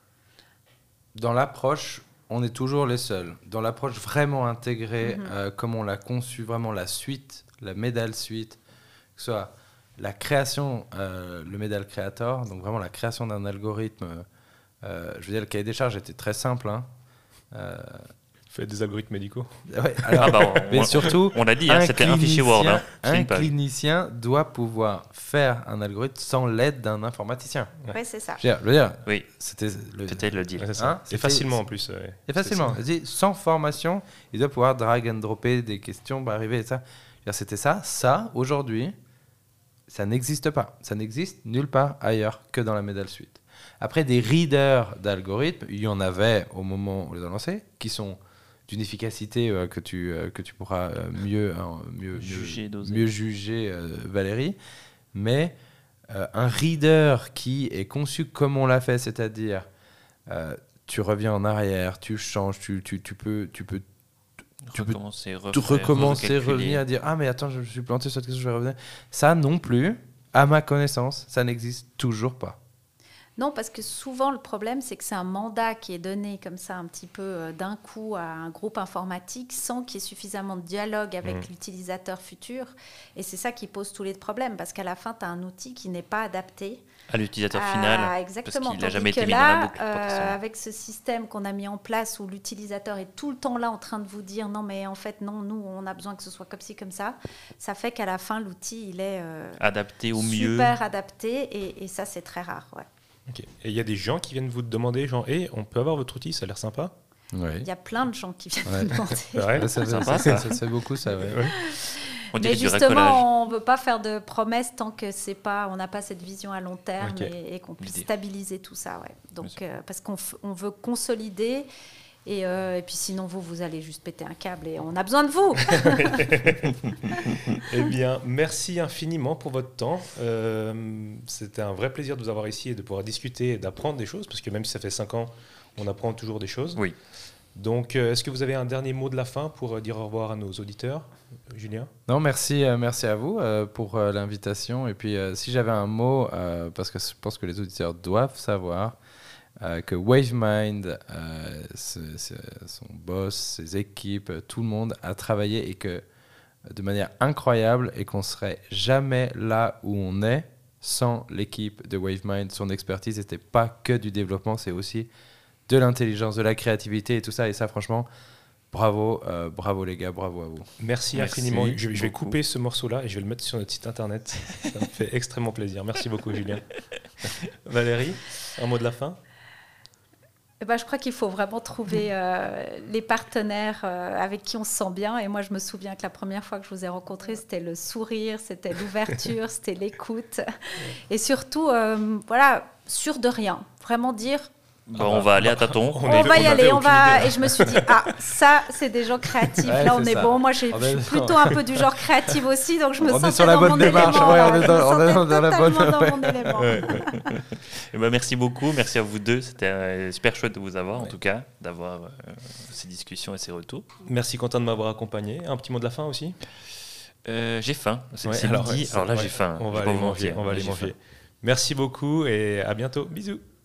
Dans l'approche, on est toujours les seuls. Dans l'approche vraiment intégrée, Mhm. euh, comme on l'a conçu, vraiment la suite, la Medal Suite, que ce soit la création, euh, le Medal Creator, donc vraiment la création d'un algorithme. Euh, je veux dire, le cahier des charges était très simple. Hein. Euh, Faites des algorithmes médicaux. ouais, alors, Ah bah, on, mais on- surtout, on l'a dit, hein, un c'était un fichier Word. Hein, clinicien- c'est un une page. clinicien doit pouvoir faire un algorithme sans l'aide d'un informaticien. Ouais. Oui, c'est ça. Je veux dire, je veux dire, Oui, c'était le, c'était le deal. Ouais, c'est ça. Hein, et c'était- facilement en plus. ouais. Et facilement. C'est- Je dis, sans formation, il doit pouvoir drag and dropper des questions, bah, arriver et ça. Je veux dire, c'était ça. Ça, aujourd'hui, ça n'existe pas. Ça n'existe nulle part ailleurs que dans la Medal Suite. Après, des readers d'algorithmes, il y en avait au moment où on les a lancés, qui sont d'une efficacité euh, que, tu, euh, que tu pourras euh, mieux, euh, mieux, Juger, mieux, doser. mieux juger, euh, Valérie. Mais euh, un reader qui est conçu comme on l'a fait, c'est-à-dire euh, tu reviens en arrière, tu changes, tu, tu, tu peux, tu peux tu peux recommencer, tout refaire, recommencer, recalculer. revenir à dire ah mais attends je me suis planté sur cette question, je vais revenir. Ça non plus, à ma connaissance, ça n'existe toujours pas. Non, parce que souvent, le problème, c'est que c'est un mandat qui est donné comme ça, un petit peu euh, d'un coup à un groupe informatique sans qu'il y ait suffisamment de dialogue avec Mmh. l'utilisateur futur. Et c'est ça qui pose tous les problèmes, parce qu'à la fin, tu as un outil qui n'est pas adapté. À l'utilisateur Ah, final, exactement. parce qu'il n'a Tandis jamais que été mis là, dans la boucle. euh, potentiellement. avec ce système qu'on a mis en place où l'utilisateur est tout le temps là en train de vous dire non, mais en fait, non, nous, on a besoin que ce soit comme ci, comme ça, ça fait qu'à la fin, l'outil, il est euh, Adapté au mieux. super adapté et, et ça, c'est très rare. Ouais. Ok. Et il y a des gens qui viennent vous demander, genre, hey, on peut avoir votre outil, ça a l'air sympa. Oui. Il y a plein de gens qui viennent Ouais. me demander. C'est vrai. Ça, ça, fait- Sympa, ça, ça. ça se fait beaucoup ça. Ouais. Ouais. On dirait Mais du racolage. justement, on ne veut pas faire de promesses tant que c'est pas, on n'a pas cette vision à long terme Ok. et, et qu'on puisse L'idée. stabiliser tout ça. Ouais. Bien Donc, sûr. euh, parce qu'on f- on veut consolider et, euh, et puis sinon vous, vous allez juste péter un câble et on a besoin de vous. Eh bien, merci infiniment pour votre temps. Euh, C'était un vrai plaisir de vous avoir ici et de pouvoir discuter et d'apprendre des choses, parce que même si ça fait cinq ans, on apprend toujours des choses. Oui. Donc, euh, est-ce que vous avez un dernier mot de la fin pour euh, dire au revoir à nos auditeurs, Julien? Non, merci, euh, merci à vous euh, pour euh, l'invitation. Et puis, euh, si j'avais un mot, euh, parce que je pense que les auditeurs doivent savoir euh, que WaveMind, euh, ce- ce- son boss, ses équipes, euh, tout le monde a travaillé et que euh, de manière incroyable et qu'on serait jamais là où on est sans l'équipe de WaveMind. Son expertise n'était pas que du développement, c'est aussi de l'intelligence, de la créativité et tout ça. Et ça, franchement, bravo, euh, bravo les gars, bravo à vous. Merci, Merci infiniment. Je, je vais beaucoup. couper ce morceau-là et je vais le mettre sur notre site internet. Ça me fait extrêmement plaisir. Merci beaucoup, Julien. Valérie, un mot de la fin? Eh ben, je crois qu'il faut vraiment trouver euh, les partenaires euh, avec qui on se sent bien. Et moi, je me souviens que la première fois que je vous ai rencontré, c'était le sourire, c'était l'ouverture, c'était l'écoute. Et surtout, euh, voilà, sûr de rien. Vraiment dire, Bon, on va aller à tâtons. On on, est- va y on avait aller, on aucune va. idée. Et je me suis dit, ah, ça, c'est des gens créatifs. Ouais, là, on c'est est ça. bon. Moi, j'ai- On je est- suis plutôt un peu du genre créative aussi, donc je me On est sentais sur la dans bonne mon démarche, élément, ouais, là. on est Je dans- me on est sentais dans la bonne- totalement dans mon élément. Ouais, ouais. Eh ben, merci beaucoup, merci à vous deux. C'était euh, super chouette de vous avoir, en Ouais. tout cas, d'avoir euh, ces discussions et ces retours. Merci, Quentin, de m'avoir accompagné. Un petit mot de la fin aussi? Euh, j'ai faim. C'est Ouais, c'est alors, midi. ouais, alors là, ouais, j'ai faim. On Je va vais aller pas vous manger. mentir, On va aller j'ai manger. faim. Merci beaucoup et à bientôt. Bisous.